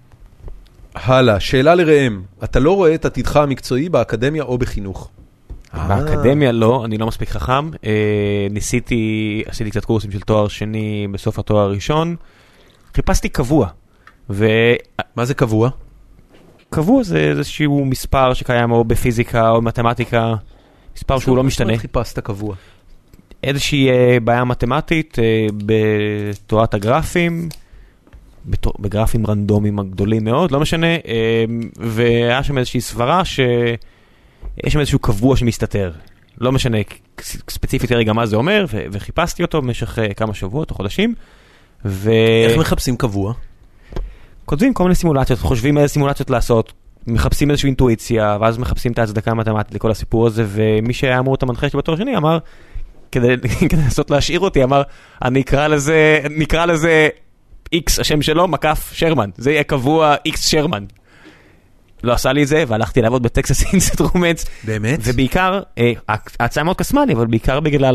Speaker 1: הלאה, שאלה לראם. אתה לא רואה את עתידך המקצועי באקדמיה או בחינוך?
Speaker 2: באקדמיה לא, אני לא מספיק חכם. עשיתי קצת קורסים של תואר שני בסוף התואר הראשון. חיפשתי קבוע.
Speaker 1: מה זה קבוע?
Speaker 2: קבוע זה איזשהו מספר שקיים או בפיזיקה או במתמטיקה, מספר שהוא לא משתנה.
Speaker 1: חיפשת קבוע?
Speaker 2: איזושהי בעיה מתמטית בתורת הגרפים, בגרפים רנדומיים הגדולים מאוד, לא משנה, והיה שם איזושהי סברה שיש שם איזשהו קבוע שמסתתר. לא משנה ספציפית רגע מה זה אומר, וחיפשתי אותו במשך כמה שבועות או חודשים.
Speaker 1: איך מחפשים קבוע?
Speaker 2: כותבים כל מיני סימולציות, חושבים איזה סימולציות לעשות, מחפשים איזושהי אינטואיציה, ואז מחפשים את ההצדקה המתמטית לכל הסיפור הזה, ומי שהיה אמור את המנחה שלי בתואר שני אמר, כדי לנסות להשאיר אותי, אמר, אני נקרא לזה X, השם שלו, מקף שרמן, זה יהיה קבוע X שרמן. לא עשה לי את זה, והלכתי לעבוד בטקסס אינסטרומנטס.
Speaker 1: באמת?
Speaker 2: ובעיקר, ההצעה מאוד קסמה לי, אבל בעיקר בגלל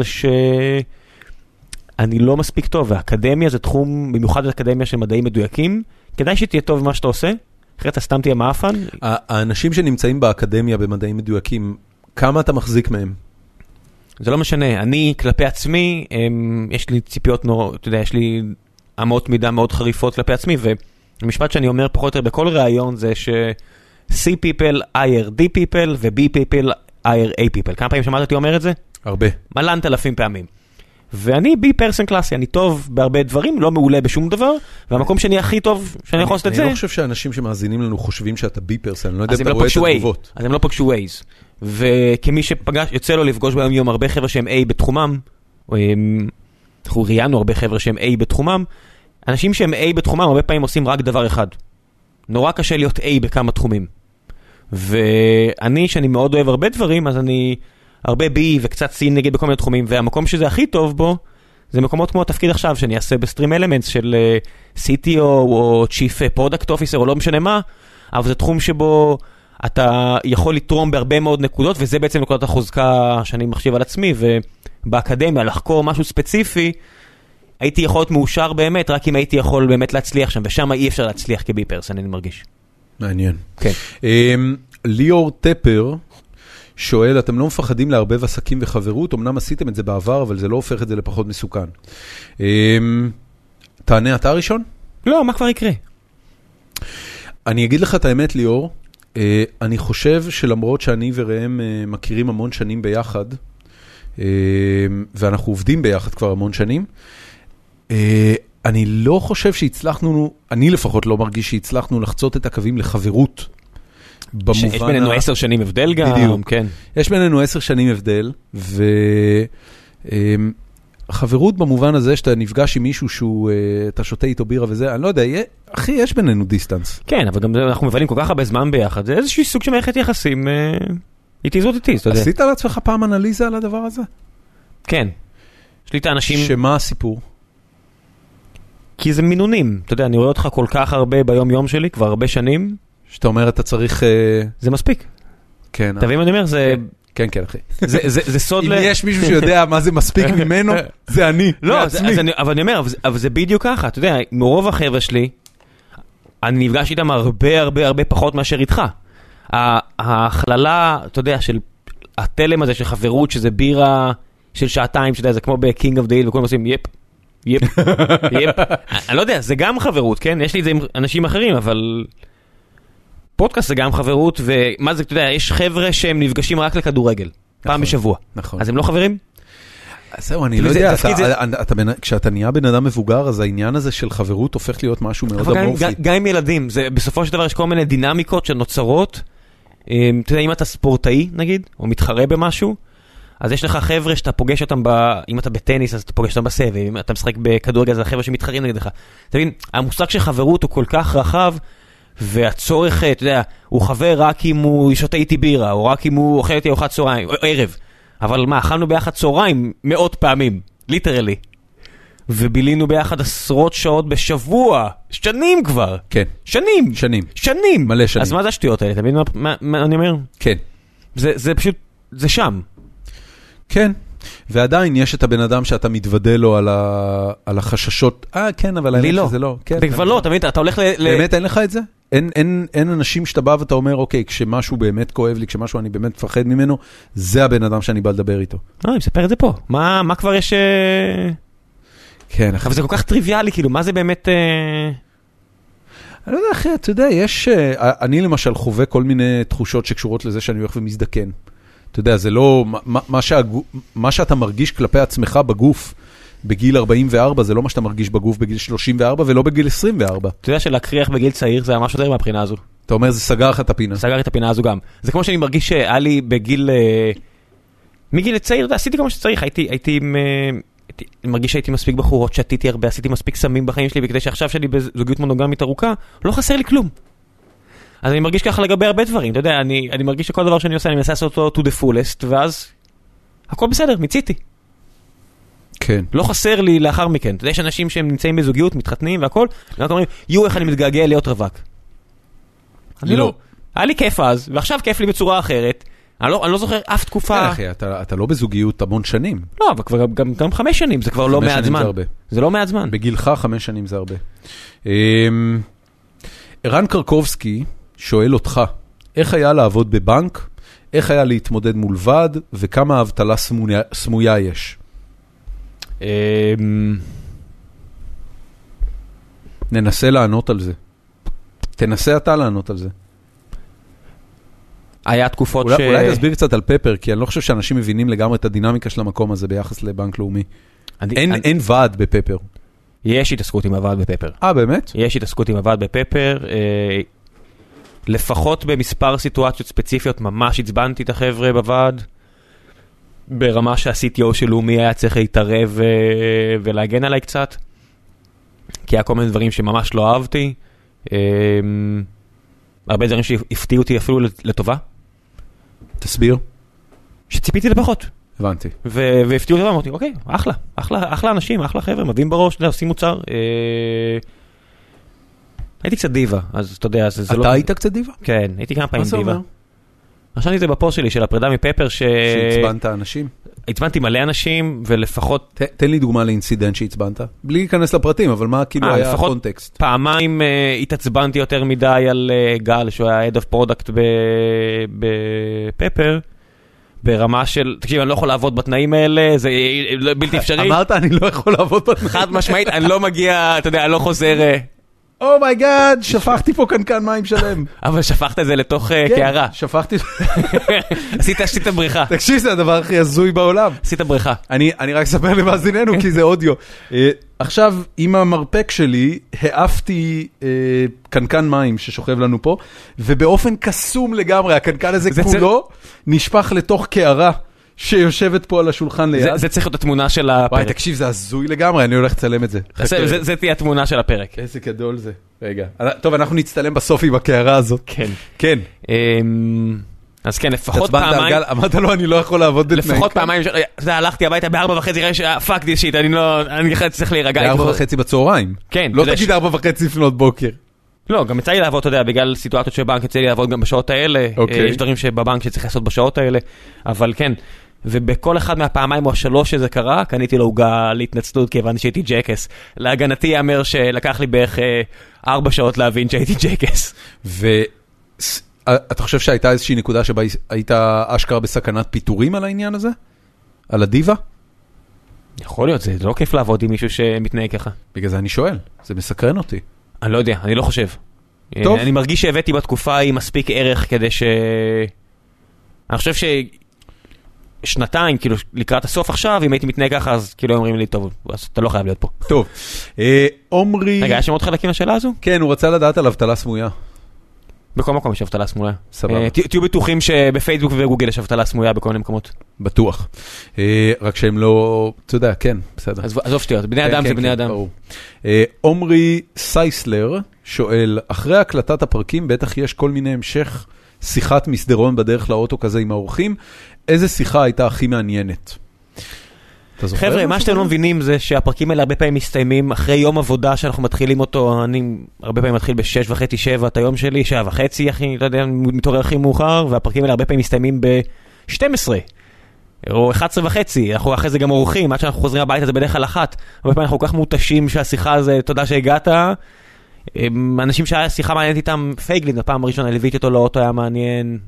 Speaker 2: אני לא מספיק טוב, והאקדמיה זה תחום, במיוחד האקדמיה של מדעים מדויקים, כדאי שתהיה טוב במה שאתה עושה, אחרת אתה סתם תהיה מאפן.
Speaker 1: האנשים שנמצאים באקדמיה במדעים מדויקים, כמה אתה מחזיק מהם?
Speaker 2: זה לא משנה, אני כלפי עצמי, יש לי ציפיות אתה יודע, יש לי אמות מידה מאוד חריפות כלפי עצמי, והמשפט שאני אומר פחות או יותר בכל ראיון זה C people hire D people ו-B people hire A people. כמה פעמים שמעת אותי אומר את זה?
Speaker 1: הרבה.
Speaker 2: מלנת אלפים פעמים. ואני B person קלאסי, אני טוב בהרבה דברים, לא מעולה בשום דבר, והמקום שאני הכי טוב, שאני יכול לעשות את זה.
Speaker 1: אני לא חושב שאנשים שמאזינים לנו חושבים שאתה B person, אני לא יודע אם אתה רואה את התגובות.
Speaker 2: אז הם לא פגשו A's. וכמי שפגש, יוצא לו לפגוש ביום יום הרבה חבר'ה שהם A בתחומם, אנחנו ראיינו הרבה חבר'ה שהם A בתחומם, אנשים שהם A בתחומם הרבה פעמים עושים רק דבר אחד. נורא קשה להיות A בכמה תחומים. ואני, שאני מאוד אוהב הרבה דברים, אז אני הרבה B וקצת C נגיד בכל מיני תחומים, והמקום שזה הכי טוב בו, זה מקומות כמו התפקיד עכשיו, שאני אעשה בסטרים אלמנטס של CTO או Chief Product Officer או לא משנה מה, אבל זה תחום שבו אתה יכול לתרום בהרבה מאוד נקודות, וזה בעצם נקודת החוזקה שאני מחשיב על עצמי, ובאקדמיה לחקור משהו ספציפי, הייתי יכול להיות מאושר באמת, רק אם הייתי יכול באמת להצליח שם, ושם אי אפשר להצליח כבי פרסון, אני מרגיש.
Speaker 1: מעניין.
Speaker 2: כן.
Speaker 1: ליאור טפר שואל, אתם לא מפחדים לערבב עסקים וחברות, אמנם עשיתם את זה בעבר, אבל זה לא הופך את זה לפחות מסוכן. תענה אתה ראשון?
Speaker 2: לא, מה כבר יקרה?
Speaker 1: אני אגיד לך את האמת, ליאור, אני חושב שלמרות שאני וראם מכירים המון שנים ביחד, ואנחנו עובדים ביחד כבר המון שנים, אני לא חושב שהצלחנו, אני לפחות לא מרגיש שהצלחנו לחצות את הקווים לחברות.
Speaker 2: יש בינינו 10 שנים הבדל גם,
Speaker 1: בדיוק.
Speaker 2: כן.
Speaker 1: יש בינינו 10 שנים הבדל, וחברות במובן הזה שאתה נפגש עם מישהו שאתה שותה איתו בירה וזה, אני לא יודע, אחי, יש בינינו דיסטנס.
Speaker 2: כן, אבל גם אנחנו מבלים כל כך הרבה זמן ביחד, זה איזשהו סוג של מערכת יחסים, איתי זאת איתי, אתה יודע.
Speaker 1: עשית על עצמך פעם אנליזה על הדבר הזה?
Speaker 2: כן. יש לי את האנשים...
Speaker 1: שמה הסיפור?
Speaker 2: כי זה מינונים, אתה יודע, אני רואה אותך כל כך הרבה ביום יום שלי, כבר הרבה שנים.
Speaker 1: שאתה אומר, אתה צריך...
Speaker 2: זה מספיק.
Speaker 1: כן.
Speaker 2: אתה מבין מה אני אומר? זה...
Speaker 1: כן, כן, אחי.
Speaker 2: זה סוד
Speaker 1: אם יש מישהו שיודע מה זה מספיק ממנו, זה אני.
Speaker 2: לא, אבל אני אומר, אבל זה בדיוק ככה, אתה יודע, מרוב החבר'ה שלי, אני נפגש איתם הרבה הרבה הרבה פחות מאשר איתך. ההכללה, אתה יודע, של התלם הזה של חברות, שזה בירה של שעתיים, שאתה יודע, זה כמו בקינג אוף דייל, וכולם עושים יפ, יפ, יפ. אני לא יודע, זה גם חברות, כן? יש לי את זה עם אנשים אחרים, אבל... פודקאסט זה גם חברות, ומה זה, אתה יודע, יש חבר'ה שהם נפגשים רק לכדורגל, פעם בשבוע. נכון. אז הם לא חברים?
Speaker 1: זהו, אני לא יודע, כשאתה נהיה בן אדם מבוגר, אז העניין הזה של חברות הופך להיות משהו מאוד אמורפי.
Speaker 2: גם עם ילדים, בסופו של דבר יש כל מיני דינמיקות שנוצרות, אתה יודע, אם אתה ספורטאי, נגיד, או מתחרה במשהו, אז יש לך חבר'ה שאתה פוגש אותם, אם אתה בטניס, אז אתה פוגש אותם בסבב, אם אתה משחק בכדורגל, אז החבר'ה שמתחרים נגד לך. אתה מבין, המושג של חברות הוא כל כך רחב, והצורך, אתה יודע, הוא חבר רק אם הוא שותה איתי בירה, או רק אם הוא אוכל איתי ארוחת צהריים, או ערב. אבל מה, אכלנו ביחד צהריים מאות פעמים, ליטרלי. ובילינו ביחד עשרות שעות בשבוע, שנים כבר.
Speaker 1: כן.
Speaker 2: שנים. שנים.
Speaker 1: מלא שנים.
Speaker 2: אז מה זה השטויות האלה? אתה מבין מה אני אומר?
Speaker 1: כן.
Speaker 2: זה פשוט, זה שם.
Speaker 1: כן. ועדיין יש את הבן אדם שאתה מתוודא לו על החששות. כן, אבל
Speaker 2: לי לא.
Speaker 1: זה לא.
Speaker 2: זה כבר לא, אתה מבין, אתה הולך
Speaker 1: באמת אין לך את זה? אין אנשים שאתה בא ואתה אומר, אוקיי, כשמשהו באמת כואב לי, כשמשהו אני באמת מפחד ממנו, זה הבן אדם שאני בא לדבר איתו.
Speaker 2: אני מספר את זה פה. מה כבר יש...
Speaker 1: כן,
Speaker 2: אבל זה כל כך טריוויאלי, כאילו, מה זה באמת...
Speaker 1: אני לא יודע, אחי, אתה יודע, אני למשל חווה כל מיני תחושות שקשורות לזה שאני הולך ומזדקן. אתה יודע, זה לא... מה שאתה מרגיש כלפי עצמך בגוף, בגיל 44, זה לא מה שאתה מרגיש בגוף בגיל 34, ולא בגיל 24.
Speaker 2: אתה יודע שלהקריח בגיל צעיר זה ממש יותר מהבחינה הזו.
Speaker 1: אתה אומר, זה סגר לך את הפינה.
Speaker 2: סגר את הפינה הזו גם. זה כמו שאני מרגיש שהיה לי בגיל... מגיל צעיר, עשיתי כמו שצריך, הייתי מרגיש שהייתי מספיק בחורות, שתיתי הרבה, עשיתי מספיק סמים בחיים שלי, וכדי שעכשיו שאני בזוגיות מונוגמית ארוכה, לא חסר לי כלום. אז אני מרגיש ככה לגבי הרבה דברים, אתה יודע, אני מרגיש שכל דבר שאני עושה, אני מנסה לעשות אותו to the fullest, ואז הכל בסדר, מיציתי.
Speaker 1: כן.
Speaker 2: לא חסר לי לאחר מכן. אתה יודע, יש אנשים שהם נמצאים בזוגיות, מתחתנים והכל, ואז אומרים, איך אני מתגעגע להיות רווק. אני לא. היה לי כיף אז, ועכשיו כיף לי בצורה אחרת. אני לא זוכר אף תקופה...
Speaker 1: אחי, אתה לא בזוגיות המון שנים.
Speaker 2: לא, אבל כבר גם 5 שנים, זה כבר לא מעט זמן. זה לא מעט זמן.
Speaker 1: בגילך 5 שנים זה הרבה. ערן קרקובסקי שואל אותך, איך היה לעבוד בבנק, איך היה להתמודד מול ועד, וכמה אבטלה סמויה יש? ננסה לענות על זה. תנסה אתה לענות על זה.
Speaker 2: היה תקופות
Speaker 1: אולי תסביר קצת על פפר, כי אני לא חושב שאנשים מבינים לגמרי את הדינמיקה של המקום הזה ביחס לבנק לאומי. אין ועד בפפר.
Speaker 2: יש התעסקות עם הוועד בפפר.
Speaker 1: באמת?
Speaker 2: יש התעסקות עם הוועד בפפר. לפחות במספר סיטואציות ספציפיות, ממש הצבנתי את החבר'ה בוועד. ברמה שה-CTO של לאומי היה צריך להתערב ולהגן עליי קצת. כי היה כל מיני דברים שממש לא אהבתי. הרבה דברים שהפתיעו אותי אפילו לטובה.
Speaker 1: תסביר.
Speaker 2: שציפיתי לפחות.
Speaker 1: הבנתי.
Speaker 2: והפתיעו אותי, אמרתי, אוקיי, אחלה אנשים, אחלה חבר'ה, מדהים בראש, עושים מוצר. הייתי קצת דיבה, אז אתה יודע, זה לא...
Speaker 1: אתה היית קצת דיבה?
Speaker 2: כן, הייתי כמה פעמים דיבה.
Speaker 1: מה זה אומר?
Speaker 2: רשמתי את זה בפוסט שלי, של הפרידה מפפר,
Speaker 1: שהצבנת אנשים?
Speaker 2: הצבנתי מלא אנשים, ולפחות...
Speaker 1: תן לי דוגמה לאינסידנט שהצבנת. בלי להיכנס לפרטים, אבל מה כאילו היה הקונטקסט?
Speaker 2: פעמיים התעצבנתי יותר מדי על גל, שהוא היה Head of Product בפפר, ברמה של, תקשיב, אני לא יכול לעבוד בתנאים האלה, זה בלתי אפשרי.
Speaker 1: אמרת, אני לא יכול לעבוד בתנאים.
Speaker 2: חד משמעית, אני לא מגיע, אתה יודע, אני לא חוזר...
Speaker 1: אומייגאד, שפכתי פה קנקן מים שלם.
Speaker 2: אבל שפכת את זה לתוך קערה.
Speaker 1: כן, שפכתי.
Speaker 2: עשית בריכה.
Speaker 1: תקשיב, זה הדבר הכי הזוי בעולם.
Speaker 2: עשית בריכה.
Speaker 1: אני רק אספר למאזיננו, כי זה אודיו. עכשיו, עם המרפק שלי, העפתי קנקן מים ששוכב לנו פה, ובאופן קסום לגמרי, הקנקן הזה כולו נשפך לתוך קערה. שיושבת פה על השולחן ליד.
Speaker 2: זה צריך להיות התמונה של הפרק.
Speaker 1: וואי, תקשיב, זה הזוי לגמרי, אני הולך לצלם את זה.
Speaker 2: זה תהיה התמונה של הפרק.
Speaker 1: איזה גדול זה. רגע. טוב, אנחנו נצטלם בסוף עם הקערה הזאת.
Speaker 2: כן.
Speaker 1: כן.
Speaker 2: אז כן, לפחות פעמיים...
Speaker 1: אמרת לו, אני לא יכול לעבוד בתנאים.
Speaker 2: לפחות פעמיים, אתה יודע, הלכתי הביתה ב4:30, פאק דיס שיט, אני צריך להירגע.
Speaker 1: ב4:30 בצהריים.
Speaker 2: כן.
Speaker 1: לא תגיד 4:30 לפנות בוקר.
Speaker 2: לא, גם יצא לי לעבוד, אתה יודע, בגלל סיטואציות שבבנק יצא לי לעבוד גם בשעות האלה. יש דברים שבבנק שצריך לעשות בשעות האלה. אבל כן, ובכל אחד מהפעמיים או 3 שזה קרה, קניתי לו עוגה להתנצלות, כי הבנתי שהייתי ג'קס. להגנתי יאמר שלקח לי בערך 4 שעות להבין שהייתי ג'קס.
Speaker 1: ואתה חושב שהייתה איזושהי נקודה שבה היית אשכרה בסכנת פיטורים על העניין הזה? על הדיבה?
Speaker 2: יכול להיות, זה לא כיף לעבוד עם מישהו שמתנהג ככה.
Speaker 1: בגלל זה אני שואל, זה מסקרן אותי.
Speaker 2: אני לא יודע, אני לא חושב. טוב. אני מרגיש שהבאתי בתקופה ההיא מספיק ערך כדי אני חושב שנתיים, כאילו, לקראת הסוף עכשיו, אם הייתי מתנהג ככה, אז כאילו אומרים לי, טוב, אז אתה לא חייב להיות פה.
Speaker 1: טוב. עומרי...
Speaker 2: רגע, יש שם עוד חלקים לשאלה הזו?
Speaker 1: כן, הוא רצה לדעת על אבטלה סמויה.
Speaker 2: בכל מקום יש אבטלה סמויה.
Speaker 1: סבבה.
Speaker 2: תהיו בטוחים שבפייסבוק ובגוגל יש אבטלה סמויה בכל מיני מקומות.
Speaker 1: בטוח. רק שהם לא... אתה יודע, כן, בסדר.
Speaker 2: עזוב שטויות, בני אדם זה בני אדם.
Speaker 1: עומרי סייסלר שואל, אחרי הקלטת הפרקים בטח יש כל מיני המשך שיחת מסדרון בדרך לאוטו כזה עם האורחים. איזה שיחה הייתה הכי מעניינת?
Speaker 2: חבר'ה, מה שאתם לא מבינים זה שהפרקים האלה הרבה פעמים מסתיימים אחרי יום עבודה שאנחנו מתחילים אותו, אני הרבה פעמים מתחיל ב6:30, 7 את היום שלי, 7:30 אחי, לא יודע, מתעורר הכי מאוחר, והפרקים האלה הרבה פעמים מסתיימים ב12 או 11:30, אנחנו אחרי זה גם אורחים, עד שאנחנו חוזרים הביתה זה בדרך כלל 1, הרבה פעמים אנחנו כל כך מותשים שהשיחה הזה, תודה שהגעת, אנשים שהשיחה מעניינת איתם, פייגלין, בפעם הראשונה ליוויתי אותו לאוטו, היה מעניין.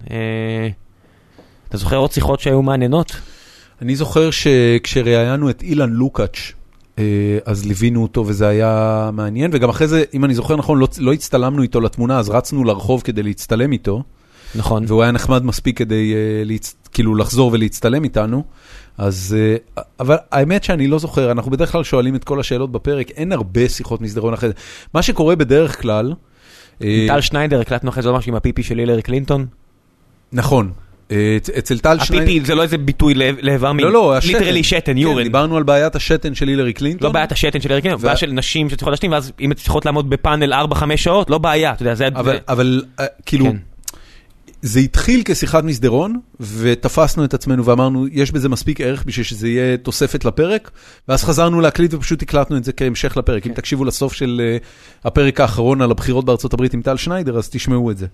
Speaker 2: אתה זוכר עוד שיחות שהיו מעניינות?
Speaker 1: אני זוכר שכשראיינו את אילן לוקאץ', אז ליווינו אותו וזה היה מעניין, וגם אחרי זה, אם אני זוכר נכון, לא הצטלמנו איתו לתמונה, אז רצנו לרחוב כדי להצטלם איתו.
Speaker 2: נכון.
Speaker 1: והוא היה נחמד מספיק כדי כאילו לחזור ולהצטלם איתנו. אז, אבל האמת שאני לא זוכר, אנחנו בדרך כלל שואלים את כל השאלות בפרק, אין הרבה שיחות מסדרון אחרי זה. מה שקורה בדרך כלל...
Speaker 2: טל שניידר, הקלטנו אחרי זה משהו עם הפיפי של הילרי קלינטון.
Speaker 1: נכון. אצל טל שניידר...
Speaker 2: הפיפי זה לא איזה ביטוי לאיבר מין.
Speaker 1: לא, השתן.
Speaker 2: ליטרלי שתן, יורן.
Speaker 1: כן, דיברנו על בעיית השתן של הילרי קלינטון.
Speaker 2: לא בעיית השתן של הילרי קלינטון, בעיה של נשים שצריכות להשתין, ואז אם צריכות לעמוד בפאנל 4-5 שעות, לא בעיה, אתה יודע, זה...
Speaker 1: אבל כאילו... זה התחיל כשיחת מסדרון, ותפסנו את עצמנו ואמרנו, יש בזה מספיק ערך בשביל שזה יהיה תוספת לפרק, ואז חזרנו להקליט ופשוט הקלטנו את זה כהמשך לפרק. אם תקשיבו לסוף של הפרק האחרון על הבחירות בארצות הברית עם טל שניידר, אז תשמעו את זה.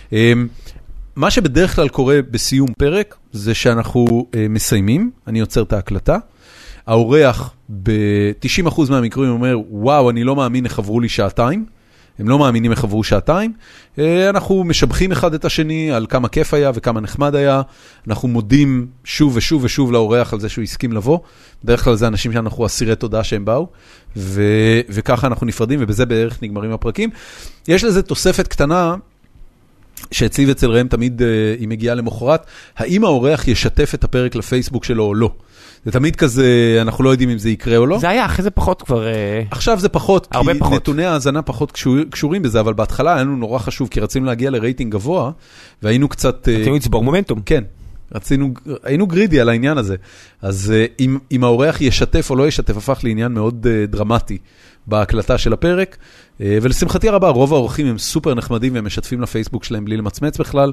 Speaker 1: מה שבדרך כלל קורה בסיום פרק, זה שאנחנו מסיימים, אני יוצר את ההקלטה, האורח ב-90% מהמקרים אומר, וואו, אני לא מאמין, חברו לי שעתיים, הם לא מאמינים איך עברו שעתיים, אנחנו משבחים אחד את השני על כמה כיף היה וכמה נחמד היה, אנחנו מודים שוב ושוב ושוב לאורח על זה שהוא הסכים לבוא, בדרך כלל זה אנשים שאנחנו אסירי תודה שהם באו, וככה אנחנו נפרדים, ובזה בערך נגמרים הפרקים. יש לזה תוספת קטנה, שהציב אצל ראם תמיד היא מגיעה למחרת, האם האורח ישתף את הפרק לפייסבוק שלו או לא? זה תמיד כזה, אנחנו לא יודעים אם זה יקרה או לא.
Speaker 2: זה היה, אחרי זה פחות כבר...
Speaker 1: עכשיו זה פחות,
Speaker 2: הרבה
Speaker 1: כי
Speaker 2: פחות.
Speaker 1: נתוני ההאזנה פחות קשורים בזה, אבל בהתחלה היה לנו נורא חשוב, כי רצינו להגיע לרייטינג גבוה, והיינו קצת...
Speaker 2: רצינו לצבור מומנטום.
Speaker 1: כן, היינו גרידי על העניין הזה. אז אם האורח ישתף או לא ישתף, הפך לעניין מאוד דרמטי בהקלטה של הפרק, ולשמחתי הרבה, רוב האורחים הם סופר נחמדים, והם משתפים לפייסבוק שלהם בלי למצמץ בכלל.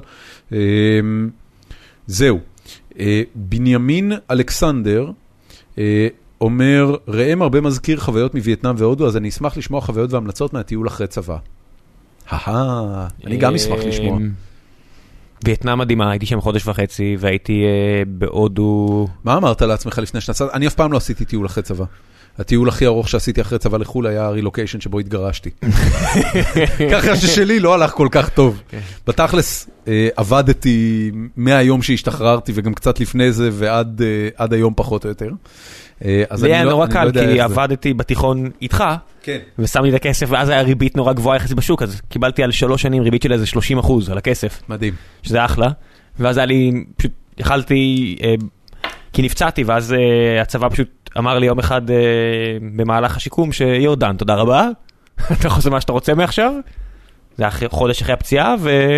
Speaker 1: זהו. בנימין אלכסנדר אומר, ראם הרבה מזכיר חוויות מווייטנאם והודו, אז אני אשמח לשמוע חוויות והמלצות מהטיול אחרי צבא. אני גם אשמח לשמוע.
Speaker 2: וייטנאם מדהימה, הייתי שם 1.5 חודש, והייתי בהודו...
Speaker 1: מה אמרת לעצמך לפני שנסעת? אני אף פעם לא עשיתי טיול אחרי צבא. הטיול הכי ארוך שעשיתי אחרי צבא לחול היה הרילוקיישן שבו התגרשתי. ככה ששלי לא הלך כל כך טוב. בתכלס עבדתי מהיום שהשתחררתי וגם קצת לפני זה ועד היום פחות או יותר.
Speaker 2: זה היה נורא קל כי עבדתי בתיכון איתך ושמתי את הכסף ואז היה ריבית נורא גבוהה יחסית בשוק, אז קיבלתי על 3 שנים ריבית של איזה 30% על הכסף.
Speaker 1: מדהים.
Speaker 2: שזה אחלה. ואז היה לי, פשוט יכלתי, כי נפצעתי ואז הצבא פשוט אמר לי יום אחד במהלך השיקום שיורדן, תודה רבה, אתה חושב מה שאתה רוצה מעכשיו. זה היה חודש אחרי הפציעה,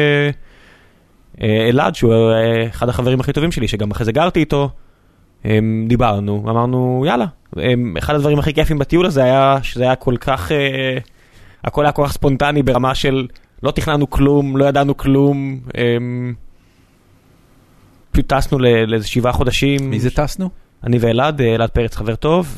Speaker 2: ואלעד, שהוא אחד החברים הכי טובים שלי, שגם אחרי זה גרתי איתו, דיברנו, אמרנו יאללה. אחד הדברים הכי כיפים בטיול הזה היה, שזה היה כל כך, הכל היה כל כך ספונטני ברמה של לא תכננו כלום, לא ידענו כלום, פשוט טסנו לאיזה 7 חודשים.
Speaker 1: מי זה טסנו?
Speaker 2: אני ואלעד, אלעד פרץ חבר טוב,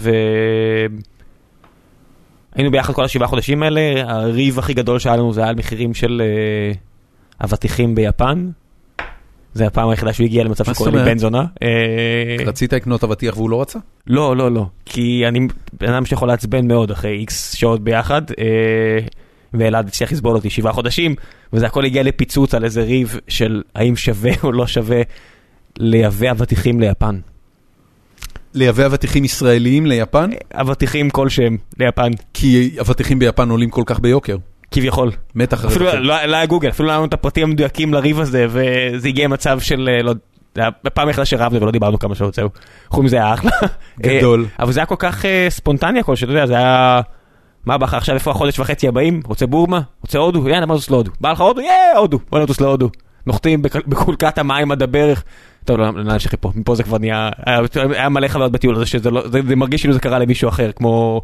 Speaker 2: והיינו ביחד כל 7 חודשים האלה, הריב הכי גדול שהיה לנו זה היה על מחירים של אבטיחים ביפן, זה הפעם היחידה שהוא הגיע למצב שקורא לי בן זונה.
Speaker 1: רצית לקנות אבטיח והוא לא רצה?
Speaker 2: לא, לא, לא, כי אני בן אדם שיכול להצבן מאוד אחרי X שעות ביחד, ואלעד הצליח לסבול אותי 7 חודשים, וזה הכל הגיע לפיצוץ על איזה ריב של האם שווה או לא שווה לייבא אבטיחים ליפן.
Speaker 1: לייבא אבטיחים ישראליים ליפן?
Speaker 2: אבטיחים כלשהם ליפן.
Speaker 1: כי אבטיחים ביפן עולים כל כך ביוקר.
Speaker 2: כביכול.
Speaker 1: מתח
Speaker 2: אפילו לא היה גוגל, אפילו לא היה לנו את הפרטים המדויקים לריב הזה, וזה הגיע מצב של, בפעם אחלה שרבנו ולא דיברנו כמה שעות, זהו. חוץ מזה היה אחלה.
Speaker 1: גדול.
Speaker 2: אבל זה היה כל כך ספונטני הכל, שאתה יודע, זה היה, מה בא לך עכשיו, איפה 1.5 חודש הבאים? רוצה בורמה? רוצה הודו? יאללה, מה נטוס להודו? בא לך הודו? הודו. בוא נטוס להודו. נוחתים בקולקת המים עד הברך. טוב, לא נמשיך פה. מפה זה כבר נהיה, היה מלא חוויות בטיול הזה, שזה מרגיש כאילו זה קרה למישהו אחר, כמו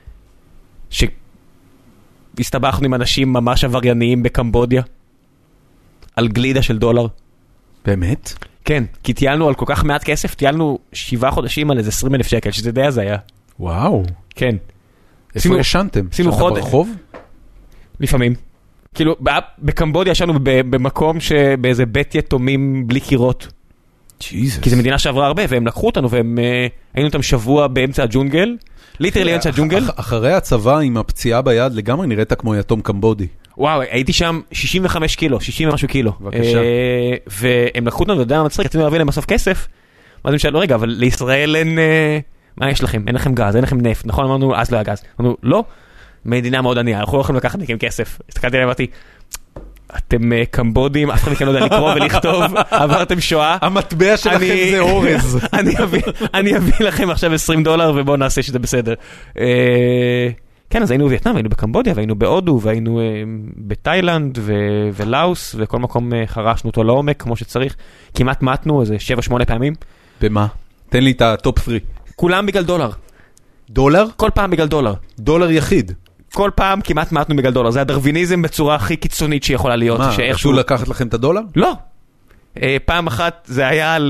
Speaker 2: שהסתבכנו עם אנשים ממש עברייניים בקמבודיה, על גלידה של $. באמת? כן, כי טיילנו על כל כך מעט כסף, טיילנו 7 חודשים על איזה 20,000 שקל, שזה די אז היה.
Speaker 1: וואו.
Speaker 2: כן.
Speaker 1: איפה ישנתם? ישנת ברחוב?
Speaker 2: לפעמים. כאילו, בקמבודיה ישנו במקום שבאיזה בית יתומים בלי קירות.
Speaker 1: ג'יזוס.
Speaker 2: כי זו מדינה שעברה הרבה, והם לקחו אותנו, והם היינו אותם שבוע באמצע הג'ונגל. ליטרלי אמצע הג'ונגל.
Speaker 1: אחרי הצבא עם הפציעה ביד לגמרי נראית כמו יתום קמבודי.
Speaker 2: וואו, הייתי שם 65 קילו, 60 ומשהו קילו.
Speaker 1: בבקשה.
Speaker 2: והם לקחו אותנו, אתה יודע מה מצחיק, רצינו להביא להם בסוף כסף. ואז הם שאלו, רגע, אבל לישראל אין... מה יש לכם? אין לכם גז, אין לכם נפט, נכון? אמרנו, אז לא היה גז. אמרנו, לא, מדינה מאוד ענייה, אנחנו לא יכולים לקחת מכם כסף. הסתכלתי עליהם, אמרתי, אתם קמבודים, אף אחד מכם לא יודע לקרוא ולכתוב, עברתם שואה.
Speaker 1: המטבע שלכם זה אורז.
Speaker 2: אני אביא לכם עכשיו $20 ובואו נעשה שזה בסדר. כן, אז היינו בווייטנאם, היינו בקמבודיה, והיינו בהודו, והיינו בתאילנד ולאוס, וכל מקום חרשנו אותו לעומק כמו שצריך. כמעט מתנו איזה 7-8 פעמים.
Speaker 1: במה? תן לי את הטופ 3.
Speaker 2: כולם בגלל דולר.
Speaker 1: דולר?
Speaker 2: כל פעם בגלל דולר.
Speaker 1: דולר יחיד.
Speaker 2: כל פעם כמעט מתנו בגלל דולר. זה הדרוויניזם בצורה הכי קיצונית שיכולה להיות.
Speaker 1: מה, רצו לקחת לכם את הדולר?
Speaker 2: לא. פעם אחת זה היה על...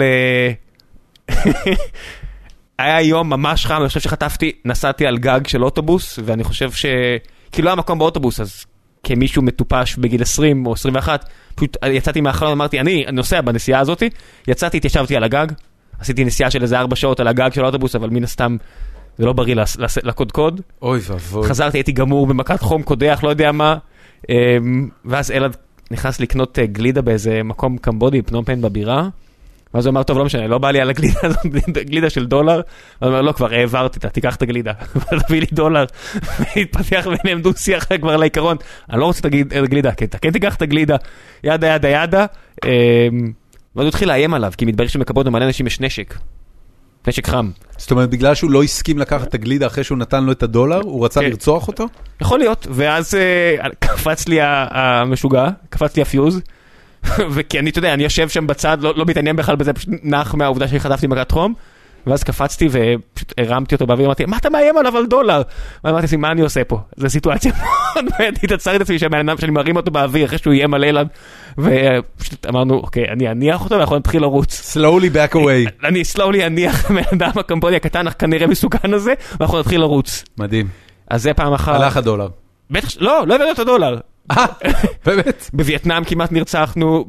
Speaker 2: היה יום ממש חם, אני חושב שחטפתי, נסעתי על גג של אוטובוס, ואני חושב כי לא היה מקום באוטובוס, אז כמישהו מטופש בגיל 20 או 21, פשוט יצאתי מהחלון, אמרתי, אני נוסע בנסיעה הזאת, יצאתי, התיישבתי על הגג, עשיתי נסיעה של איזה 4 שעות על הגג של האוטובוס, אבל מן הסתם זה לא בריא לקודקוד.
Speaker 1: אוי ואבוי.
Speaker 2: חזרתי, הייתי גמור במכת חום, קודח, לא יודע מה, ואז אלעד נכנס לקנות גלידה באיזה מקום קמבודי, פנום פן בבירה, ואז הוא אמר, טוב, לא משנה, לא בא לי על הגלידה הזאת, גלידה של דולר. הוא אמר, לא, כבר העברתי, תיקח את הגלידה. תביא לי דולר. והתפתח ביניהם דו שיח כבר לעיקרון. אני לא רוצה את הגלידה, כן תיקח את הגלידה. ידה, ידה, ידה. ואז הוא התחיל לאיים עליו, כי מתברר שמקבוד למלא אנשים יש נשק. נשק חם.
Speaker 1: זאת אומרת, בגלל שהוא לא הסכים לקחת את הגלידה אחרי שהוא נתן לו את הדולר, הוא רצה לרצוח אותו?
Speaker 2: יכול להיות. ואז קפץ לי המשוגע, קפץ לי הפיוז. וכי אני, אתה יודע, אני יושב שם בצד, לא מתעניין בכלל בזה, פשוט נח מהעובדה שחטפתי מכת חום, ואז קפצתי ופשוט הרמתי אותו באוויר, אמרתי, מה אתה מאיים עליו על דולר? ואמרתי, מה אני עושה פה? זו סיטואציה מאוד בעייתית, עצרתי את עצמי שאני מרים אותו באוויר, אחרי שהוא יהיה מלא אליו, ופשוט אמרנו, אוקיי, אני אניח אותו, ואנחנו נתחיל לרוץ.
Speaker 1: Slowly back away.
Speaker 2: אני slowly אניח מהאדם הקמבודי הקטן, כנראה מסוכן הזה, ואנחנו נתחיל לרוץ.
Speaker 1: מדהים.
Speaker 2: אז זה פעם אחת.
Speaker 1: הלך הדולר.
Speaker 2: בטח, לא הבאנו את הדולר.
Speaker 1: באמת?
Speaker 2: בווייטנאם כמעט נרצחנו,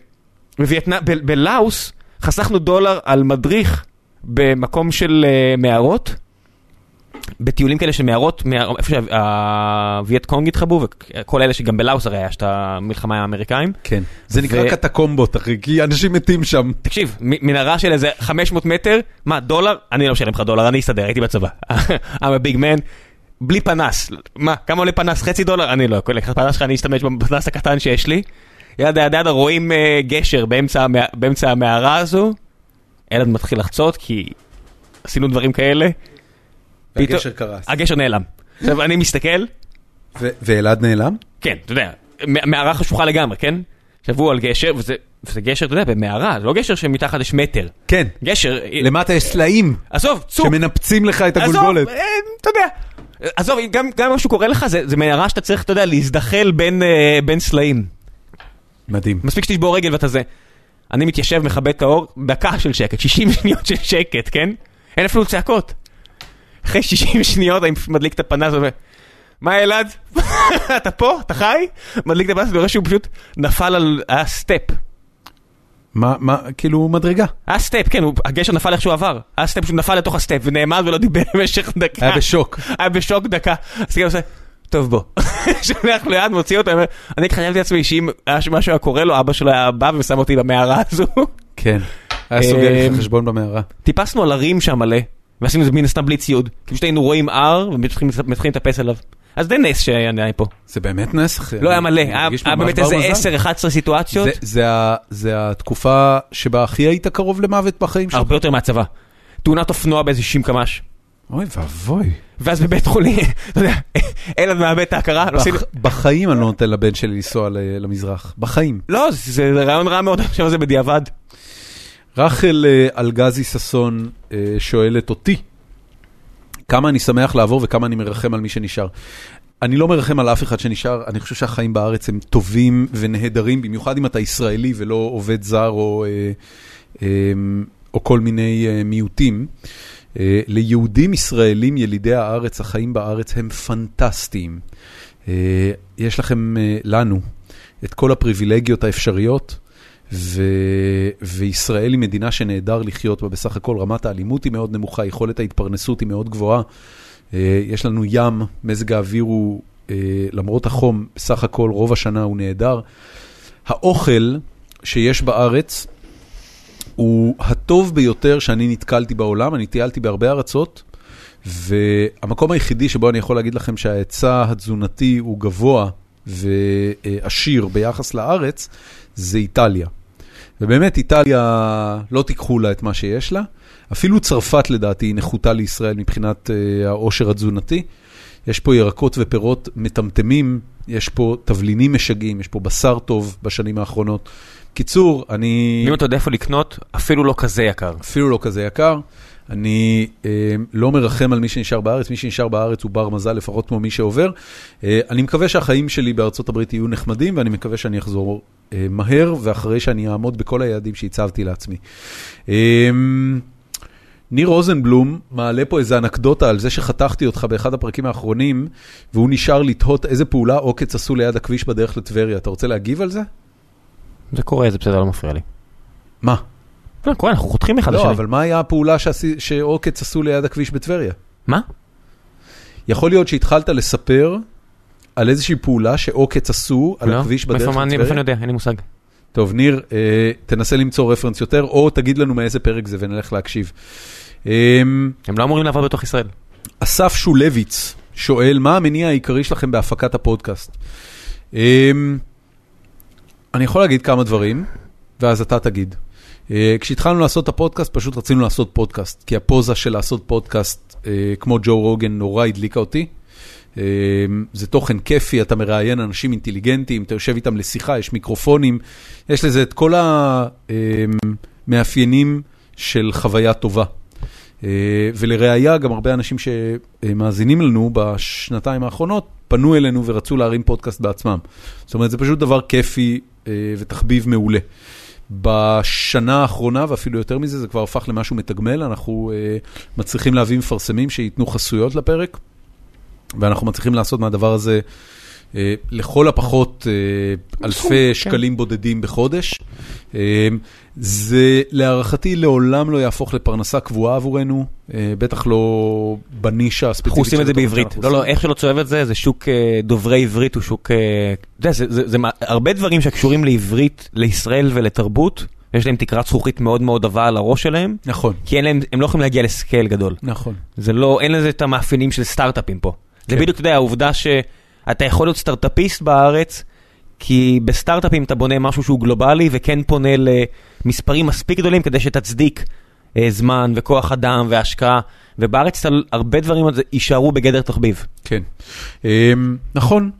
Speaker 2: בלאוס חסכנו דולר על מדריך במקום של מערות, בטיולים כאלה של מערות, איפה שהווייט קונג התחבאו, וכל אלה שגם בלאוס הרי יש את המלחמה עם האמריקאים.
Speaker 1: כן, זה נקרא קטקומבות, אחי, כי אנשים מתים שם.
Speaker 2: תקשיב, מנהרה של איזה 500 מטר, מה, דולר? אני לא משלם לך דולר, אני אסתדר, הייתי בצבא. I'm a big man. בלי פנס. מה? כמה עולה פנס? $0.50? אני לא. כל פנס שלך אני אשתמש בפנס הקטן שיש לי. ידה, רואים גשר באמצע המערה הזו. אלעד מתחיל לחצות כי עשינו דברים כאלה.
Speaker 1: והגשר קרס.
Speaker 2: הגשר נעלם. עכשיו אני מסתכל.
Speaker 1: ואלעד נעלם?
Speaker 2: כן, אתה יודע. מערה חשוכה לגמרי, כן? שבוע על גשר, וזה גשר, אתה יודע, במערה. זה לא גשר שמתחת יש מטר.
Speaker 1: כן.
Speaker 2: גשר.
Speaker 1: למטה יש סלעים.
Speaker 2: עזוב, צוק.
Speaker 1: שמנפצים לך את הגולגולת.
Speaker 2: עזוב, אתה יודע. עזוב, גם משהו קורה לך, זה מערה שאתה צריך, אתה יודע, להזדחל בין סלעים.
Speaker 1: מדהים.
Speaker 2: מספיק שתשבור רגל ואתה זה. אני מתיישב, מכבד את האור, דקה של שקט, 60 שניות של שקט, כן? אין אפילו צעקות. אחרי 60 שניות אני מדליק את הפנס ואומר, מה אלעד? אתה פה? אתה חי? מדליק את הפנס ואומר שהוא פשוט נפל על הסטפ.
Speaker 1: מה, כאילו מדרגה?
Speaker 2: הסטפ, כן, הגשר נפל איך שהוא עבר. הסטפ פשוט נפל לתוך הסטפ ונעמד ולא דיבר במשך דקה.
Speaker 1: היה בשוק.
Speaker 2: היה בשוק דקה. אז כאילו עושה, טוב בוא. שולח ליד, מוציא אותו, אני חשבתי לעצמי שאם משהו היה קורה לו, אבא שלו היה בא ושם אותי במערה הזו. כן.
Speaker 1: היה סוגר לך חשבון במערה.
Speaker 2: טיפסנו על הרים שם מלא, ועשינו זה מן הסתם בלי ציוד. כי פשוט היינו רואים הר, ומתחילים לטפס עליו. אז זה נס שהיה פה.
Speaker 1: זה באמת נס, אחי.
Speaker 2: לא היה מלא, היה באמת איזה 10-11 סיטואציות.
Speaker 1: זה התקופה שבה הכי היית קרוב למוות בחיים שלך?
Speaker 2: הרבה יותר מהצבא. תאונת אופנוע באיזה 60 קמ"ש.
Speaker 1: אוי ואבוי.
Speaker 2: ואז בבית חולים, אתה יודע, אלעד מאבד את ההכרה.
Speaker 1: בחיים אני לא נותן לבן שלי לנסוע למזרח. בחיים.
Speaker 2: לא, זה רעיון רע מאוד, עכשיו זה בדיעבד.
Speaker 1: רחל אלגזי ססון שואלת אותי, כמה אני שמח לעבור וכמה אני מרחם על מי שנשאר. אני לא מרחם על אף אחד שנשאר, אני חושב שהחיים בארץ הם טובים ונהדרים, במיוחד אם אתה ישראלי ולא עובד זר או כל מיני מיעוטים. ליהודים ישראלים ילידי הארץ, החיים בארץ הם פנטסטיים. יש לכם, לנו, את כל הפריבילגיות האפשריות, וישראל היא מדינה שנהדר לחיות בה בסך הכל, רמת האלימות היא מאוד נמוכה, יכולת ההתפרנסות היא מאוד גבוהה, יש לנו ים, מזג האוויר הוא, למרות החום, בסך הכל רוב השנה הוא נהדר. האוכל שיש בארץ הוא הטוב ביותר שאני נתקלתי בעולם. אני טיילתי בהרבה ארצות, והמקום היחידי שבו אני יכול להגיד לכם שההיצע התזונתי הוא גבוה ועשיר ביחס לארץ, זה איטליה. ובאמת איטליה לא תיקחו לה את מה שיש לה. אפילו צרפת לדעתי היא נחותה לישראל מבחינת העושר התזונתי. יש פה ירקות ופירות מטמטמים, יש פה תבלינים משגעים, יש פה בשר טוב בשנים האחרונות. קיצור,
Speaker 2: אם אתה יודע איפה לקנות, אפילו לא כזה יקר.
Speaker 1: אפילו לא כזה יקר. אני לא מרחם על מי שנשאר בארץ, מי שנשאר בארץ הוא בר מזל, לפחות כמו מי שעובר. אני מקווה שהחיים שלי בארצות הברית יהיו נחמדים, ואני מקווה שאני אחזור מהר, ואחרי שאני אעמוד בכל היעדים שהצבתי לעצמי. ניר רוזנבלום מעלה פה איזו אנקדוטה על זה שחתכתי אותך באחד הפרקים האחרונים, והוא נשאר לתהות איזה פעולה עוקץ עשו ליד הכביש בדרך לטבריה. אתה רוצה להגיב על זה?
Speaker 2: זה קורה, זה בסדר, לא מפריע לי.
Speaker 1: מה?
Speaker 2: לא, קורה, אנחנו חותכים אחד לשני.
Speaker 1: לא, אבל מה היה הפעולה שעוקץ עשו ליד הכביש בטבריה?
Speaker 2: מה?
Speaker 1: יכול להיות שהתחלת לספר על איזושהי פעולה שעוקץ עשו על הכביש בדרך לטבריה?
Speaker 2: מאיפה אני יודע, אין לי מושג.
Speaker 1: טוב, ניר, תנסה למצוא רפרנס יותר, או תגיד לנו מאיזה פרק זה ונלך להקשיב.
Speaker 2: הם לא אמורים לעבוד בתוך ישראל.
Speaker 1: אסף שולביץ שואל, מה המניע העיקרי שלכם בהפקת הפודקאסט? אני יכול להגיד כמה דברים, ואז אתה תגיד. כשהתחלנו לעשות את הפודקאסט, פשוט רצינו לעשות פודקאסט, כי הפוזה של לעשות פודקאסט, כמו ג'ו רוגן, נורא הדליקה אותי. זה תוכן כיפי, אתה מראיין אנשים אינטליגנטיים, אתה יושב איתם לשיחה, יש מיקרופונים, יש לזה את כל המאפיינים של חוויה טובה. ולראיה גם הרבה אנשים שמאזינים לנו בשנתיים האחרונות, פנו אלינו ורצו להרים פודקאסט בעצמם. זאת אומרת, זה פשוט דבר כיפי ותחביב מעולה. בשנה האחרונה, ואפילו יותר מזה, זה כבר הפך למשהו מתגמל, אנחנו מצליחים להביא מפרסמים שיתנו חסויות לפרק, ואנחנו מצליחים לעשות מהדבר הזה לכל הפחות אלפי שקלים בודדים בחודש. זה להערכתי לעולם לא יהפוך לפרנסה קבועה עבורנו, בטח לא בנישה הספציפית.
Speaker 2: אנחנו עושים את זה בעברית. לא, איך שלא צועב את זה, זה שוק דוברי עברית, הוא שוק, זה הרבה דברים שקשורים לעברית, לישראל ולתרבות, יש להם תקרת זכוכית מאוד מאוד עבה על הראש שלהם.
Speaker 1: נכון.
Speaker 2: כי הם לא יכולים להגיע לסקייל גדול.
Speaker 1: נכון.
Speaker 2: זה לא, אין לזה את המאפיינים של סטארט-אפים פה. זה בדיוק, אתה יודע, העובדה שאתה יכול להיות סטארט-אפיסט בארץ, כי בסטארט-אפים אתה בונה משהו שהוא גלובלי, וכן פונה למספרים מספיק גדולים, כדי שתצדיק זמן וכוח אדם והשקעה, ובארץ הרבה דברים יישארו בגדר תחביב.
Speaker 1: כן. נכון.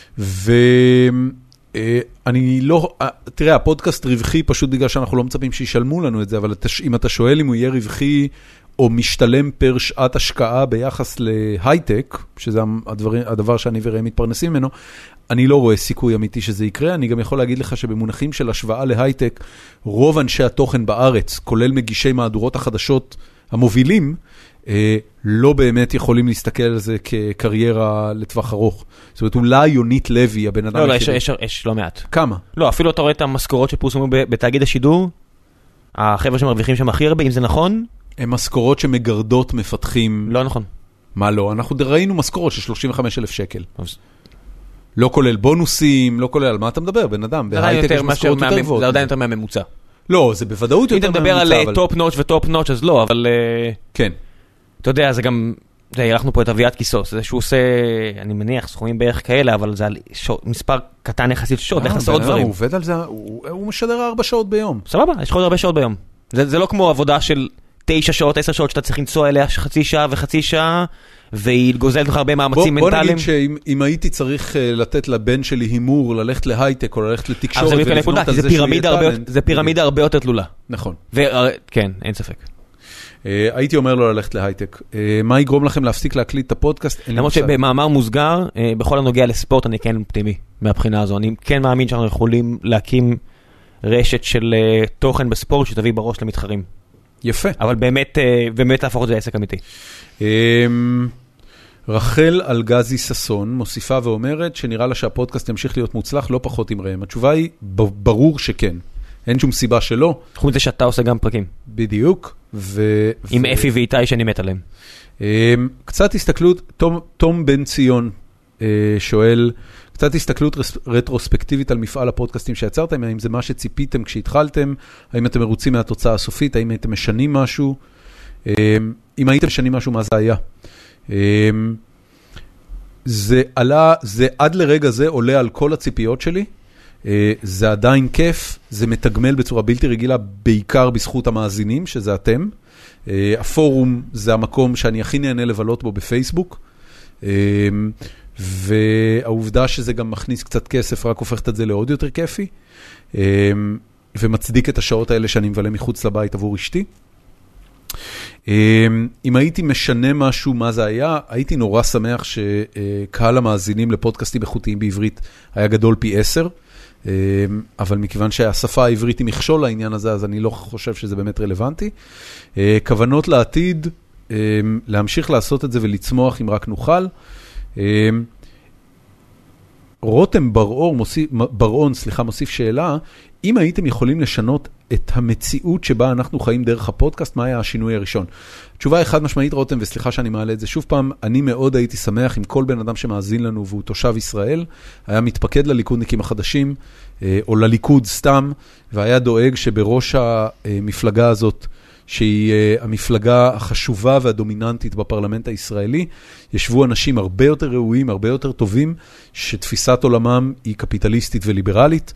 Speaker 1: אני לא, תראה, הפודקאסט רווחי פשוט בגלל שאנחנו לא מצפים שישלמו לנו את זה, אבל אם אתה שואל אם הוא יהיה רווחי, או משתלם פר שעת השקעה ביחס להייטק, שזה הדבר שאני וראם מתפרנסים ממנו, אני לא רואה סיכוי אמיתי שזה יקרה. אני גם יכול להגיד לך שבמונחים של השוואה להייטק, רוב אנשי התוכן בארץ, כולל מגישי מהדורות החדשות המובילים, לא באמת יכולים להסתכל על זה כקריירה לטווח ארוך. זאת אומרת, אולי יונית לוי, הבן אדם...
Speaker 2: לא, יש לא מעט.
Speaker 1: כמה?
Speaker 2: לא, אפילו אתה רואה את המשכורות שפורסמו בתאגיד השידור, החבר'ה שמרוויחים שם הכי הרבה, אם זה נכון...
Speaker 1: הם משכורות שמגרדות מפתחים...
Speaker 2: לא נכון.
Speaker 1: מה לא? אנחנו ראינו משכורות של 35,000 שקל. לא כולל בונוסים, לא כולל... על מה אתה מדבר, בן אדם? בהייטק יש משכורות יותר גבוהות.
Speaker 2: זה עדיין יותר מהממוצע.
Speaker 1: לא, זה בוודאות יותר מהממוצע.
Speaker 2: אם אתה מדבר על טופ נוטש וטופ נוטש, אז לא, אבל...
Speaker 1: כן.
Speaker 2: אתה יודע, זה גם... הלכנו פה את אביעד כיסוס, זה שהוא עושה, אני מניח, סכומים בערך כאלה, אבל זה מספר קטן יחסית שעות, לך לעשות עוד דברים.
Speaker 1: הוא עובד על זה, הוא משדר 4 שעות ביום.
Speaker 2: סבבה, יש לך עוד הרבה שעות ביום. זה לא כמו עבודה של 9 שעות, 10 שעות, שאתה צריך לנסוע אליה חצי שעה וחצי שעה, והיא גוזלת לך הרבה מאמצים מנטליים.
Speaker 1: בוא נגיד שאם הייתי צריך לתת לבן שלי הימור, ללכת להייטק או ללכת לתקשורת, ולבנות על זה שהוא יהיה טלנט.
Speaker 2: זה פירמידה הרבה יותר תלולה.
Speaker 1: נכון.
Speaker 2: כן, אין ספק.
Speaker 1: הייתי אומר לו ללכת להייטק. מה יגרום לכם להפסיק להקליט את הפודקאסט?
Speaker 2: למרות שבמאמר מוסגר, בכל הנוגע לספורט, אני כן אופטימי מהבחינה הזו. אני כן מאמין שאנחנו יכולים להקים רשת של תוכן בספורט שתביא בראש למתחרים.
Speaker 1: יפה.
Speaker 2: אבל באמת להפוך את זה לעסק אמיתי.
Speaker 1: רחל אלגזי ססון מוסיפה ואומרת שנראה לה שהפודקאסט ימשיך להיות מוצלח לא פחות עם ראם. התשובה היא ברור שכן. אין שום סיבה שלא.
Speaker 2: חוץ זה שאתה עושה גם פרקים.
Speaker 1: בדיוק.
Speaker 2: עם אפי ואיתי שאני מת עליהם.
Speaker 1: קצת הסתכלות, תום בן ציון שואל, קצת הסתכלות רטרוספקטיבית על מפעל הפודקאסטים שיצרתם, האם זה מה שציפיתם כשהתחלתם, האם אתם מרוצים מהתוצאה הסופית, האם הייתם משנים משהו, אם הייתם משנים משהו, מה זה היה? זה עד לרגע זה עולה על כל הציפיות שלי, זה עדיין כיף, זה מתגמל בצורה בלתי רגילה, בעיקר בזכות המאזינים, שזה אתם. הפורום זה המקום שאני הכי נהנה לבלות בו בפייסבוק, והעובדה שזה גם מכניס קצת כסף, רק הופכת את זה לעוד יותר כיפי, ומצדיק את השעות האלה שאני מבלה מחוץ לבית עבור אשתי. אם הייתי משנה משהו, מה זה היה? הייתי נורא שמח שקהל המאזינים לפודקאסטים איכותיים בעברית היה גדול פי 10, אבל מכיוון שהשפה העברית היא מכשול לעניין הזה, אז אני לא חושב שזה באמת רלוונטי. כוונות לעתיד, להמשיך לעשות את זה ולצמוח אם רק נוכל. רותם ברעון, מוסיף שאלה, אם הייתם יכולים לשנות את המציאות שבה אנחנו חיים דרך הפודקאסט, מה היה השינוי הראשון? תשובה היא חד משמעית, רותם, וסליחה שאני מעלה את זה שוב פעם, אני מאוד הייתי שמח אם כל בן אדם שמאזין לנו והוא תושב ישראל, היה מתפקד לליכודניקים החדשים, או לליכוד סתם, והיה דואג שבראש המפלגה הזאת, שהיא המפלגה החשובה והדומיננטית בפרלמנט הישראלי, ישבו אנשים הרבה יותר ראויים, הרבה יותר טובים, שתפיסת עולמם היא קפיטליסטית וליברלית,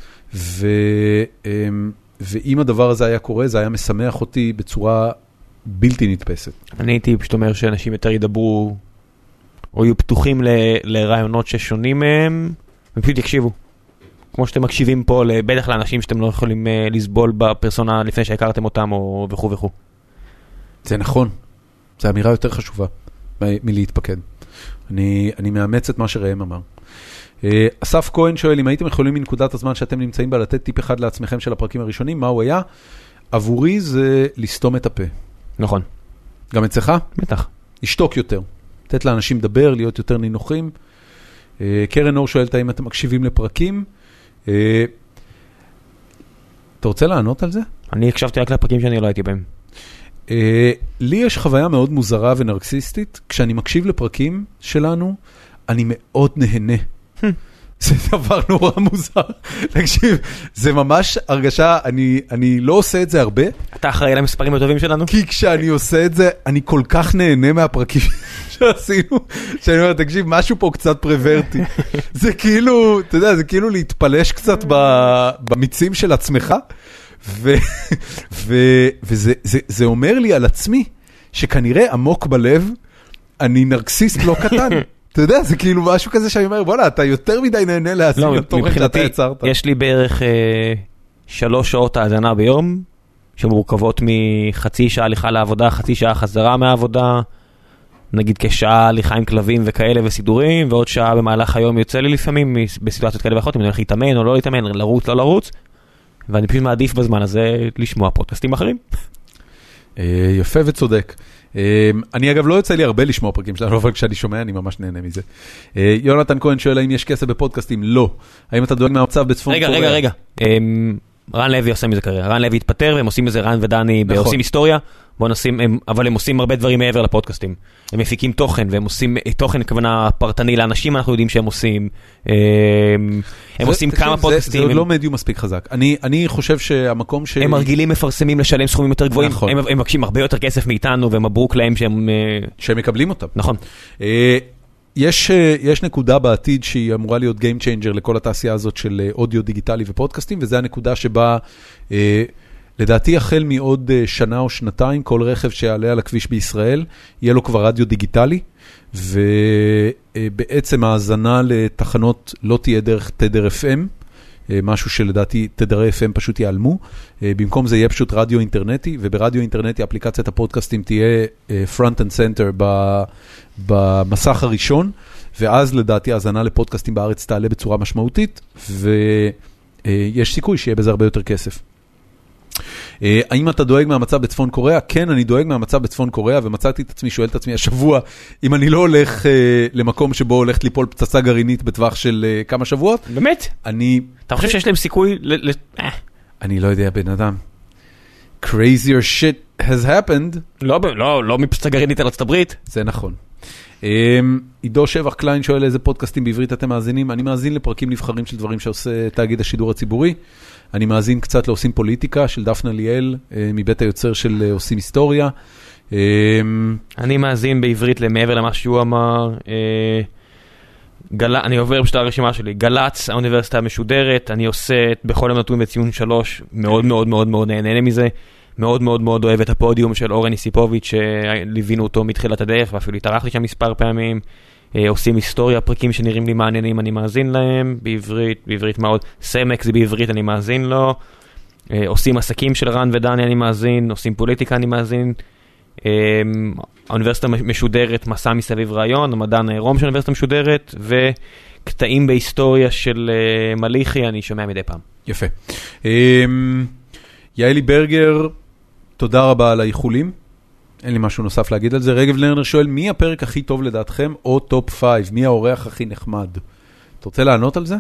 Speaker 1: ואם הדבר הזה היה קורה, זה היה משמח אותי בצורה בלתי נתפסת.
Speaker 2: אני הייתי פשוט אומר שאנשים יותר ידברו, או יהיו פתוחים לרעיונות ששונים מהם, ופשוט יקשיבו. כמו שאתם מקשיבים פה, בטח לאנשים שאתם לא יכולים לסבול בפרסונה לפני שהכרתם אותם, או וכו' וכו'.
Speaker 1: זה נכון. זו אמירה יותר חשובה מלהתפקד. אני מאמץ את מה שראם אמר. אסף כהן שואל, אם הייתם יכולים מנקודת הזמן שאתם נמצאים בה לתת טיפ אחד לעצמכם של הפרקים הראשונים, מה הוא היה? עבורי זה לסתום את הפה.
Speaker 2: נכון.
Speaker 1: גם אצלך?
Speaker 2: בטח.
Speaker 1: לשתוק יותר. לתת לאנשים לדבר, להיות יותר נינוחים. קרן אור שואלת, האם אתם מקשיבים לפרקים? אתה רוצה לענות על זה?
Speaker 2: אני הקשבתי רק לפרקים שאני לא הייתי בהם.
Speaker 1: לי יש חוויה מאוד מוזרה ונרקסיסטית. כשאני מקשיב לפרקים שלנו, אני מאוד נהנה. זה דבר נורא מוזר. תקשיב, זה ממש הרגשה, אני לא עושה את זה הרבה.
Speaker 2: אתה אחראי למספרים הטובים שלנו?
Speaker 1: כי כשאני עושה את זה, אני כל כך נהנה מהפרקים שעשינו, שאני אומר, תקשיב, משהו פה קצת פרוורטי. זה כאילו, אתה יודע, זה כאילו להתפלש קצת במיצים של עצמך, וזה אומר לי על עצמי, שכנראה עמוק בלב, אני נרקסיסט לא קטן. אתה יודע, זה כאילו משהו כזה שאני אומר, בוא'נה, אתה יותר מדי נהנה להאזין לתוכן שאתה יצרת.
Speaker 2: יש לי בערך 3 שעות האזנה ביום, שמורכבות מחצי שעה הליכה לעבודה, חצי שעה חזרה מהעבודה, נגיד כשעה הליכה עם כלבים וכאלה וסידורים, ועוד שעה במהלך היום יוצא לי לפעמים בסיטואציות כאלה ואחרות, אם אני הולך להתאמן או לא להתאמן, לרוץ, לא לרוץ, ואני פשוט מעדיף בזמן הזה לשמוע פודקאסטים אחרים.
Speaker 1: יפה וצודק. אני אגב לא יוצא לי הרבה לשמוע פרקים שלנו, אבל כשאני שומע אני ממש נהנה מזה. יונתן כהן שואל האם יש כסף בפודקאסטים? לא. האם אתה דואג מהמצב בצפון קוריאה?
Speaker 2: רגע. רן לוי עושה מזה קריירה. רן לוי התפטר והם עושים מזה, רן ודני עושים היסטוריה, אבל הם עושים הרבה דברים מעבר לפודקאסטים. הם מפיקים תוכן, והם עושים תוכן כוונה פרטני לאנשים, אנחנו יודעים שהם עושים. הם עושים כמה פודקאסטים.
Speaker 1: זה עוד לא מדיום מספיק חזק. אני חושב שהמקום ש...
Speaker 2: הם מרגילים מפרסמים לשלם סכומים יותר גבוהים. הם מבקשים הרבה יותר כסף מאיתנו, ומברוק להם
Speaker 1: שהם מקבלים אותם.
Speaker 2: נכון.
Speaker 1: יש נקודה בעתיד שהיא אמורה להיות Game Changer לכל התעשייה הזאת של אודיו דיגיטלי ופודקאסטים, וזה הנקודה שבה, לדעתי החל מעוד שנה או שנתיים, כל רכב שיעלה על הכביש בישראל, יהיה לו כבר רדיו דיגיטלי, ובעצם ההאזנה לתחנות לא תהיה דרך תדר FM, משהו שלדעתי תדרי FM פשוט ייעלמו, במקום זה יהיה פשוט רדיו אינטרנטי, וברדיו אינטרנטי אפליקציית הפודקאסטים תהיה front and center במסך הראשון, ואז לדעתי ההאזנה לפודקאסטים בארץ תעלה בצורה משמעותית, ויש סיכוי שיהיה בזה הרבה יותר כסף. האם אתה דואג מהמצב בצפון קוריאה? כן, אני דואג מהמצב בצפון קוריאה, ומצאתי את עצמי, שואל את עצמי השבוע, אם אני לא הולך למקום שבו הולכת ליפול פצצה גרעינית בטווח של כמה שבועות.
Speaker 2: באמת? אתה חושב שיש להם סיכוי
Speaker 1: אני לא יודע, בן אדם. Crazier shit has happened.
Speaker 2: לא מפצצה גרעינית על ארצות הברית.
Speaker 1: זה נכון. עידו שבח קליין שואל איזה פודקאסטים בעברית אתם מאזינים. אני מאזין לפרקים נבחרים של דברים שעושה תאגיד השידור הציבורי. אני מאזין קצת לעושים פוליטיקה של דפנה ליאל, מבית היוצר של עושים היסטוריה.
Speaker 2: אני מאזין בעברית למעבר למה שהוא אמר. אני עובר בשביל הרשימה שלי. גלץ, האוניברסיטה המשודרת. אני עושה בכל הנתון בציון 3. מאוד מאוד מאוד מאוד נהנה מזה. מאוד מאוד מאוד אוהב את הפודיום של אורן יסיפוביץ' שליווינו אותו מתחילת הדרך, ואפילו התארחתי שם מספר פעמים. עושים היסטוריה, פרקים שנראים לי מעניינים, אני מאזין להם, בעברית מאוד. סמק זה בעברית, אני מאזין לו. עושים עסקים של רן ודני, אני מאזין. עושים פוליטיקה, אני מאזין. האוניברסיטה משודרת, מסע מסביב רעיון, המדען העירום של האוניברסיטה משודרת, וקטעים בהיסטוריה של מליחי, אני שומע מדי פעם.
Speaker 1: יפה. יעלי ברגר, תודה רבה על האיחולים. אין לי משהו נוסף להגיד על זה. רגב לרנר שואל, מי הפרק הכי טוב לדעתכם, או טופ 5? מי האורח הכי נחמד? אתה רוצה לענות על זה?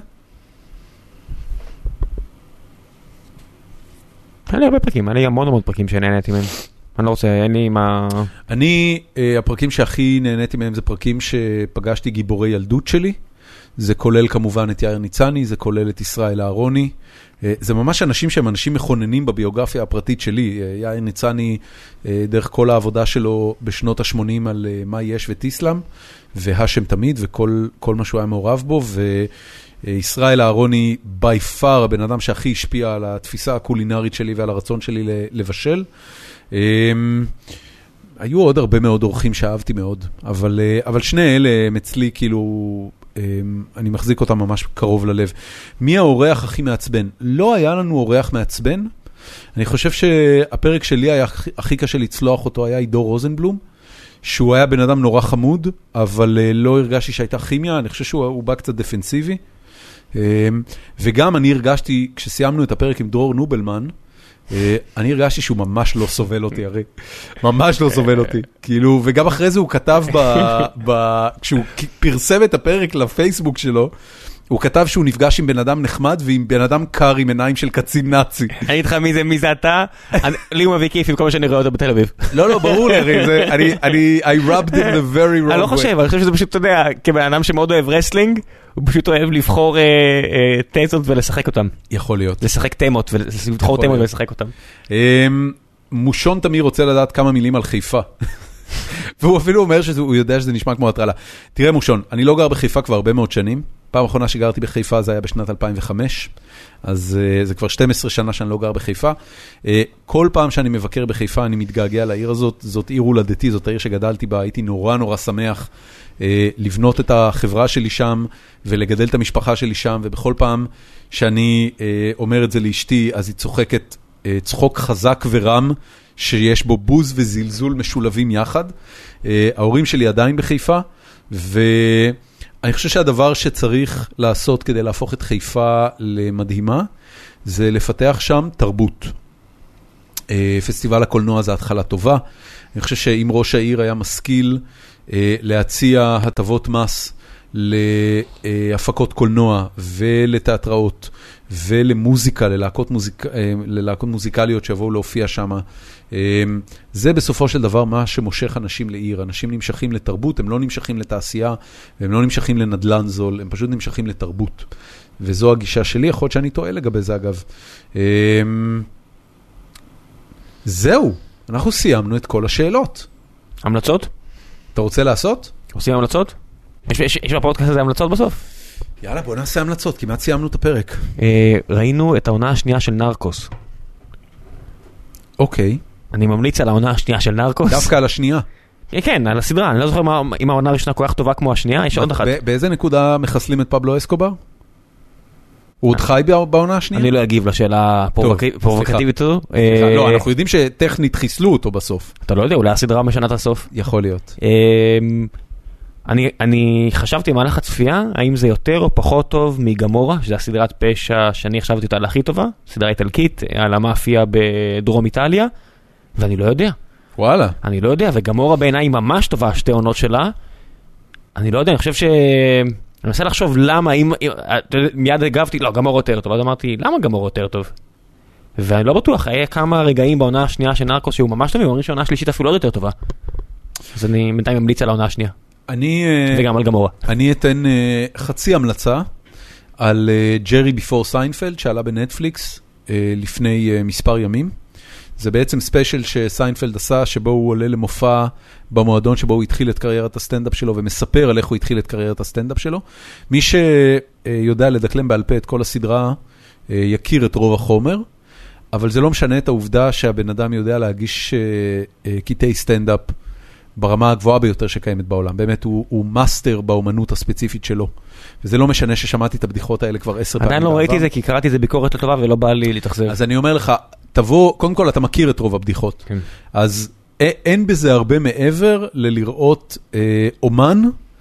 Speaker 2: היה לי הרבה פרקים, היה לי המון פרקים שנהניתי מהם. אני לא רוצה, אין לי מה...
Speaker 1: הפרקים שהכי נהניתי מהם זה פרקים שפגשתי גיבורי ילדות שלי. זה כולל כמובן את יאיר ניצני, זה כולל את ישראל אהרוני. זה ממש אנשים שהם אנשים מכוננים בביוגרפיה הפרטית שלי. יאיר ניצני, דרך כל העבודה שלו בשנות ה-80 על מה יש וטיסלם, והשם תמיד, וכל מה שהוא היה מעורב בו, וישראל אהרוני, by far, הבן אדם שהכי השפיע על התפיסה הקולינרית שלי ועל הרצון שלי לבשל. היו עוד הרבה מאוד אורחים שאהבתי מאוד, אבל שני אלה הם אצלי כאילו... אני מחזיק אותם ממש קרוב ללב. מי האורח הכי מעצבן? לא היה לנו אורח מעצבן. אני חושב שהפרק שלי היה הכי קשה לצלוח אותו, היה עידו רוזנבלום, שהוא היה בן אדם נורא חמוד, אבל לא הרגשתי שהייתה כימיה, אני חושב שהוא בא קצת דפנסיבי. וגם אני הרגשתי, כשסיימנו את הפרק עם דרור נובלמן, אני הרגשתי שהוא ממש לא סובל אותי, הרי. ממש לא סובל אותי. כאילו, וגם אחרי זה הוא כתב כשהוא פרסם את הפרק לפייסבוק שלו, הוא כתב שהוא נפגש עם בן אדם נחמד, ועם בן אדם קר עם עיניים של קצין נאצי.
Speaker 2: אני איתך מי זה אתה? לי הוא מביא כיף עם כל מה שאני רואה אותו בתל אביב.
Speaker 1: לא, ברור לי, הרי I rubbed in the very wrong way.
Speaker 2: אני לא חושב, אני חושב שזה פשוט, אתה יודע, כבן אדם שמאוד אוהב רסלינג, הוא פשוט אוהב לבחור תזות ולשחק אותם.
Speaker 1: יכול להיות.
Speaker 2: לשחק תמות, לבחור תמות ולשחק אותם.
Speaker 1: מושון תמיר רוצה לדעת כמה מילים על חיפה. והוא אפילו אומר שהוא יודע שזה נשמע כמו הטרלה. תראה מושון, אני לא גר בחיפה כבר הרבה מאוד שנים. פעם האחרונה שגרתי בחיפה זה היה בשנת 2005, אז זה כבר 12 שנה שאני לא גר בחיפה. כל פעם שאני מבקר בחיפה אני מתגעגע לעיר הזאת, זאת עיר הולדתי, זאת העיר שגדלתי בה, הייתי נורא שמח לבנות את החברה שלי שם ולגדל את המשפחה שלי שם, ובכל פעם שאני אומר את זה לאשתי, אז היא צוחקת צחוק חזק ורם, שיש בו בוז וזלזול משולבים יחד. ההורים שלי עדיין בחיפה, ואני חושב שהדבר שצריך לעשות כדי להפוך את חיפה למדהימה, זה לפתח שם תרבות. פסטיבל הקולנוע זה התחלה טובה. אני חושב שאם ראש העיר היה משכיל להציע הטבות מס להפקות קולנוע ולתיאטראות ולמוזיקה, ללהקות מוזיקליות שיבואו להופיע שם. זה בסופו של דבר מה שמושך אנשים לעיר. אנשים נמשכים לתרבות, הם לא נמשכים לתעשייה, הם לא נמשכים לנדלן זול, הם פשוט נמשכים לתרבות. וזו הגישה שלי, יכול להיות שאני טועה לגבי זה אגב. זהו, אנחנו סיימנו את כל השאלות.
Speaker 2: המלצות?
Speaker 1: אתה רוצה לעשות?
Speaker 2: עושים המלצות? יש בפודקאסט הזה המלצות בסוף?
Speaker 1: יאללה, בוא נעשה המלצות, כמעט סיימנו את הפרק.
Speaker 2: ראינו את העונה השנייה של נרקוס.
Speaker 1: אוקיי.
Speaker 2: אני ממליץ על העונה השנייה של נרקוס.
Speaker 1: דווקא על השנינייה.
Speaker 2: כן, על הסדרה. אני לא זוכר אם העונה הראשונה כל כך טובה כמו השנייה, יש עוד אחת.
Speaker 1: באיזה נקודה מחסלים את פבלו אסקובר? הוא עוד חי בעונה השנייה?
Speaker 2: אני לא אגיב לשאלה פרובוקטיבית הזו.
Speaker 1: לא, אנחנו יודעים שטכנית חיסלו אותו בסוף.
Speaker 2: אתה לא יודע, אולי הסדרה משנת הסוף.
Speaker 1: יכול להיות.
Speaker 2: אני חשבתי במהלך הצפייה, האם זה יותר או פחות טוב מגמורה, שזו הסדרת פשע שאני חשבתי אותה להכי טובה, סדרה איטלקית, על המאפיה בדרום איטליה, ואני לא יודע.
Speaker 1: וואלה.
Speaker 2: אני לא יודע, וגמורה בעיניי היא ממש טובה, שתי עונות שלה. אני לא יודע, אני חושב אני מנסה לחשוב למה, מיד הגבתי, לא, גמורה יותר טוב, אז אמרתי, למה גמורה יותר טוב? ואני לא בטוח, היה כמה רגעים בעונה השנייה של נרקוס שהוא ממש טוב, ואומרים שהעונה השלישית אפילו עוד יותר טובה. אז אני בינתיים ממליץ על העונה השנייה. וגם על גמורה.
Speaker 1: אני אתן חצי המלצה על ג'רי ביפור סיינפלד, שעלה בנטפליקס לפני מספר ימים. זה בעצם ספיישל שסיינפלד עשה, שבו הוא עולה למופע במועדון שבו הוא התחיל את קריירת הסטנדאפ שלו, ומספר על איך הוא התחיל את קריירת הסטנדאפ שלו. מי שיודע לדקלם בעל פה את כל הסדרה, יכיר את רוב החומר, אבל זה לא משנה את העובדה שהבן אדם יודע להגיש קטעי סטנדאפ ברמה הגבוהה ביותר שקיימת בעולם. באמת, הוא מאסטר באומנות הספציפית שלו. וזה לא משנה ששמעתי את הבדיחות האלה כבר 10 פעמים.
Speaker 2: עדיין לא ראיתי את זה, כי קראתי את זה ביקורת לא טובה ולא בא לי להתאכזב.
Speaker 1: אז אני אומר לך, תבוא, קודם כל אתה מכיר את רוב הבדיחות.
Speaker 2: כן.
Speaker 1: אז אין בזה הרבה מעבר ללראות אומן,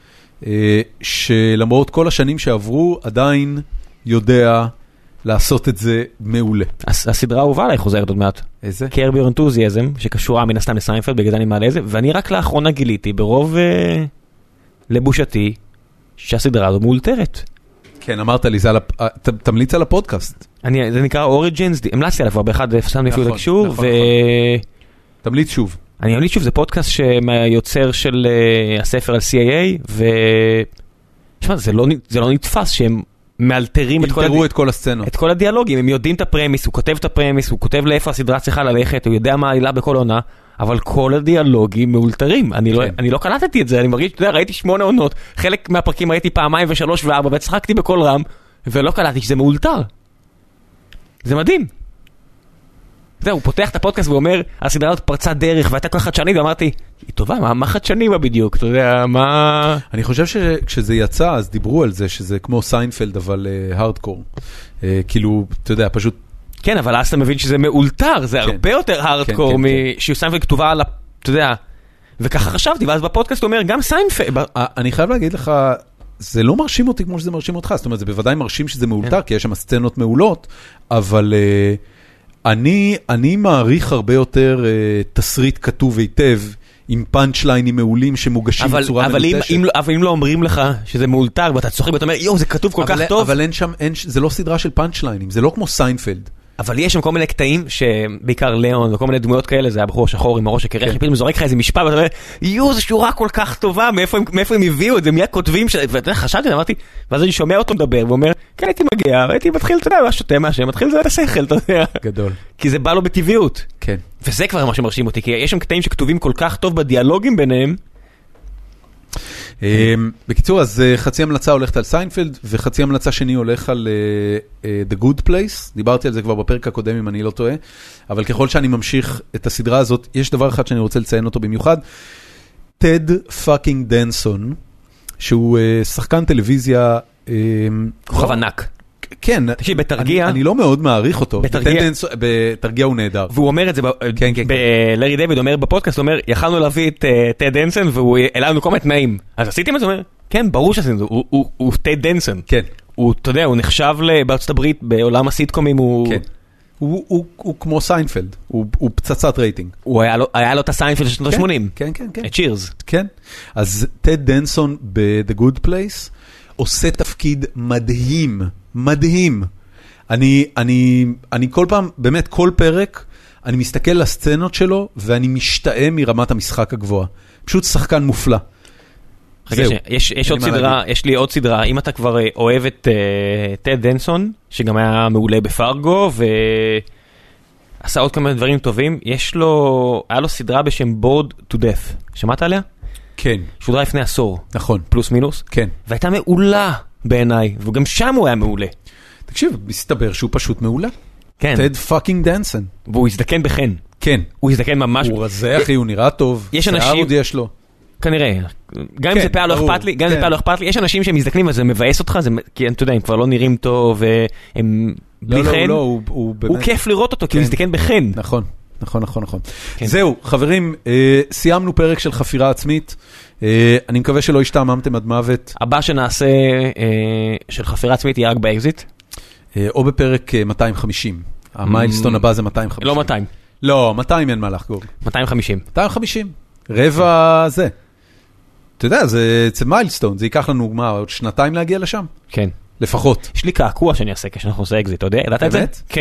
Speaker 1: שלמרות כל השנים שעברו, עדיין יודע לעשות את זה מעולה.
Speaker 2: הסדרה האהובה עליי חוזרת עוד מעט.
Speaker 1: איזה?
Speaker 2: Curb Your Enthusiasm, שקשורה מן הסתם לסיינפלד, בגלל זה אני מעלה את זה, ואני רק לאחרונה גיליתי, ברוב לבושתי, שהסדרה הזו מאולתרת.
Speaker 1: כן, אמרת לי, תמליץ על הפודקאסט.
Speaker 2: זה נקרא Origins, המלצתי עליו כבר באחד, שמתי אפילו את הקישור,
Speaker 1: תמליץ שוב.
Speaker 2: אני אמליץ שוב, זה פודקאסט מהיוצר של הספר על CAA, זה לא נתפס שהם מאלתרים
Speaker 1: את כל הסצנות.
Speaker 2: את כל הדיאלוגים, הם יודעים את הפרמיס, הוא כותב את הפרמיס, הוא כותב לאיפה הסדרה צריכה ללכת, הוא יודע מה העילה בכל עונה, אבל כל הדיאלוגים מאולתרים. אני לא קלטתי את זה, אני מרגיש, אתה יודע, ראיתי 8 עונות, חלק מהפרקים ראיתי 2 ו3 ו4, וצחקתי בכל רם, ולא קלטתי שזה מאולתר. זה מדהים. אתה יודע, הוא פותח את הפודקאסט ואומר, הסדרה הזאת פרצה דרך, והייתה כל חדשנית, ואמרתי, היא טובה, מה חדשני בה בדיוק? אתה יודע, מה...
Speaker 1: אני חושב שכשזה יצא, אז דיברו על זה, שזה כמו סיינפלד, אבל הארדקור. כאילו, אתה יודע, פשוט...
Speaker 2: כן, אבל אז אתה מבין שזה מאולתר, זה הרבה יותר הארדקור, שסיינפלד כתובה על, אתה יודע, וככה חשבתי, ואז בפודקאסט הוא אומר, גם סיינפלד...
Speaker 1: אני חייב להגיד לך, זה לא מרשים אותי כמו שזה מרשים אותך, זאת אומרת, זה בוודאי מרשים שזה מאולתר, כי יש שם סצנות מעולות, אבל... אני מעריך הרבה יותר תסריט כתוב היטב, עם פאנצ'ליינים מעולים שמוגשים בצורה מלוטשת.
Speaker 2: אבל אם לא אומרים לך שזה מאולתר, ואתה צוחק ואתה אומר, יואו, זה כתוב כל כך טוב.
Speaker 1: אבל אין שם, זה לא סדרה של פאנצ'ליינים, זה לא כמו סיינפלד.
Speaker 2: אבל יש שם כל מיני קטעים, שבעיקר ליאון וכל מיני דמויות כאלה, זה הבחור השחור עם הראש הקרח, פתאום זורק לך איזה משפט, ואתה אומר, יואו, זו שורה כל כך טובה, מאיפה הם הביאו את זה, מי הכותבים, ואתה יודע, חשבתי, אמרתי, ואז אני שומע אותו מדבר, ואומר, כן, הייתי מגיע, הייתי מתחיל, אתה יודע, מה שותה מהשם, מתחיל זה את השכל, אתה יודע.
Speaker 1: גדול.
Speaker 2: כי זה בא לו בטבעיות.
Speaker 1: כן.
Speaker 2: וזה כבר מה שמרשים אותי, כי יש שם קטעים שכתובים כל כך טוב בדיאלוגים ביניהם.
Speaker 1: בקיצור, אז חצי המלצה הולכת על סיינפלד, וחצי המלצה שני הולך על The Good Place. דיברתי על זה כבר בפרק הקודם, אם אני לא טועה. אבל ככל שאני ממשיך את הסדרה הזאת, יש דבר אחד שאני רוצה לציין אותו במיוחד. טד פאקינג דנסון, שהוא שחקן טלוויזיה...
Speaker 2: כוכב ענק.
Speaker 1: כן,
Speaker 2: תקשיב, בתרגיע...
Speaker 1: אני לא מאוד מעריך אותו. בתרגיע הוא נהדר.
Speaker 2: והוא אומר את זה, לארי דיוויד אומר בפודקאסט, הוא אומר, יכלנו להביא את טד דנסון, והוא העלה לנו כל מיני תנאים. אז עשיתם את זה? הוא אומר, כן, ברור שעשיתם את זה, הוא טד דנסון.
Speaker 1: כן.
Speaker 2: אתה יודע, הוא נחשב בארצות הברית, בעולם הסיטקומים, הוא...
Speaker 1: כן. הוא כמו סיינפלד, הוא פצצת רייטינג.
Speaker 2: היה לו את הסיינפלד של שנות ה-80.
Speaker 1: כן, כן, כן.
Speaker 2: את צ'ירס.
Speaker 1: כן. אז טד דנסון ב-The Good Place עושה תפקיד מדהים. מדהים. אני כל פעם, באמת כל פרק, אני מסתכל לסצנות שלו, ואני משתאה מרמת המשחק הגבוהה. פשוט שחקן מופלא.
Speaker 2: יש עוד סדרה, יש לי עוד סדרה, אם אתה כבר אוהב את טד דנסון, שגם היה מעולה בפארגו, ועשה עוד כמה דברים טובים, היה לו סדרה בשם Bored to Death. שמעת עליה?
Speaker 1: כן.
Speaker 2: שודרה לפני עשור.
Speaker 1: נכון.
Speaker 2: פלוס מינוס.
Speaker 1: כן.
Speaker 2: והייתה מעולה בעיניי, וגם שם הוא היה מעולה.
Speaker 1: תקשיב, מסתבר שהוא פשוט מעולה.
Speaker 2: כן.
Speaker 1: טד פאקינג דנסון.
Speaker 2: והוא הזדקן בחן.
Speaker 1: כן.
Speaker 2: הוא הזדקן ממש...
Speaker 1: הוא רזה, אחי, הוא נראה טוב.
Speaker 2: יש אנשים...
Speaker 1: שיער עוד יש לו.
Speaker 2: כנראה. גם אם זה פעל לא אכפת לי, גם אם זה פעל לא אכפת לי, יש אנשים שמזדקנים וזה מבאס אותך, כי אתה יודע, הם כבר לא נראים טוב, והם בלי חן.
Speaker 1: לא,
Speaker 2: הוא כיף לראות אותו, כי הוא הזדקן בחן.
Speaker 1: נכון. זהו, חברים, סיימנו פרק של חפירה עצמית. אני מקווה שלא השתעממתם עד מוות.
Speaker 2: הבא שנעשה של חפירה עצמית יהיה רק באקזיט?
Speaker 1: או בפרק 250. המיילסטון הבא זה 250.
Speaker 2: לא 200.
Speaker 1: לא, 200 אין מה לחגוג.
Speaker 2: 250.
Speaker 1: 250. רבע זה. אתה יודע, זה מיילסטון. זה ייקח לנו, עוד 2 להגיע לשם?
Speaker 2: כן.
Speaker 1: לפחות.
Speaker 2: יש לי קעקוע שאני אעשה כשאנחנו עושה אקזיט, אתה יודע? ידעת את זה?
Speaker 1: באמת?
Speaker 2: כן.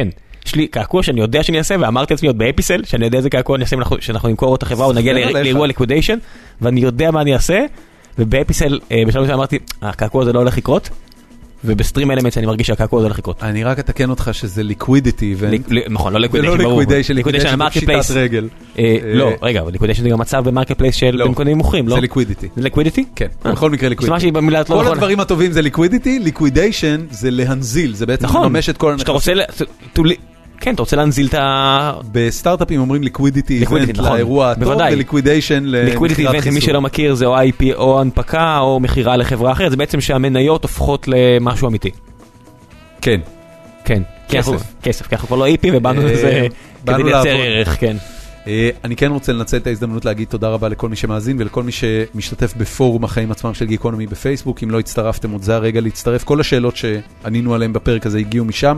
Speaker 2: יש לי קעקוע שאני יודע שאני אעשה, ואמרתי לעצמי עוד באפיסל, שאני יודע איזה קעקוע אני אעשה, שאנחנו נמכור את החברה, או נגיע לאירוע ליקווידיישן, ואני יודע מה אני אעשה, ובאפיסל, בשלב מסוים אמרתי, הקעקוע הזה לא הולך לקרות, ובסטרים אלמנטס אני מרגיש שהקעקוע הזה הולך לקרות.
Speaker 1: אני רק אתקן אותך שזה ליקווידיטי,
Speaker 2: נכון, לא
Speaker 1: ליקווידיישן,
Speaker 2: ליקווידיישן
Speaker 1: במרקטפלייס. רגל.
Speaker 2: לא, רגע, אבל ליקווידיישן זה גם מצב במרקטפלייס של במקומות מוכרים, לא?
Speaker 1: זה ליקווידיטי.
Speaker 2: זה ליקווידיטי?
Speaker 1: כן, בכל מקרה ליקווידיטי. כל הדברים הטובים זה ליקווידיטי, ליקווידיישן זה להנזיל, זה בעצם לממש את כל הנכסים.
Speaker 2: כן, אתה רוצה להנזיל את ה...
Speaker 1: בסטארט-אפים אומרים ליקווידיטי איבנט לאירוע הטוב, וליקווידיישן
Speaker 2: ליקווידיטי איבנט, למי שלא מכיר, זה או IP או הנפקה או מחירה לחברה אחרת, זה בעצם שהמניות הופכות למשהו אמיתי.
Speaker 1: כן.
Speaker 2: כן. כסף, כי אנחנו כבר לא IP ובאנו לזה כדי לייצר ערך, כן.
Speaker 1: אני כן רוצה לנצל את ההזדמנות להגיד תודה רבה לכל מי שמאזין ולכל מי שמשתתף בפורום החיים עצמם של גיקונומי בפייסבוק. אם לא הצטרפתם עוד זה הרגע להצטרף. כל השאלות שענינו עליהן בפרק הזה הגיעו משם.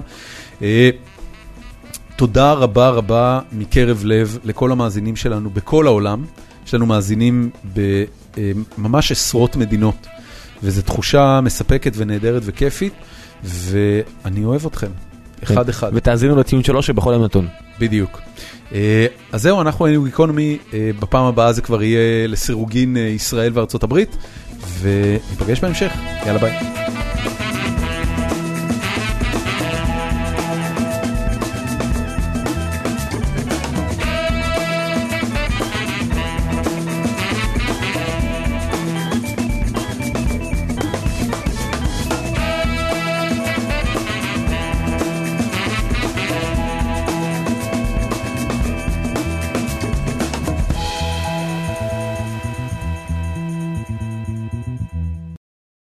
Speaker 1: תודה רבה רבה מקרב לב לכל המאזינים שלנו בכל העולם. יש לנו מאזינים בממש עשרות מדינות, וזו תחושה מספקת ונהדרת וכיפית, ואני אוהב אתכם, אחד אחד.
Speaker 2: ותאזינו לציון 3 שבכל יום נתון.
Speaker 1: בדיוק. אז זהו, אנחנו היינו גיקונומי, בפעם הבאה זה כבר יהיה לסירוגין ישראל וארצות הברית, וניפגש בהמשך. יאללה ביי.